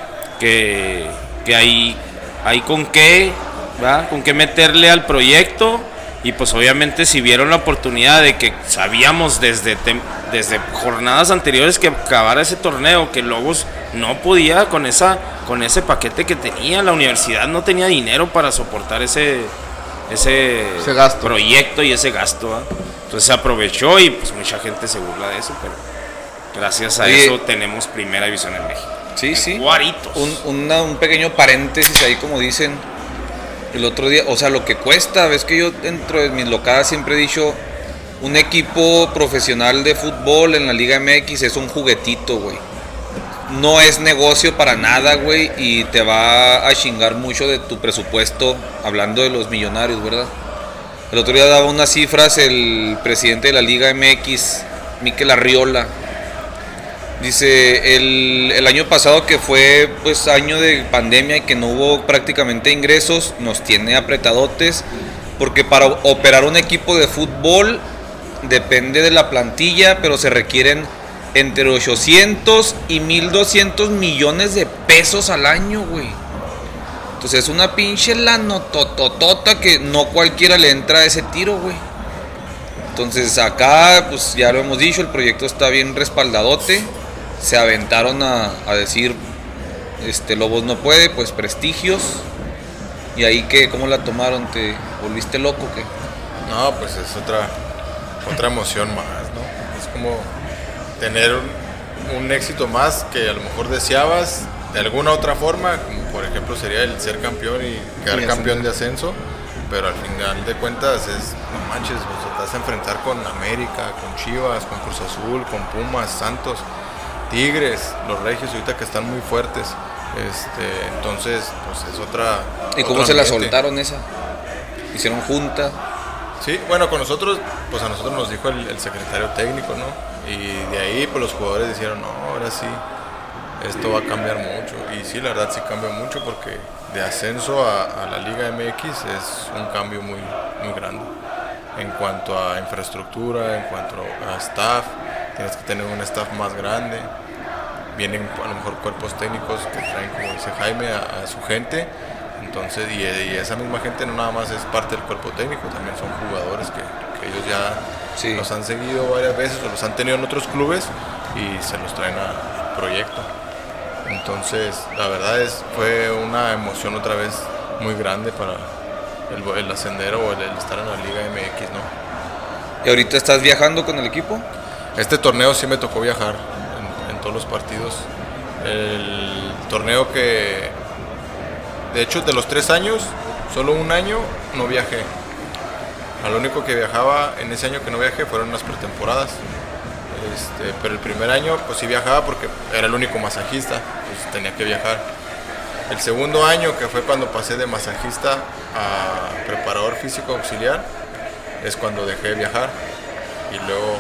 hay con qué, ¿verdad? Con qué meterle al proyecto. Y pues obviamente si vieron la oportunidad de que sabíamos desde jornadas anteriores que acabara ese torneo, que Lobos no podía con ese paquete que tenía, la universidad no tenía dinero para soportar ese gasto. proyecto y ese gasto, ¿verdad? Entonces se aprovechó y pues mucha gente se burla de eso, pero gracias a Oye, eso tenemos primera división en México. Sí, sí. Juaritos. Un pequeño paréntesis ahí, como dicen el otro día, o sea, lo que cuesta. Ves que yo dentro de mis locadas siempre he dicho, un equipo profesional de fútbol en la Liga MX es un juguetito, güey. No es negocio para nada, güey, y te va a chingar mucho de tu presupuesto, hablando de los millonarios, ¿verdad? El otro día daba unas cifras el presidente de la Liga MX, Mikel Arriola, Dice, el año pasado que fue pues año de pandemia y que no hubo prácticamente ingresos, nos tiene apretadotes, porque para operar un equipo de fútbol depende de la plantilla, pero se requieren entre 800 y 1,200 millones de pesos al año, güey. Entonces es una pinche lanotototota que no cualquiera le entra a ese tiro, güey. Entonces acá, pues ya lo hemos dicho, el proyecto está bien respaldadote. Se aventaron a decir, Lobos no puede, pues prestigios. Y ahí que, ¿cómo la tomaron? ¿Te volviste loco o qué? No, pues es otra emoción más, ¿no? Es como tener un éxito más que a lo mejor deseabas de alguna otra forma, como por ejemplo sería el ser campeón y quedar campeón de ascenso, pero al final de cuentas es, no manches, pues te vas a enfrentar con América, con Chivas, con Cruz Azul, con Pumas, Santos, Tigres, los Regios ahorita que están muy fuertes, entonces pues es otra. ¿Y cómo se la soltaron esa? ¿Hicieron junta? Sí, bueno, con nosotros, pues a nosotros nos dijo el secretario técnico, ¿no? Y de ahí pues los jugadores dijeron, no, ahora sí, esto va a cambiar mucho. Y sí, la verdad sí cambia mucho porque de ascenso a la Liga MX es un cambio muy, muy grande. En cuanto a infraestructura, en cuanto a staff, tienes que tener un staff más grande. Vienen a lo mejor cuerpos técnicos que traen, como dice Jaime, a su gente. Entonces, y esa misma gente no nada más es parte del cuerpo técnico, también son jugadores que ellos ya los han seguido varias veces o los han tenido en otros clubes y se los traen al proyecto. Entonces, la verdad fue una emoción otra vez muy grande para el ascender o el estar en la Liga MX, ¿no? ¿Y ahorita estás viajando con el equipo? Este torneo sí me tocó viajar en todos los partidos. El torneo que, de hecho, de los 3 años, solo un año no viajé. A lo único que viajaba en ese año que no viajé fueron las pretemporadas. Pero el primer año pues sí viajaba porque era el único masajista, pues tenía que viajar. El segundo año, que fue cuando pasé de masajista a preparador físico auxiliar, es cuando dejé de viajar. Y luego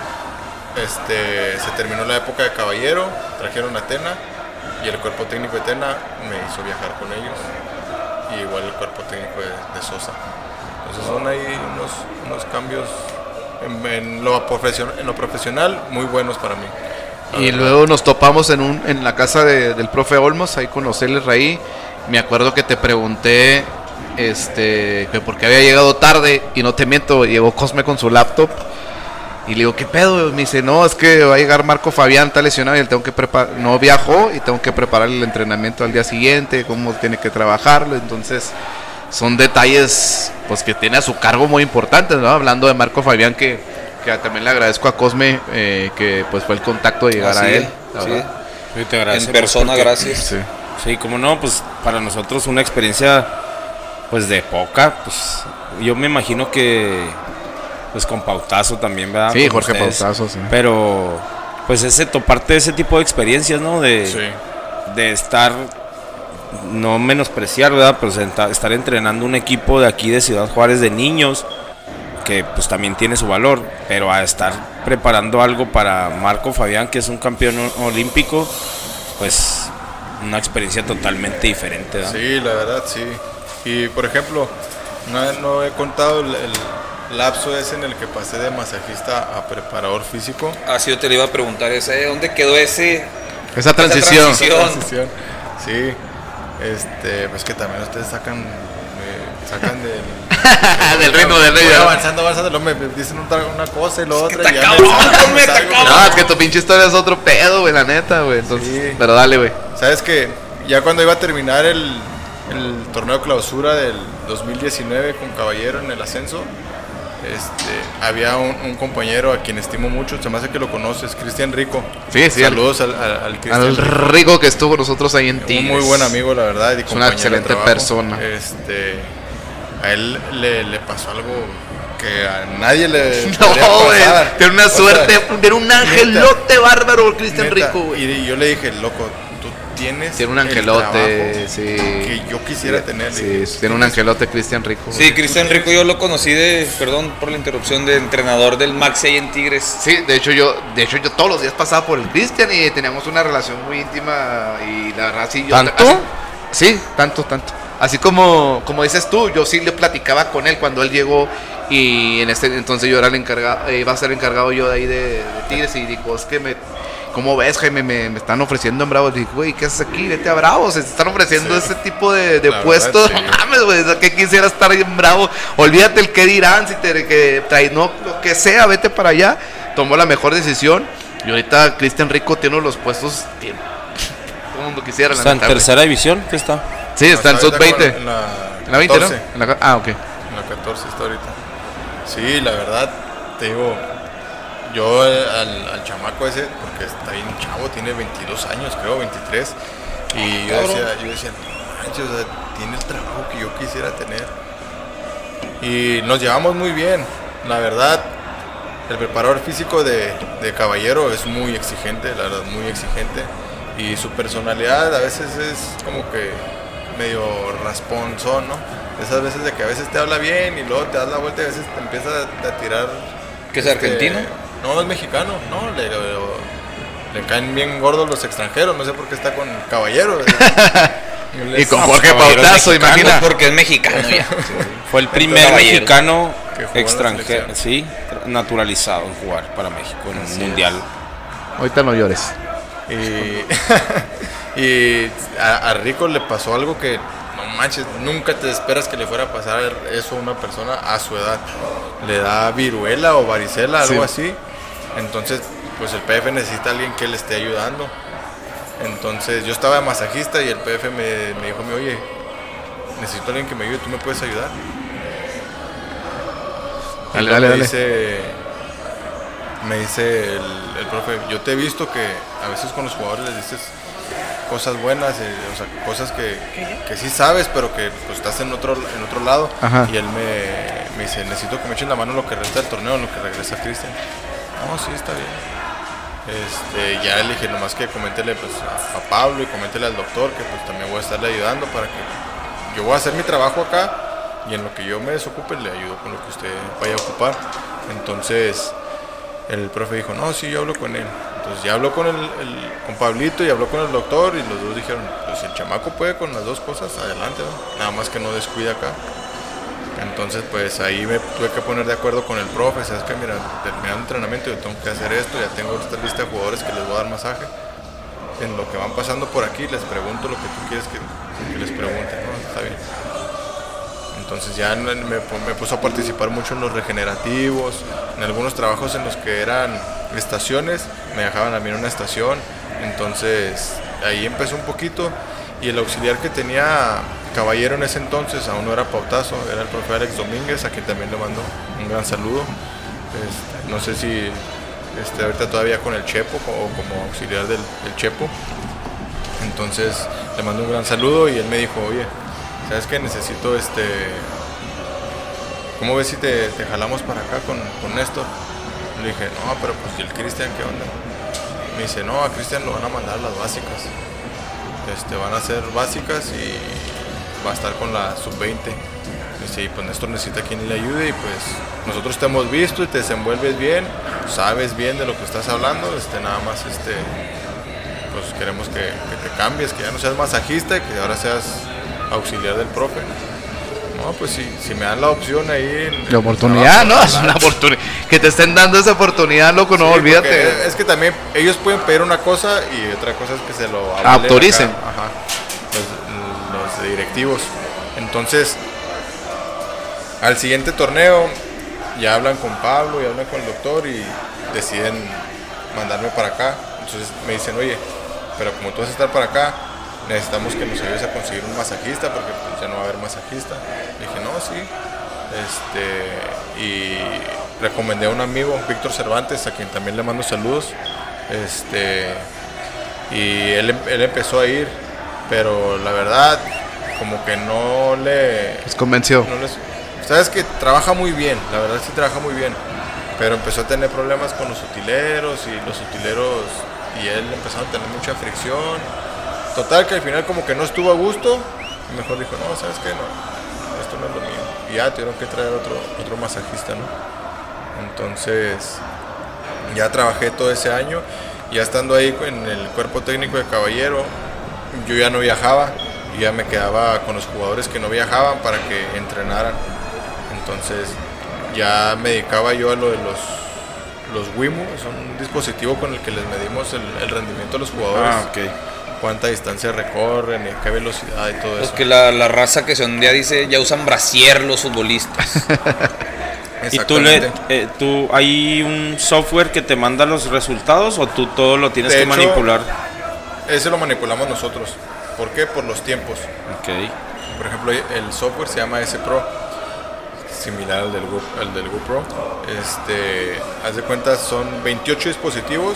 se terminó la época de caballero, trajeron a Tena y el cuerpo técnico de Tena me hizo viajar con ellos. Y igual el cuerpo técnico de Sosa. Entonces son ahí unos cambios en lo profesional muy buenos para mí. Y luego nos topamos en la casa del profe Olmos, ahí con Oceles Raí. Me acuerdo que te pregunté que por qué había llegado tarde, y no te miento, llegó Cosme con su laptop. Y le digo, ¿qué pedo? Me dice, no, es que va a llegar Marco Fabián, está lesionado y él tengo que no viajó y tengo que preparar el entrenamiento al día siguiente, cómo tiene que trabajarlo. Entonces son detalles pues que tiene a su cargo muy importantes, ¿no? Hablando de Marco Fabián, que también le agradezco a Cosme que pues fue el contacto de llegar a él. Sí, te agradezco en persona, gracias. Sí, como no, pues para nosotros una experiencia pues de poca, pues yo me imagino que pues con Pautazo también, ¿verdad? Sí, con Jorge ustedes. Pautazo, sí. Pero pues toparte de ese tipo de experiencias, ¿no? De estar, no menospreciar, ¿verdad? Pero estar entrenando un equipo de aquí de Ciudad Juárez de niños, que pues también tiene su valor, pero a estar preparando algo para Marco Fabián, que es un campeón olímpico, pues una experiencia totalmente diferente, ¿verdad? Sí, la verdad, sí. Y por ejemplo, no he contado el lapso ese en el que pasé de masajista a preparador físico. Así yo te lo iba a preguntar, ¿dónde quedó esa transición? Sí, pues que también ustedes sacan del ritmo del rey. Avanzando, me dicen una cosa y lo otra. Es que tu pinche historia es otro pedo, güey, la neta, güey. Entonces, sí. Pero dale, güey. Sabes que ya cuando iba a terminar el torneo clausura del 2019 con Caballero en el ascenso, había un compañero a quien estimo mucho, se me hace que lo conoces, Cristian Rico. Sí. Saludos al Cristian. Al Rico que estuvo con nosotros ahí en Tigres. Un muy buen amigo, la verdad. Y es una excelente persona. A él le pasó algo que a nadie le no, güey, tiene una suerte, era un angelote bárbaro Cristian Rico, güey. Y yo le dije, loco, tienes Tiene un el angelote, trabajo sí. que yo quisiera tener. Sí, tiene un angelote Cristian Rico. Sí, Cristian Rico yo lo conocí perdón por la interrupción, de entrenador del Maxi ahí en Tigres. Sí, de hecho yo todos los días pasaba por el Cristian y teníamos una relación muy íntima y la verdad sí yo... ¿Tanto? Sí, tanto. Así como dices tú, yo sí le platicaba con él cuando él llegó y en este entonces yo era el encargado, iba a ser encargado yo de ahí de Tigres y dijo, es que ¿cómo ves, Jaime? Me están ofreciendo en Bravos. Dije, güey, ¿qué haces aquí? Vete a Bravos. Se están ofreciendo ese tipo de puestos. Verdad, sí. No mames, güey, que quisiera estar ahí en Bravo. Olvídate el qué dirán, si que traes, no, lo que sea, vete para allá. Tomó la mejor decisión. Y ahorita Cristian Rico tiene los puestos. Todo el mundo quisiera. ¿Está en tercera división? ¿Qué está? Sí, está en ahorita sub-20. En la 20, ¿no? 14. Ok. En la 14 está ahorita. Sí, la verdad, te digo, yo al chamaco ese, porque está bien chavo, tiene 22 años, creo, 23. Y yo decía, no manches, o sea, tiene el trabajo que yo quisiera tener. Y nos llevamos muy bien, la verdad. El preparador físico de Caballero es muy exigente, la verdad, muy exigente. Y su personalidad a veces es como que medio rasponzón, ¿no? Esas veces de que a veces te habla bien y luego te das la vuelta y a veces te empieza a tirar... ¿Que es argentino? No, es mexicano, no, le caen bien gordos los extranjeros, no sé por qué está con Caballero. Y con No, Jorge Caballero es Pautazo, mexicano, imagina. Porque es mexicano ya. Fue el primer Caballero. mexicano Que jugó en la extranjero, selección. sí, naturalizado en jugar para México en un mundial. Ahorita no llores. Y a Rico le pasó algo que, no manches, nunca te esperas que le fuera a pasar eso a una persona a su edad. Le da viruela o varicela, algo así. Entonces, pues el PF necesita a alguien que le esté ayudando. Entonces, yo estaba de masajista y el PF me dijo, oye, necesito a alguien que me ayude, ¿tú me puedes ayudar? Y luego Dale. me dice el profe, yo te he visto que a veces con los jugadores les dices cosas buenas, o sea, cosas que sí sabes, pero que pues, estás en otro lado. Ajá. Y él me dice, necesito que me echen la mano en lo que resta del torneo, en lo que regresa Cristian. No, sí, está bien. Ya le dije, nomás que coméntele pues, a Pablo y coméntele al doctor que pues también voy a estarle ayudando para que yo voy a hacer mi trabajo acá y en lo que yo me desocupe le ayudo con lo que usted vaya a ocupar. Entonces el profe dijo, no, sí, yo hablo con él. Entonces ya habló con con Pablito y habló con el doctor y los dos dijeron, pues si el chamaco puede con las dos cosas, adelante, ¿no? Nada más que no descuide acá. Entonces pues ahí me tuve que poner de acuerdo con el profe, sabes que mira, terminando el entrenamiento yo tengo que hacer esto, ya tengo esta lista de jugadores que les voy a dar masaje. En lo que van pasando por aquí les pregunto lo que tú quieres que les pregunte, ¿no? Está bien. Entonces ya me puso a participar mucho en los regenerativos, en algunos trabajos en los que eran estaciones, me dejaban a mí en una estación, entonces ahí empezó un poquito y el auxiliar que tenía Caballero en ese entonces, aún no era Pautazo, era el profe Alex Domínguez, a quien también le mando un gran saludo. No sé si ahorita todavía con el Chepo o como auxiliar del Chepo, entonces le mando un gran saludo y él me dijo, oye, ¿sabes qué? Necesito ¿cómo ves si te jalamos para acá con Néstor? Le dije, no, pero pues ¿y el Cristian qué onda? Me dice, no, a Cristian lo van a mandar las básicas. Van a ser básicas y va a estar con la sub-20. Dice, y pues Néstor necesita quien le ayude y pues nosotros te hemos visto y te desenvuelves bien, sabes bien de lo que estás hablando, nada más pues queremos que te cambies, que ya no seas masajista y que ahora seas auxiliar del profe. No, pues si me dan la opción ahí. La oportunidad, ¿no? Es una oportunidad. Que te estén dando esa oportunidad, loco, no, sí, olvídate. Es que también ellos pueden pedir una cosa y otra cosa es que se lo autoricen. Acá. Ajá. Los directivos. Entonces, al siguiente torneo ya hablan con Pablo y hablan con el doctor y deciden mandarme para acá. Entonces me dicen, oye, pero como tú vas a estar para acá, necesitamos que nos ayudes a conseguir un masajista porque pues, ya no va a haber masajista. Le dije, no, sí. Y recomendé a un amigo, Víctor Cervantes, a quien también le mando saludos. Y él empezó a ir, pero la verdad, como que no le... Les convenció. Sabes que trabaja muy bien, la verdad sí trabaja muy bien, pero empezó a tener problemas con los utileros y los utileros y él empezaron a tener mucha fricción Total, que al final como que no estuvo a gusto. Y mejor dijo, no, ¿sabes qué? No, esto no es lo mío. Y ya tuvieron que traer otro masajista, ¿no? Entonces, ya trabajé todo ese año. Ya estando ahí en el cuerpo técnico de Caballero, yo ya no viajaba. Y ya me quedaba con los jugadores que no viajaban para que entrenaran. Entonces, ya me dedicaba yo a lo de los WIMU. Es un dispositivo con el que les medimos el rendimiento de los jugadores. Ah, ok. Cuánta distancia recorren, y qué velocidad y todo Pues eso. que la raza que se ondea dice, ya usan brasier los futbolistas. ¿Y Exactamente. tú hay un software que te manda los resultados o tú todo lo tienes De que hecho, manipular? Ese lo manipulamos nosotros. ¿Por qué? Por los tiempos. Ok. Por ejemplo, el software se llama S Pro, similar al del GoPro. Haz de cuenta, son 28 dispositivos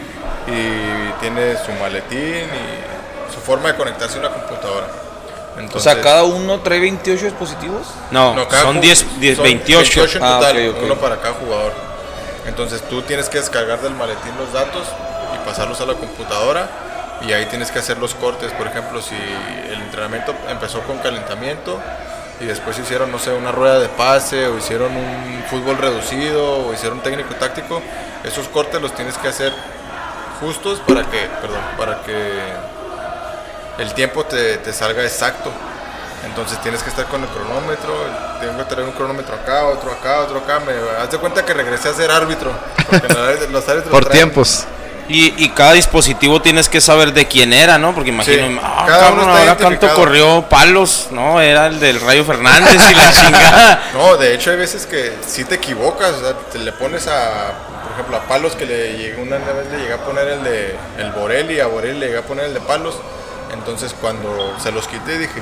y tiene su maletín y su forma de conectarse a una computadora. Entonces, O sea, cada uno trae 28 dispositivos. No, cada son ju- 10, son 28. en Ah, total, ok, ok. uno para cada jugador. Entonces tú tienes que descargar del maletín los datos y pasarlos a la computadora y ahí tienes que hacer los cortes. Por ejemplo, si el entrenamiento empezó con calentamiento y después hicieron, no sé, una rueda de pase o hicieron un fútbol reducido o hicieron técnico táctico, esos cortes los tienes que hacer justos para que el tiempo te salga exacto. Entonces tienes que estar con el cronómetro, tengo que tener un cronómetro acá, otro acá. Haz de cuenta que regresé a ser árbitro, porque los árbitros Por traen- tiempos. Y cada dispositivo tienes que saber de quién era, ¿no? Porque imagino, Sí, ah, cada uno cabrón, está ahora cuánto identificado. corrió Palos, ¿no? Era el del Rayo Fernández y la chingada. No, de hecho hay veces que sí te equivocas, o sea, te le pones por ejemplo, a Palos que una vez le llegué a poner el Borelli, a Borelli le llegué a poner el de Palos, entonces cuando se los quité dije,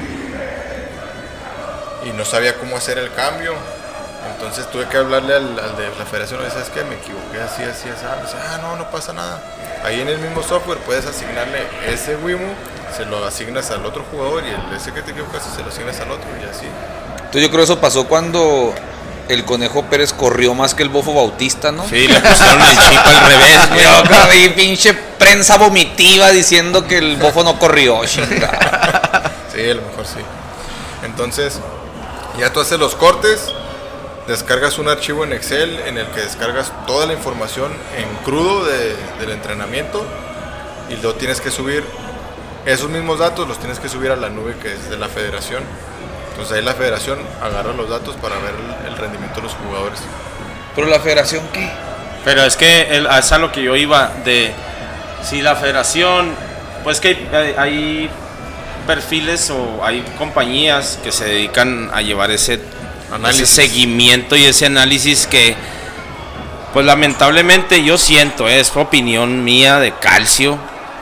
y no sabía cómo hacer el cambio, entonces tuve que hablarle al de la federación, y ¿sabes qué? Me equivoqué así, me dice, no pasa nada, ahí en el mismo software puedes asignarle ese WIMU, se lo asignas al otro jugador y ese que te equivocaste se lo asignas al otro y así. Entonces yo creo que eso pasó cuando el Conejo Pérez corrió más que el Bofo Bautista, ¿no? Sí, le pusieron el chip al revés, güey. Yo creo que pinche prensa vomitiva diciendo que el Bofo no corrió, chingada. Sí, a lo mejor sí. Entonces, ya tú haces los cortes, descargas un archivo en Excel en el que descargas toda la información en crudo del entrenamiento y lo tienes que subir, esos mismos datos los tienes que subir a la nube que es de la federación. Entonces ahí la federación agarra los datos para ver el rendimiento de los jugadores. Pero la federación, ¿qué? Pero es que es a lo que yo iba de si la federación, pues que hay perfiles o hay compañías que se dedican a llevar ese seguimiento y ese análisis que pues lamentablemente yo siento, es opinión mía de Calcio,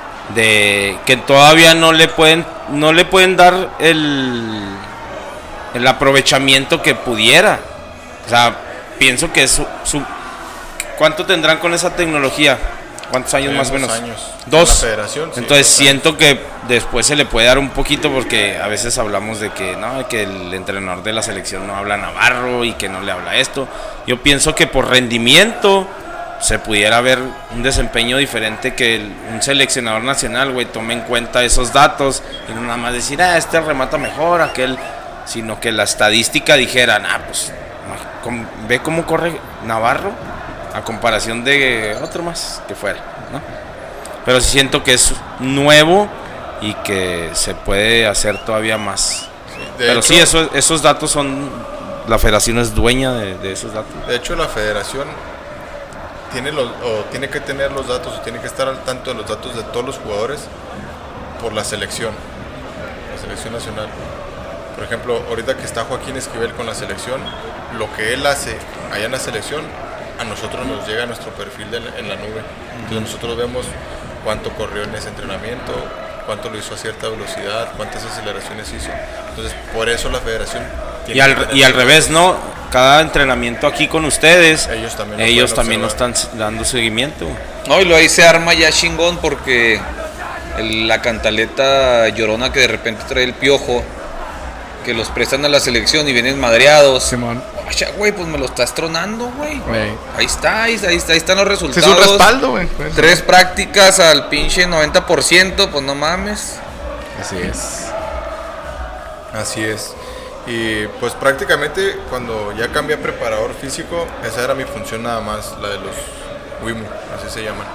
de que todavía no le pueden dar el aprovechamiento que pudiera. O sea, pienso que ¿cuánto tendrán con esa tecnología? ¿Cuántos años más o menos? Años. Dos. La federación, sí, Entonces 2 siento que después se le puede dar un poquito porque a veces hablamos de que no, que el entrenador de la selección no habla navarro y que no le habla esto. Yo pienso que por rendimiento se pudiera ver un desempeño diferente, que un seleccionador nacional, güey, tome en cuenta esos datos y no nada más decir, este remata mejor, aquel, sino que la estadística dijera, pues ve cómo corre Navarro a comparación de otro más que fuera, ¿no? Pero sí siento que es nuevo y que se puede hacer todavía más. Pero hecho, sí, esos datos son, la federación es dueña de esos datos. De hecho, la federación tiene que tener los datos o tiene que estar al tanto de los datos de todos los jugadores por la selección nacional. Por ejemplo, ahorita que está Joaquín Esquivel con la selección, lo que él hace allá en la selección, a nosotros nos llega a nuestro perfil en la nube. Entonces nosotros vemos cuánto corrió en ese entrenamiento, cuánto lo hizo a cierta velocidad, cuántas aceleraciones hizo. Entonces, por eso la federación Y al revés, ¿no? Cada entrenamiento aquí con ustedes, ellos también nos observar. están dando seguimiento. No, y lo ahí se arma ya chingón porque la cantaleta llorona que de repente trae el Piojo, que los prestan a la selección y vienen madreados. Simón. guacha, güey, pues me lo estás tronando, güey. Güey. Ahí están los Sí, resultados. es un respaldo, güey. Pues, 3 prácticas al pinche 90%, pues no mames. Así es. Así es. Y pues prácticamente cuando ya cambié a preparador físico, esa era mi función nada más, la de los WIMU, así se llaman.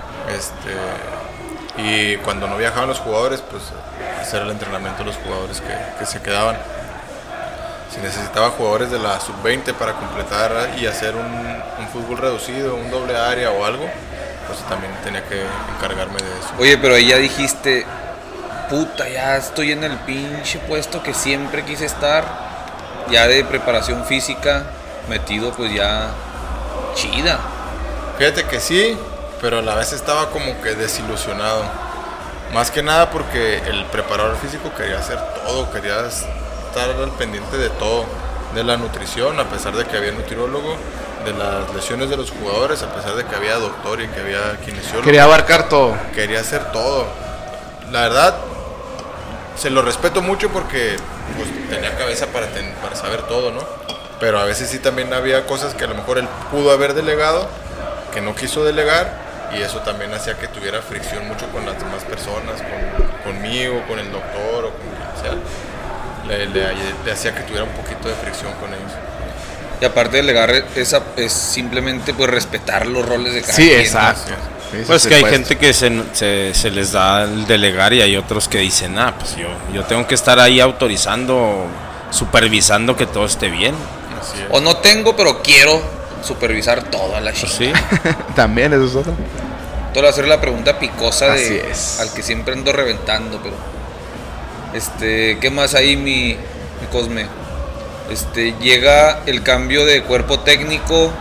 Y cuando no viajaban los jugadores, pues hacer el entrenamiento de los jugadores que se quedaban. Si necesitaba jugadores de la sub-20 para completar y hacer un fútbol reducido, un doble área o algo, pues también tenía que encargarme de eso. Oye, pero ahí ya dijiste, puta, ya estoy en el pinche puesto que siempre quise estar, ya de preparación física, metido pues ya chida. Fíjate que sí, pero a la vez estaba como que desilusionado. Más que nada porque el preparador físico quería hacer todo, quería estar al pendiente de todo, de la nutrición, a pesar de que había nutriólogo, de las lesiones de los jugadores, a pesar de que había doctor y que había kinesiólogo. Quería abarcar todo. Quería hacer todo. La verdad, se lo respeto mucho porque pues, tenía cabeza para saber todo, ¿no? Pero a veces sí también había cosas que a lo mejor él pudo haber delegado, que no quiso delegar, y eso también hacía que tuviera fricción mucho con las demás personas, conmigo, con el doctor o con quien sea. Le hacía que tuviera un poquito de fricción con ellos. Y aparte de delegar, es simplemente pues respetar los roles de cada Sí, quien, exacto. ¿no? Sí, Pues sí, que hay pues. gente que se les da el delegar y hay otros que dicen, pues yo tengo que estar ahí autorizando, supervisando que todo esté bien. Así es. O no tengo, pero quiero supervisar toda la Pues chingada. sí. También, eso es otro. Te voy a hacer la pregunta picosa Así de es. al que siempre ando reventando, pero ¿qué más hay mi Cosme? Llega el cambio de cuerpo técnico,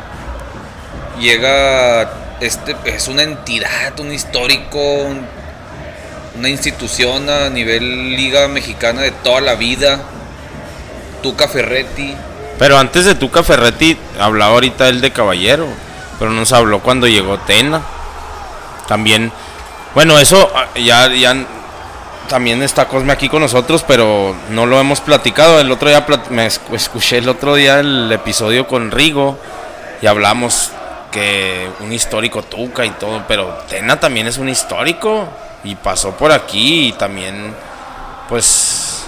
llega es una entidad, un histórico, una institución a nivel Liga Mexicana de toda la vida, Tuca Ferretti. Pero antes de Tuca Ferretti, hablaba ahorita él de Caballero, pero nos habló cuando llegó Tena. También, bueno, eso ya también está Cosme aquí con nosotros, pero no lo hemos platicado. El otro día escuché el otro día el episodio con Rigo y hablamos que un histórico Tuca y todo, pero Tena también es un histórico y pasó por aquí y también pues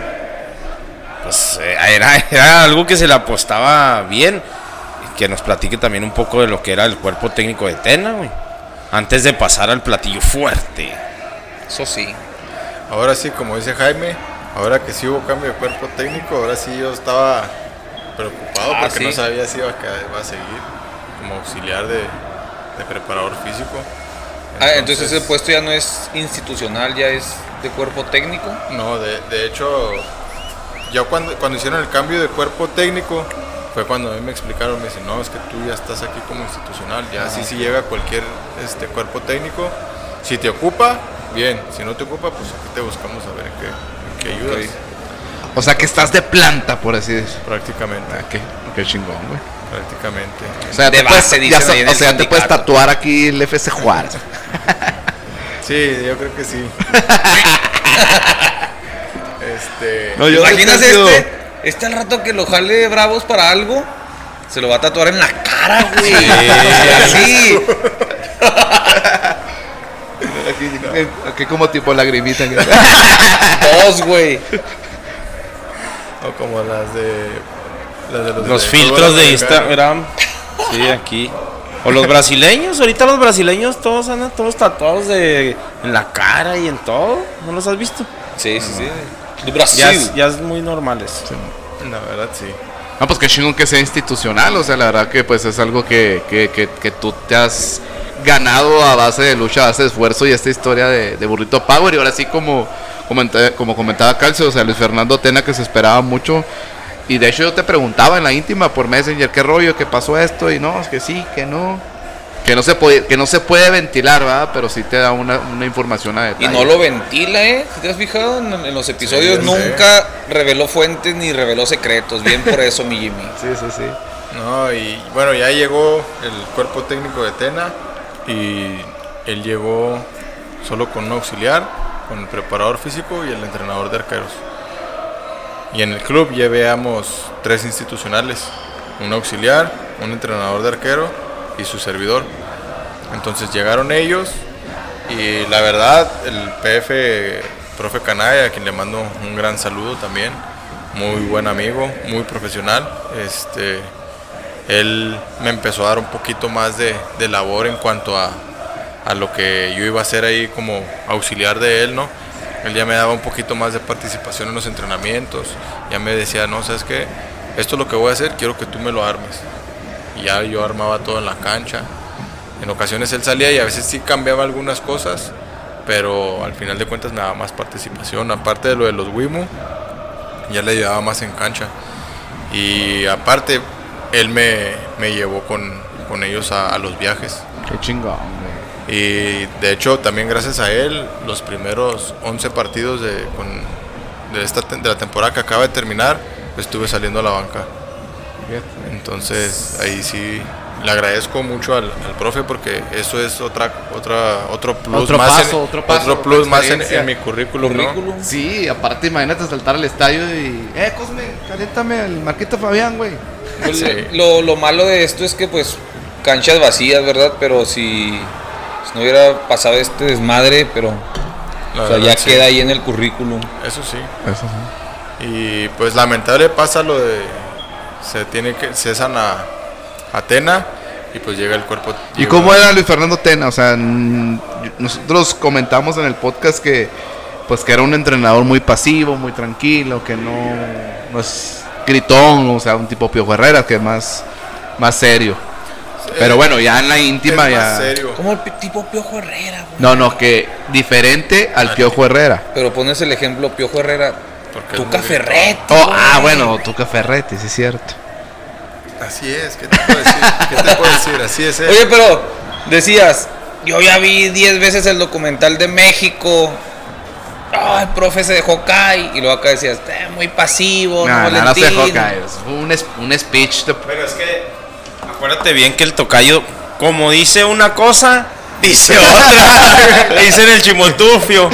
era algo que se le apostaba bien. Que nos platique también un poco de lo que era el cuerpo técnico de Tena, güey, antes de pasar al platillo fuerte. Eso sí. Ahora sí, como dice Jaime, ahora que sí hubo cambio de cuerpo técnico, ahora sí yo estaba preocupado porque sí. no sabía si iba a seguir como auxiliar de preparador físico. Entonces ese puesto ya no es institucional, ya es de cuerpo técnico. No, de hecho, ya cuando hicieron el cambio de cuerpo técnico, fue cuando a mí me explicaron, me dicen, no, es que tú ya estás aquí como institucional, ya así si llega cualquier cuerpo técnico, si te ocupa, bien, si no te ocupa, pues aquí te buscamos a ver en qué ayudas. Okay. O sea que estás de planta, por así decirlo. Prácticamente, Qué chingón, güey. prácticamente. O sea, De te puedes, base, ya, dicen ahí en o el sea, te puedes sindicato. tatuar aquí el FC Juárez. Sí, yo creo que sí. No, yo ¿Imaginas detesto. al rato que lo jale Bravos para algo? Se lo va a tatuar en la cara, güey. Sí. Aquí como tipo lagrimita. Dos, güey. O como las de Los de filtros fútbol de americano. Instagram. Sí, aquí. O los brasileños, ahorita los brasileños todos andan todos tatuados en la cara y en todo. ¿No los has visto? Sí. De Brasil. Ya es muy normales. La verdad, sí. No, pues qué chingón que sea institucional. O sea, la verdad que pues es algo que tú te has ganado a base de lucha, a base de esfuerzo y esta historia de Burrito Power. Y ahora sí, como comentaba Calcio, o sea, Luis Fernando Tena, que se esperaba mucho. Y de hecho yo te preguntaba en la íntima por Messenger, ¿qué rollo? ¿Qué pasó esto? Y no, es que sí, que no. Que no se puede ventilar, ¿verdad? Pero sí te da una información a detalle. Y no lo ventila, ¿Si te has fijado en los episodios? Sí, Nunca reveló fuentes ni reveló secretos. Bien por eso, mi Jimmy. Sí. No, y bueno, ya llegó el cuerpo técnico de Tena y él llegó solo con un auxiliar, con el preparador físico y el entrenador de arqueros. Y en el club ya veamos 3 institucionales. un auxiliar, un entrenador de arquero y su servidor. Entonces llegaron ellos y la verdad el PF, profe Canaya, a quien le mando un gran saludo también, muy buen amigo, muy profesional. Él me empezó a dar un poquito más de labor en cuanto a lo que yo iba a hacer ahí como auxiliar de él, ¿no? Él ya me daba un poquito más de participación en los entrenamientos, ya me decía, no, ¿sabes qué? Esto es lo que voy a hacer, quiero que tú me lo armes. Y ya yo armaba todo en la cancha. En ocasiones él salía y a veces sí cambiaba algunas cosas, pero al final de cuentas me daba más participación. Aparte de lo de los WIMU, ya le llevaba más en cancha. Y aparte, él me llevó con ellos a los viajes. Qué chingón, güey. Y de hecho, también gracias a él, los primeros 11 partidos de la temporada que acaba de terminar, estuve saliendo a la banca. Entonces, ahí sí le agradezco mucho al profe, porque eso es otro plus más en mi currículum, ¿no? Sí, aparte imagínate saltar al estadio y Cosme, caliéntame al Marquito Fabián, güey. Pues, Sí. lo malo de esto es que pues canchas vacías, ¿verdad? Pero si no hubiera pasado este desmadre, pero La o sea, verdad, ya sí. queda ahí en el currículum. Eso sí. Y pues lamentable pasa lo de cesan a Tena y pues llega el cuerpo. ¿Y cómo era Luis Fernando Tena? O sea, nosotros comentamos en el podcast que pues que era un entrenador muy pasivo, muy tranquilo, que no es gritón, o sea, un tipo Piojo Herrera, que es más serio. Pero bueno, ya en la íntima es ya... más serio. Como el tipo Piojo Herrera, güey. No, que diferente al Piojo Herrera. Pero pones el ejemplo Piojo Herrera, Porque es Tuca muy Ferretti. Bueno, Tuca Ferretti, sí es cierto. Así es, ¿qué te puedo decir? ¿Qué te puedo decir? Así es él. Oye, pero decías, yo ya vi 10 veces el documental de México. El profe se dejó caer. Y luego acá decías, muy pasivo, No se Valentín. dejó caer. Fue un speech de... Pero es que acuérdate bien que el tocayo, como dice una cosa, dice otra. Le dicen el chimoltufio.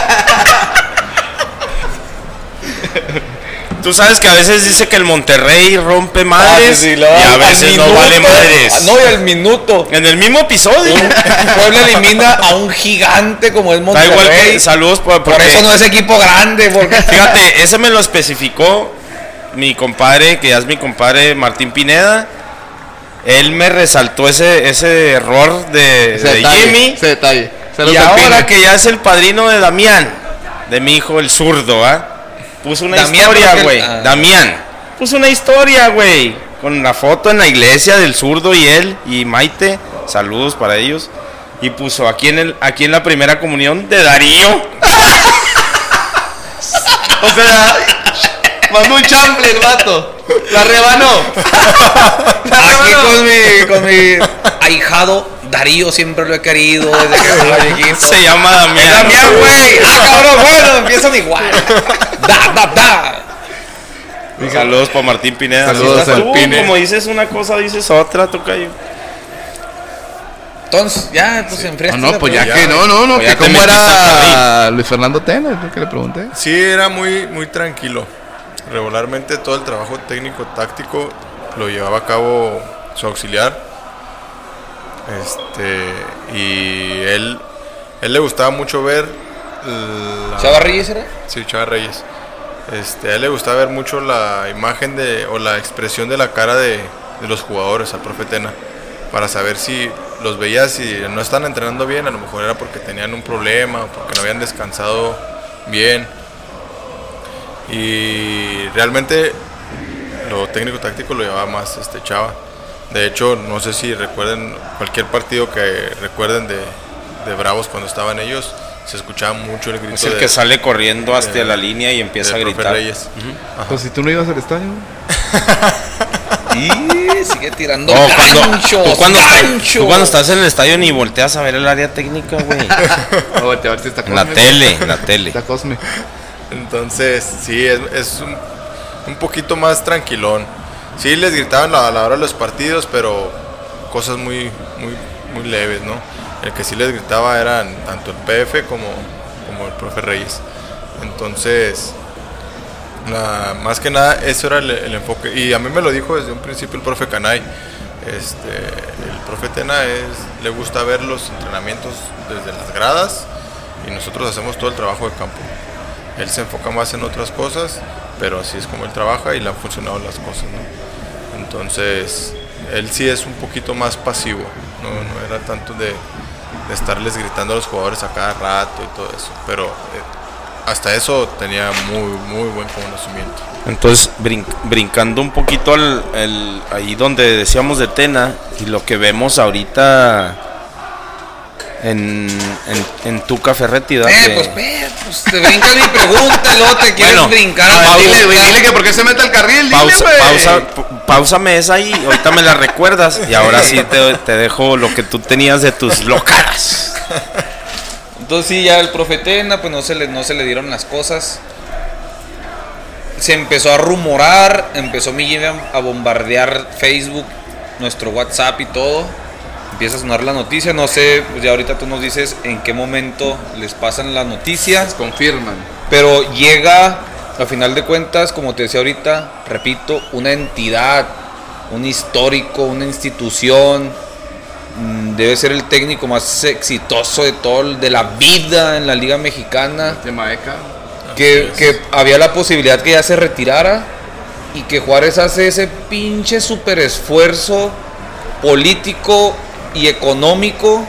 Tú sabes que a veces dice que el Monterrey rompe madres sí, y a veces no vale madres. No, y al minuto. En el mismo episodio. Puebla elimina a un gigante como es Da Monterrey. igual que saludos Por porque, eso no es equipo grande. Porque... fíjate, ese me lo especificó mi compadre, que ya es mi compadre Martín Pineda. Él me resaltó ese error de Jimmy. Ese detalle. Y ahora que ya es el padrino de Damián, de mi hijo el zurdo, puso una Damián, historia, porque güey. Damián. Puso una historia, güey. Con la foto en la iglesia del zurdo y él y Maite. Saludos para ellos. Y puso aquí en la primera comunión de Darío. O sea, mandó un chamble el vato. La rebanó. Aquí con mi ahijado Darío, siempre lo he querido desde que estaba chiquito. Se llama Damián. Damián, güey. Cabrón, bueno, empiezan igual. Da. Saludos para Martín Pineda. Saludos Así estás al tú, Pine. como dices una cosa, dices otra, tocayo. Entonces, ya, pues enfrente. No, pues ya ya, que no, pues que ya te cómo metiste era Luis Fernando Tena, es lo que le pregunté. Sí, era muy, muy tranquilo. Regularmente todo el trabajo técnico táctico lo llevaba a cabo su auxiliar. Y él le gustaba mucho ver ¿Chava Reyes era? Sí, Chava Reyes. A él le gustaba ver mucho la imagen o la expresión de la cara de los jugadores, al profe Tena, para saber si los veía, si no están entrenando bien, a lo mejor era porque tenían un problema, porque no habían descansado bien. Y realmente lo técnico táctico lo llevaba más Chava. De hecho, no sé si recuerden cualquier partido que recuerden de Bravos cuando estaban ellos, se escuchaba mucho el grito. Es el que sale corriendo hasta la línea y empieza a del profe gritar. Reyes. Ajá. Pues si tú no ibas al estadio. Y sigue tirando No, ganchos, tú cuando estás en el estadio ni volteas a ver el área técnica, güey. No, a ver si está En la tele. Está Cosme. Entonces, sí, es un poquito más tranquilón. Sí, les gritaban a la hora de los partidos, pero cosas muy, muy, muy leves, ¿no? El que sí les gritaba eran tanto el PF como el profe Reyes. Entonces, Más que nada, eso era el enfoque. Y a mí me lo dijo desde un principio el profe Canay. El profe Tena le gusta ver los entrenamientos desde las gradas y nosotros hacemos todo el trabajo de campo. Él se enfoca más en otras cosas, pero así es como él trabaja y le han funcionado las cosas, ¿no? Entonces, él sí es un poquito más pasivo, no era tanto de estarles gritando a los jugadores a cada rato y todo eso, pero hasta eso tenía muy buen conocimiento. Entonces, brincando un poquito ahí donde decíamos de Tena y lo que vemos ahorita en Tuca Ferretti, pues te brincas mi pregunta, luego te quieres brincar. Dile que por qué se mete al carril. Páusame esa y ahorita me la recuerdas. Y ahora sí te dejo lo que tú tenías de tus locadas. Entonces sí, ya el profe Tena, pues no se le dieron las cosas. Se empezó a rumorar, empezó Miguel a bombardear Facebook, nuestro WhatsApp y todo. Empieza a sonar la noticia, no sé, pues ya ahorita tú nos dices en qué momento les pasan la noticia. Les confirman. Pero llega, a final de cuentas, como te decía ahorita, repito, una entidad, un histórico, una institución. Debe ser el técnico más exitoso de la vida en la Liga Mexicana. Que había la posibilidad que ya se retirara y que Juárez hace ese pinche super esfuerzo político y económico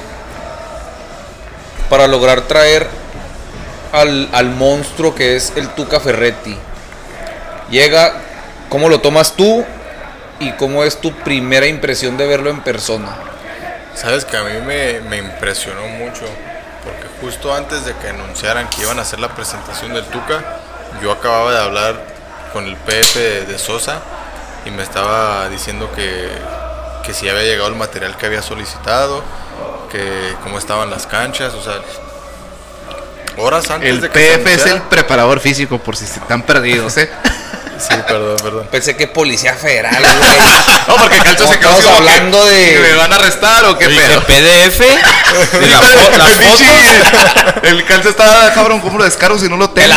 para lograr traer al monstruo que es el Tuca Ferretti. Llega, ¿cómo lo tomas tú? ¿Y cómo es tu primera impresión de verlo en persona? Sabes que a mí me impresionó mucho, porque justo antes de que anunciaran que iban a hacer la presentación del Tuca, yo acababa de hablar con el PF de Sosa y me estaba diciendo que si había llegado el material que había solicitado, que cómo estaban las canchas, o sea, horas antes el de que PF es el preparador físico, por si están perdidos, ¿eh? Sí, perdón. Pensé que Policía Federal, güey. No, porque Calcio se quedó estamos hablando de... ¿Me van a arrestar o qué pedo? PDF de las fotos. El Calcio está, cabrón, ¿cómo lo descargo si no lo tengo? El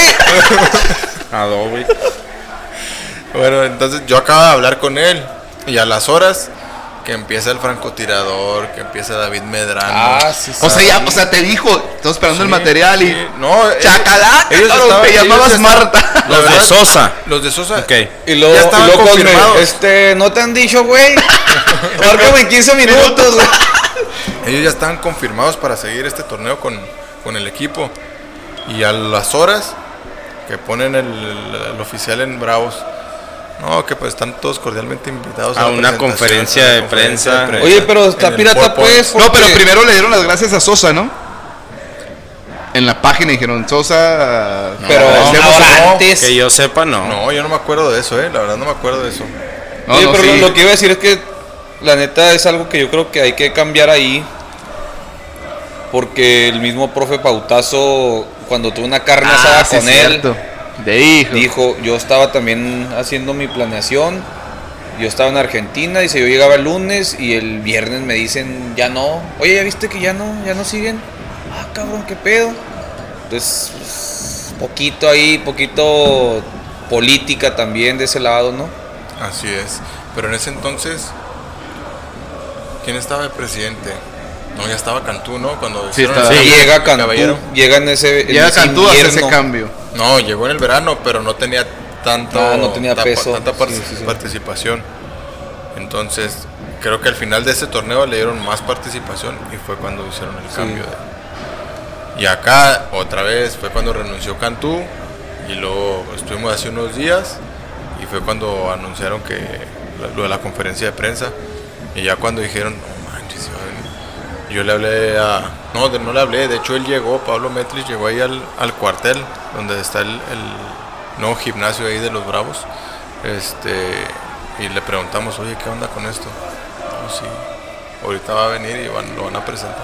Adobe. Bueno, entonces yo acabo de hablar con él y a las horas que empieza el francotirador, que empieza David Medrano. Sí. O sea, te dijo, estoy esperando el material y... No, ¡Chacalaca! Te llamabas Marta. Los de Sosa. Los de Sosa. Ok. Y luego ya estaban confirmados. ¿No te han dicho, güey? Márcame en 15 minutos, güey. Ellos ya estaban confirmados para seguir este torneo con el equipo. Y a las horas que ponen el oficial en Bravos, no, que pues están todos cordialmente invitados a una conferencia de prensa. Oye, pero está pirata, pues. No, pero primero le dieron las gracias a Sosa, ¿no? En la página dijeron Sosa. Pero antes. Que yo sepa, no. No, yo no me acuerdo de eso, la verdad no me acuerdo de eso. Oye, pero lo que iba a decir es que la neta es algo que yo creo que hay que cambiar ahí. Porque el mismo profe Pautazo, cuando tuve una carne asada con él, dijo, yo estaba también haciendo mi planeación, yo estaba en Argentina, dice, yo llegaba el lunes y el viernes me dicen, ya no, oye, ¿ya viste que ya no siguen? Ah, cabrón, ¿qué pedo? Entonces, pues, poquito política también de ese lado, ¿no? Así es, pero en ese entonces, ¿quién estaba de presidente? No, ya estaba Cantú, ¿no? Cuando llega Cantú, llega Cantú a hacer ese cambio. No, llegó en el verano, pero no tenía peso. Tanta participación. Entonces, creo que al final de ese torneo le dieron más participación y fue cuando hicieron el cambio. Y acá, otra vez, fue cuando renunció Cantú y luego estuvimos hace unos días y fue cuando anunciaron que lo de la conferencia de prensa y ya cuando dijeron, no manches, yo le hablé no le hablé, de hecho él llegó, Pablo Metlis llegó ahí al cuartel, donde está el nuevo gimnasio ahí de los Bravos, y le preguntamos, oye, ¿qué onda con esto? No, sí, ahorita va a venir y lo van a presentar.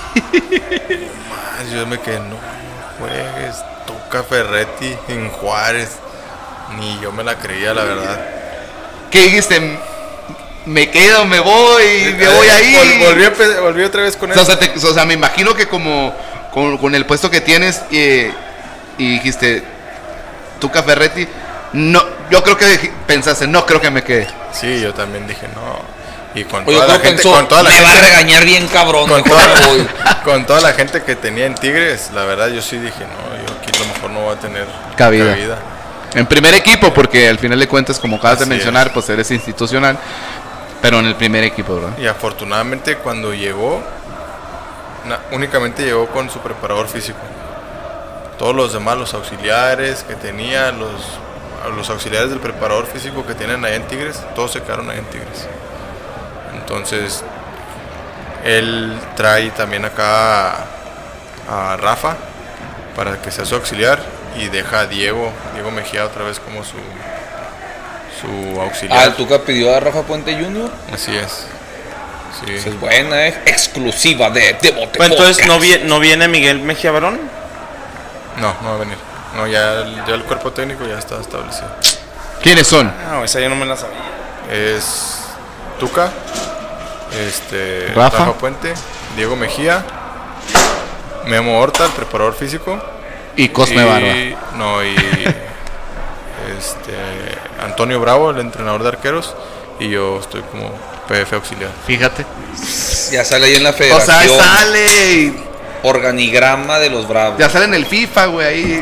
Yo me quedé, no juegues, Tuca Ferretti en Juárez, ni yo me la creía, la verdad. ¿Qué dijiste? Me quedo, me voy, me voy ahí. Volví otra vez con él. O sea, me imagino que como con el puesto que tienes y dijiste, Tuca Ferretti, no, yo creo que pensaste, no creo que me quede. Sí, yo también dije no. Y con Oye, toda la ¿cómo gente, pensó? con toda la Me va a gente, regañar bien cabrón. con mejor toda, me voy. con toda la gente que tenía en Tigres, la verdad yo sí dije no, yo aquí a lo mejor no voy a tener Cabida. En primer equipo, porque al final de cuentas, como acabas de Así mencionar, es. pues eres institucional, pero en el primer equipo, ¿verdad? Y afortunadamente cuando llegó, únicamente llegó con su preparador físico. Todos los demás, los auxiliares que tenía, los auxiliares del preparador físico que tienen ahí en Tigres, todos se quedaron ahí en Tigres. Entonces, él trae también acá a Rafa para que sea su auxiliar y deja a Diego Mejía otra vez como su auxiliar. El Tuca pidió a Rafa Puente Jr. Así es. Sí. Esa es buena, exclusiva de Devote Bueno, entonces Podcast. no viene Miguel Mejía Barón. No va a venir. No, ya el cuerpo técnico ya está establecido. ¿Quiénes son? No, esa yo no me la sabía. Es Tuca, Rafa. Rafa Puente, Diego Mejía, Memo Horta, el preparador físico. Y Cosme Barba. No, y Antonio Bravo, el entrenador de arqueros, y yo estoy como PF auxiliar. Fíjate. Ya sale ahí en la O federación. sea, sale. Organigrama de los Bravos. Ya sale en el FIFA, güey, ahí.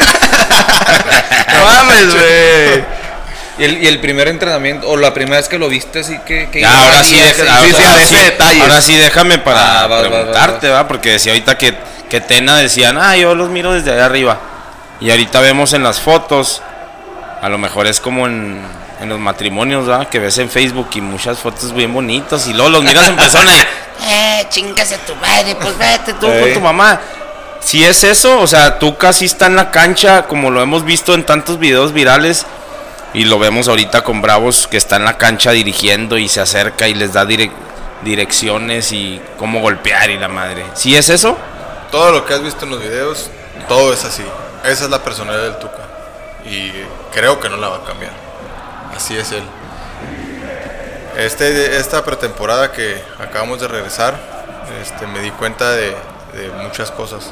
No mames, güey. Y el primer entrenamiento, o la primera vez que lo viste, así que Ya, ahora sí, ese detalle. ahora sí déjame para Va, preguntarte, ¿va? Porque decía ahorita que Tena decían, yo los miro desde allá arriba. Y ahorita vemos en las fotos, a lo mejor es como en los matrimonios, ¿va? Que ves en Facebook y muchas fotos bien bonitas y luego los miras en persona y, chingase tu madre, pues vete tú con tu mamá. Si es eso, o sea, tú casi está en la cancha, como lo hemos visto en tantos videos virales. Y lo vemos ahorita con Bravos que está en la cancha dirigiendo y se acerca y les da direcciones y cómo golpear y la madre. ¿Sí es eso? Todo lo que has visto en los videos, todo es así. Esa es la personalidad del Tuca. Y creo que no la va a cambiar. Así es él. Esta pretemporada que acabamos de regresar, me di cuenta de muchas cosas.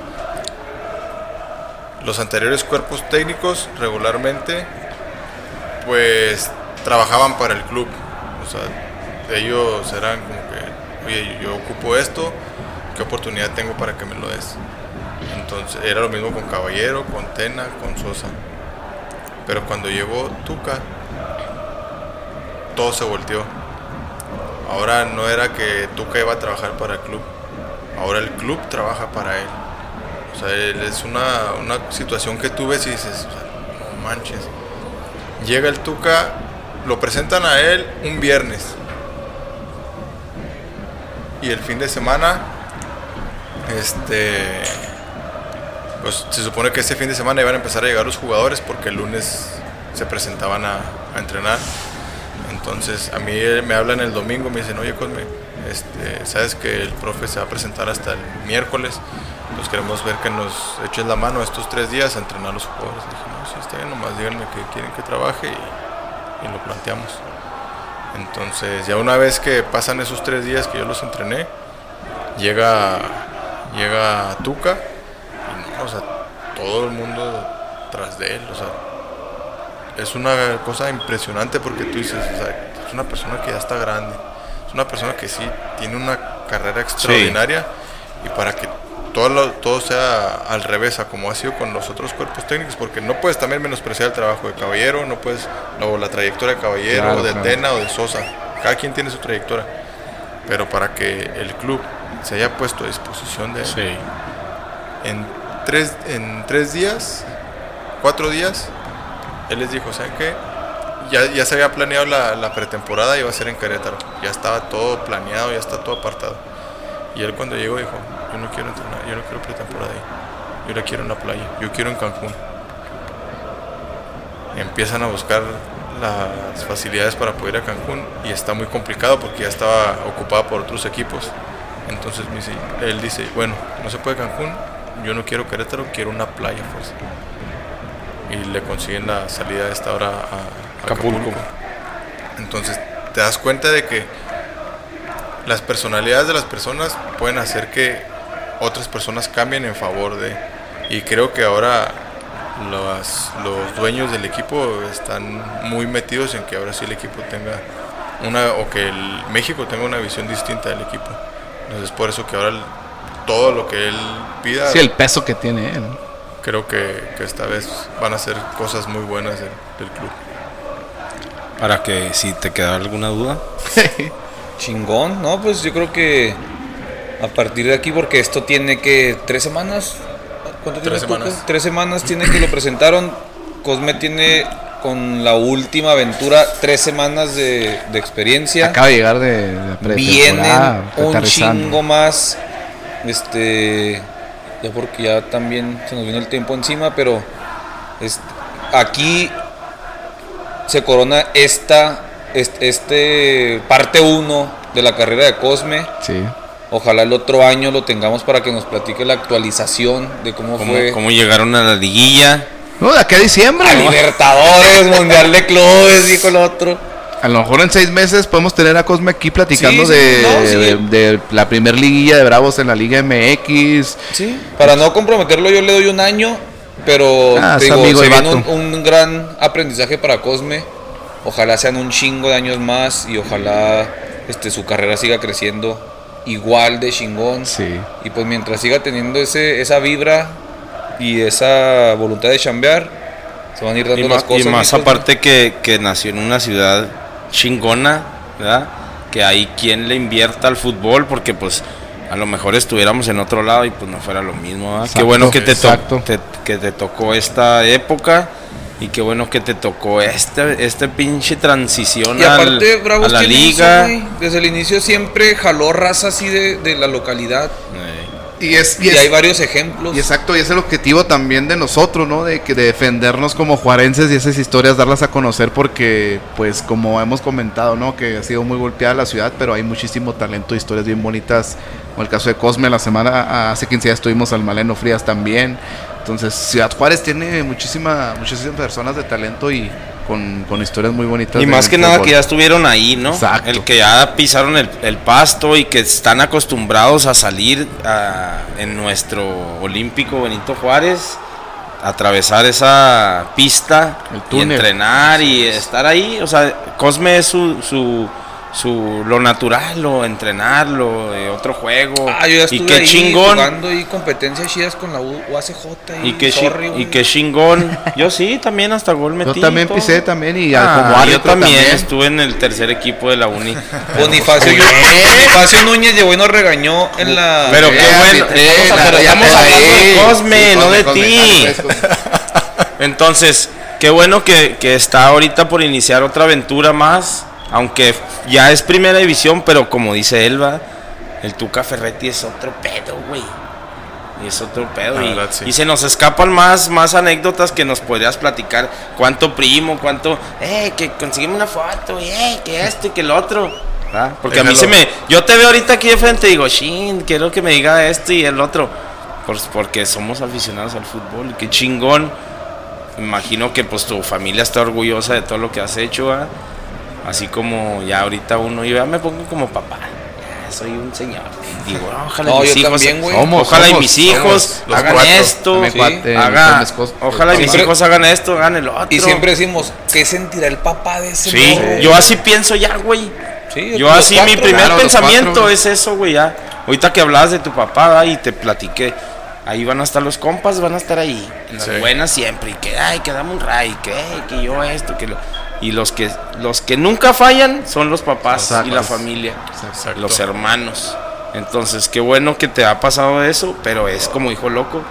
Los anteriores cuerpos técnicos regularmente pues trabajaban para el club, o sea, ellos eran como que, oye, yo ocupo esto, ¿qué oportunidad tengo para que me lo des? Entonces era lo mismo con Caballero, con Tena, con Sosa, pero cuando llegó Tuca, todo se volteó. Ahora no era que Tuca iba a trabajar para el club, ahora el club trabaja para él. O sea, es una situación que tú ves y dices, o sea, no manches. Llega el Tuca, lo presentan a él un viernes. Y el fin de semana, pues se supone que ese fin de semana iban a empezar a llegar los jugadores porque el lunes se presentaban a entrenar. Entonces a mí me hablan el domingo, me dicen, oye Cosme, sabes que el profe se va a presentar hasta el miércoles, pues queremos ver que nos eches la mano estos 3 días a entrenar a los jugadores. Dije, no, sí está bien, nomás díganme que quieren que trabaje y lo planteamos. Entonces ya una vez que pasan esos 3 días que yo los entrené, llega Tuca y no, o sea, todo el mundo tras de él, o sea, es una cosa impresionante porque tú dices, o sea, es una persona que ya está grande, es una persona que sí tiene una carrera extraordinaria, y para que todo sea al revés a como ha sido con los otros cuerpos técnicos, porque no puedes también menospreciar el trabajo de Caballero, no puedes, o la trayectoria de Caballero, Claro, o de claro. Tena o de Sosa, cada quien tiene su trayectoria, pero para que el club se haya puesto a disposición de él, en 3 días, 4 días, él les dijo, ¿saben qué? Ya se había planeado la pretemporada, iba a ser en Querétaro, ya estaba todo planeado, ya está todo apartado. Y él cuando llegó dijo, yo no quiero entrenar, yo no quiero pretemporada ahí, yo la quiero en la playa, yo quiero en Cancún. Y empiezan a buscar las facilidades para poder ir a Cancún y está muy complicado porque ya estaba ocupado por otros equipos. Entonces él dice, bueno, no se puede Cancún, yo no quiero Querétaro, quiero una playa pues. Y le consiguen la salida de esta hora a Acapulco. Entonces te das cuenta de que las personalidades de las personas pueden hacer que otras personas cambien en favor de, y creo que ahora los dueños del equipo están muy metidos en que ahora sí el equipo tenga o que el México tenga una visión distinta del equipo. Entonces por eso que ahora todo lo que él pida, Sí, el peso que tiene él. creo que esta vez van a ser cosas muy buenas del club. Para que si te queda alguna duda. Chingón, no, pues yo creo que a partir de aquí, porque esto tiene que 3 semanas. ¿Cuánto tiene? 3 semanas. 3 semanas tiene que lo presentaron. Cosme tiene con la última aventura 3 semanas de experiencia. Acaba de llegar de Vienen un aterrizando. chingo más. Ya porque ya también se nos vino el tiempo encima, pero aquí se corona parte 1 de la carrera de Cosme. Sí. Ojalá el otro año lo tengamos para que nos platique la actualización de cómo fue Cómo llegaron a la liguilla. No, de aquí a diciembre. a ¿no? Libertadores, Mundial de Clubes y con lo otro. A lo mejor en 6 meses podemos tener a Cosme aquí platicando Sí, de la primer liguilla de Bravos en la Liga MX. Sí, para no comprometerlo yo le doy un año, pero Es digo, amigo se el viene vato. un gran aprendizaje para Cosme. Ojalá sean un chingo de años más y ojalá su carrera siga creciendo igual de chingón. Sí. Y pues mientras siga teniendo esa vibra y esa voluntad de chambear, se van a ir dando las cosas. Y más ¿no? aparte que nació en una ciudad chingona, ¿verdad? Que hay quien le invierta al fútbol, porque pues a lo mejor estuviéramos en otro lado y pues no fuera lo mismo, ¿verdad? Exacto, Qué bueno que exacto. que te tocó esta época y qué bueno que te tocó este pinche transición Y aparte, a Bravos la tiene liga. eso, güey. Desde el inicio siempre jaló raza así de la localidad. Y hay varios ejemplos. Y exacto, y es el objetivo también de nosotros, ¿no? De defendernos como juarenses y esas historias darlas a conocer, porque pues como hemos comentado, ¿no? Que ha sido muy golpeada la ciudad, pero hay muchísimo talento, historias bien bonitas, como el caso de Cosme. Hace 15 días estuvimos al Maleno Frías también. Entonces Ciudad Juárez tiene muchísimas personas de talento y con historias muy bonitas. Y más que nada que ya estuvieron ahí, ¿no? Exacto. El que ya pisaron el pasto y que están acostumbrados a salir en nuestro Olímpico Benito Juárez, atravesar esa pista El y túnel. entrenar y estar ahí. O sea, Cosme es lo natural, lo entrenarlo, otro juego. Yo ya y estuve qué ahí chingón. jugando ahí competencias chidas con la UACJ Y qué, sorry, y güey. qué chingón. Yo sí, también hasta gol metí. Yo también todo. pisé también y Yo como árbitro también estuve en el tercer equipo de la uni. Bonifacio Núñez llegó y nos regañó en la... Pero qué bueno. Estamos hablando de Cosme, no de ti. Entonces, qué bueno que está ahorita por iniciar otra aventura más. Aunque ya es primera división, pero como dice Elba, el Tuca Ferretti es otro pedo, güey. Y es otro pedo. La verdad, sí. Y se nos escapan más anécdotas que nos podrías platicar. Cuánto primo, que conseguimos una foto, que esto y que el otro. ¿verdad? Porque a mí yo te veo ahorita aquí de frente y digo, shin, quiero que me diga esto y el otro. Porque somos aficionados al fútbol. Qué chingón. Me imagino que pues tu familia está orgullosa de todo lo que has hecho, ¿verdad? Así como ya ahorita yo ya me pongo como papá. Ya soy un señor. Digo, ojalá mis hijos también, güey. ojalá y mis hijos los hagan 4. esto. Sí. Ojalá y mis Siempre- hijos hagan esto, hagan el otro. Y siempre decimos, ¿qué sentirá el papá de ese Sí, morro? yo así pienso ya, güey. Sí, Yo los así, mi 4. primer claro, los pensamiento 4. es eso, güey, ya. Ahorita que hablabas de tu papá, ¿verdad? Y te platiqué. Ahí van a estar los compas, van a estar ahí. En las Sí. buenas siempre. Y que dame un ray, que yo esto, que lo. Y los que nunca fallan son los papás Exacto. y la familia, Exacto. los hermanos. Entonces, qué bueno que te ha pasado eso, pero es como dijo Loco,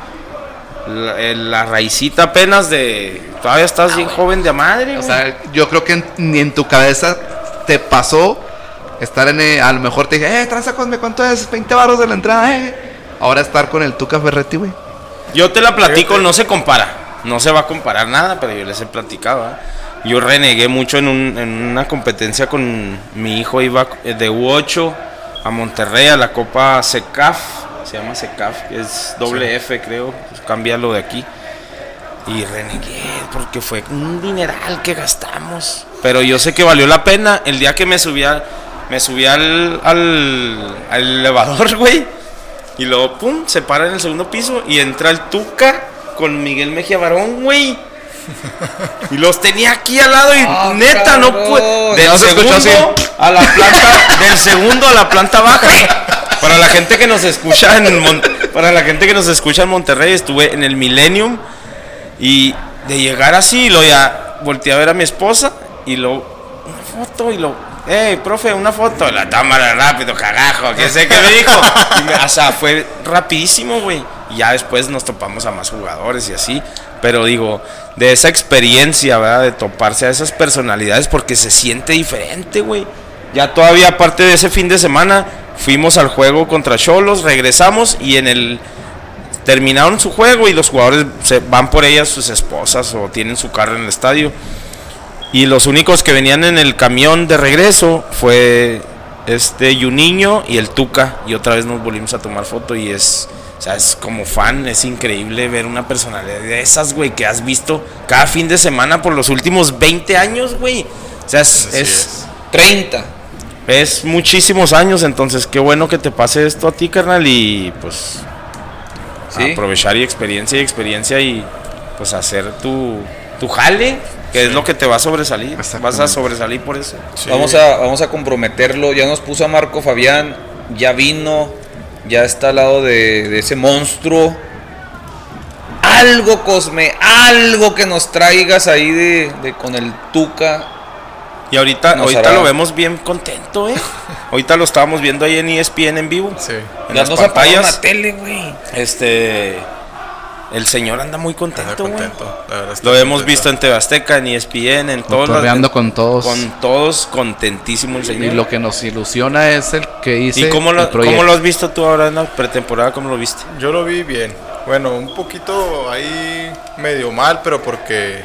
la raicita apenas de... Todavía estás bien joven de madre, O güey. sea, yo creo que ni en tu cabeza te pasó estar a lo mejor te dije, tranza Cosme, ¿cuánto es? 20 baros de la entrada, Ahora estar con el Tuca Ferretti, güey. Yo te la platico, no se compara, no se va a comparar nada, pero yo les he platicado, ¿eh? Yo renegué mucho en una competencia con mi hijo, iba de U8 a Monterrey a la Copa CECAF, se llama CECAF, que es doble F creo, pues cámbialo de aquí. Y renegué porque fue un dineral que gastamos, pero yo sé que valió la pena. El día que me subí al elevador, güey, y luego pum, se para en el segundo piso y entra el Tuca con Miguel Mejía Barón, güey. Y los tenía aquí al lado y neta, cabrón. no puedo. No se escuchó así. Del segundo a la planta baja. Para la gente que nos escucha en Monterrey, estuve en el Millennium y de llegar así, lo ya volteé a ver a mi esposa y lo una foto y lo profe, una foto, la cámara rápido, carajo, que sé qué me dijo. O sea, fue rapidísimo, güey. Y ya después nos topamos a más jugadores y así. Pero digo, de esa experiencia, ¿verdad? De toparse a esas personalidades porque se siente diferente, güey. Ya todavía, aparte de ese fin de semana, fuimos al juego contra Xolos, regresamos y terminaron su juego y los jugadores se van por ellas, sus esposas, o tienen su carro en el estadio. Y los únicos que venían en el camión de regreso fue Juninho y el Tuca. Y otra vez nos volvimos a tomar foto y es como fan, es increíble ver una personalidad de esas, güey, que has visto cada fin de semana por los últimos 20 años, güey. O sea, es 30. Es muchísimos años, entonces qué bueno que te pase esto a ti, carnal, y pues ¿sí? Aprovechar y experiencia y pues hacer tu jale, que es lo que te va a sobresalir. Vas a sobresalir por eso. Sí. Vamos a comprometerlo. Ya nos puso a Marco Fabián, ya vino, ya está al lado de ese monstruo. Algo, Cosme, algo que nos traigas ahí de con el Tuca. Y ahorita lo vemos bien contento, Ahorita lo estábamos viendo ahí en ESPN en vivo. Sí. En ya las nos pantallas. apagaron la tele, güey. El señor anda muy contento, güey. La verdad, Lo hemos visto en TV Azteca, en ESPN, en todos Cotorreando con todos. Con todos, contentísimo el señor. Y lo que nos ilusiona es el que hice. ¿Y cómo el proyecto. cómo lo has visto tú ahora en la pretemporada? ¿Cómo lo viste? Yo lo vi bien. Bueno, un poquito ahí medio mal, pero porque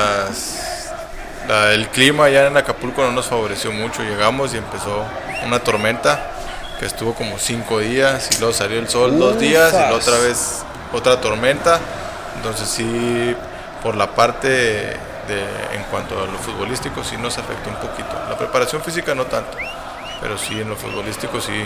el clima allá en Acapulco no nos favoreció mucho. Llegamos y empezó una tormenta que estuvo como 5 días y luego salió el sol 2 días y luego otra vez otra tormenta. Entonces sí, por la parte en cuanto a lo futbolístico sí nos afectó un poquito. La preparación física no tanto, pero sí en lo futbolístico sí.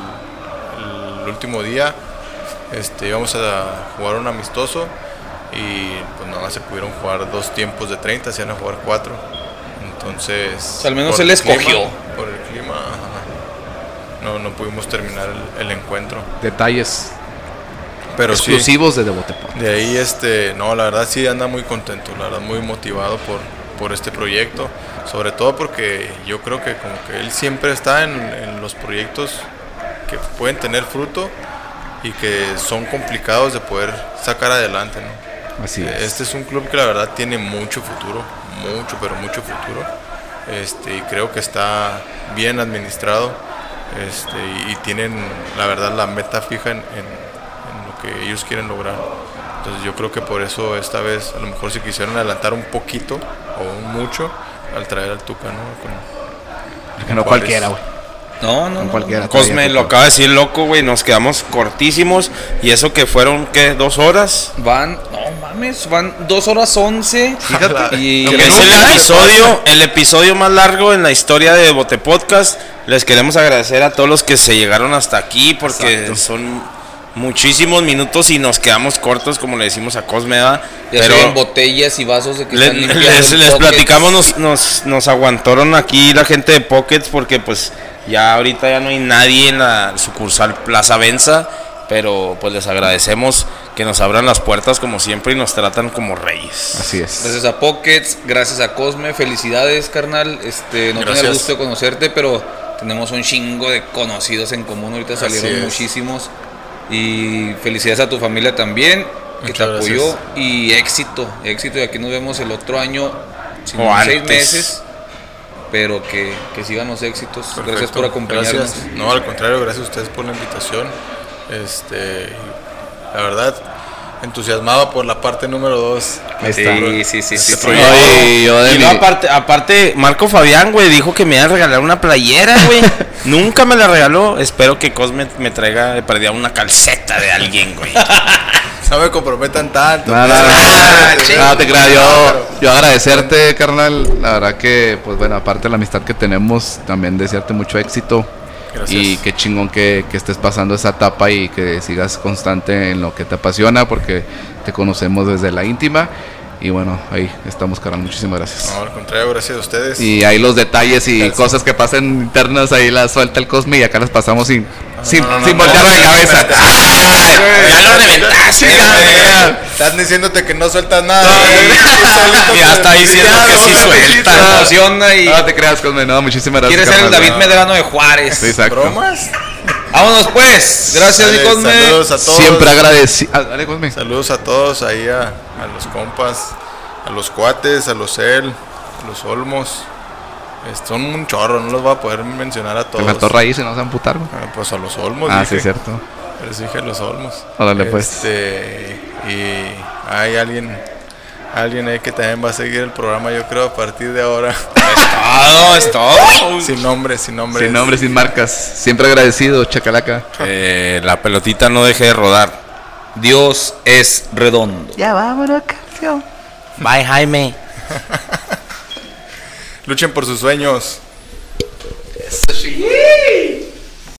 El último día íbamos a jugar un amistoso y pues nada más se pudieron jugar 2 tiempos de 30, se iban a jugar 4. Entonces, o sea, al menos él escogió. Por el clima, no pudimos terminar el encuentro. Detalles pero exclusivos sí, de Devote Podcast. De ahí, no, la verdad sí anda muy contento, la verdad muy motivado por este proyecto, sobre todo porque yo creo que como que él siempre está en los proyectos que pueden tener fruto y que son complicados de poder sacar adelante, ¿no? Así es. Este es un club que la verdad tiene mucho futuro, pero mucho futuro, y creo que está bien administrado, y tienen la verdad la meta fija en que ellos quieren lograr. Entonces yo creo que por eso esta vez a lo mejor se quisieron adelantar un poquito o un mucho al traer al Tuca, ¿no? Que no cualquiera, güey. No. Cualquiera. Cosme lo acaba de decir loco, güey, nos quedamos cortísimos y eso que fueron, ¿qué? 2 horas. Van 2 horas 11. Fíjate. Y Que es el episodio más largo en la historia de Bote Podcast. Les queremos agradecer a todos los que se llegaron hasta aquí porque son muchísimos minutos y nos quedamos cortos, como le decimos a Cosme, ¿verdad? Pero en botellas y vasos de que están limpiando les platicamos, nos aguantaron aquí la gente de Pockets porque pues ya ahorita ya no hay nadie en la sucursal Plaza Venza, pero pues les agradecemos que nos abran las puertas como siempre y nos tratan como reyes. Así es. Gracias a Pockets, gracias a Cosme, felicidades, carnal. No tenía el gusto de conocerte, pero tenemos un chingo de conocidos en común, ahorita salieron muchísimos. Y felicidades a tu familia también, que te apoyó. Y éxito, y aquí nos vemos el otro año, si no 6 meses, pero que sigan los éxitos. Perfecto. Gracias por acompañarnos. Gracias. No, al contrario, gracias a ustedes por la invitación. La verdad, entusiasmado por la parte número 2. Sí. Y no, aparte, Marco Fabián, güey, dijo que me iba a regalar una playera, güey. Nunca me la regaló. Espero que Cosme me traiga de perdida una calceta de alguien, güey. No me comprometan tanto. No te creas, yo agradecerte, carnal. La verdad que, pues bueno, aparte de la amistad que tenemos, también desearte mucho éxito. Gracias. Y qué chingón que estés pasando esa etapa y que sigas constante en lo que te apasiona, porque te conocemos desde la íntima. Y bueno, ahí estamos, carnal. Muchísimas gracias. No, al contrario, gracias a ustedes. Y ahí los detalles y cosas que pasan internas, ahí las suelta el Cosme y acá las pasamos sin voltear de cabeza. Ya lo reventaste, güey. Estás diciéndote que no sueltas nada. Ya está diciendo que sí suelta, emociona y No te creas, Cosme, no, muchísimas gracias. quiere ser el carnal. David Medrano de Juárez. Sí, exacto. ¿Bromas? Vámonos pues. Gracias, mi Cosme. Saludos a todos. Siempre agradecido. Dale, Cosme. Saludos a todos ahí, a los compas, a los cuates, a los El, a los Olmos. Son un chorro, no los voy a poder mencionar a Te todos. faltó raíz y no se van a amputar, güey. Pues a los Olmos. Ah, dije. sí, cierto. Les dije a los Olmos. Órale, pues. Y hay alguien ahí que también va a seguir el programa, yo creo, a partir de ahora. Es todo. Sin nombre. Sin nombre, sin marcas. Siempre agradecido, chacalaca. La pelotita no deje de rodar. Dios es redondo. Ya vámonos, canción. Bye, Jaime. Luchen por sus sueños. Eso sí.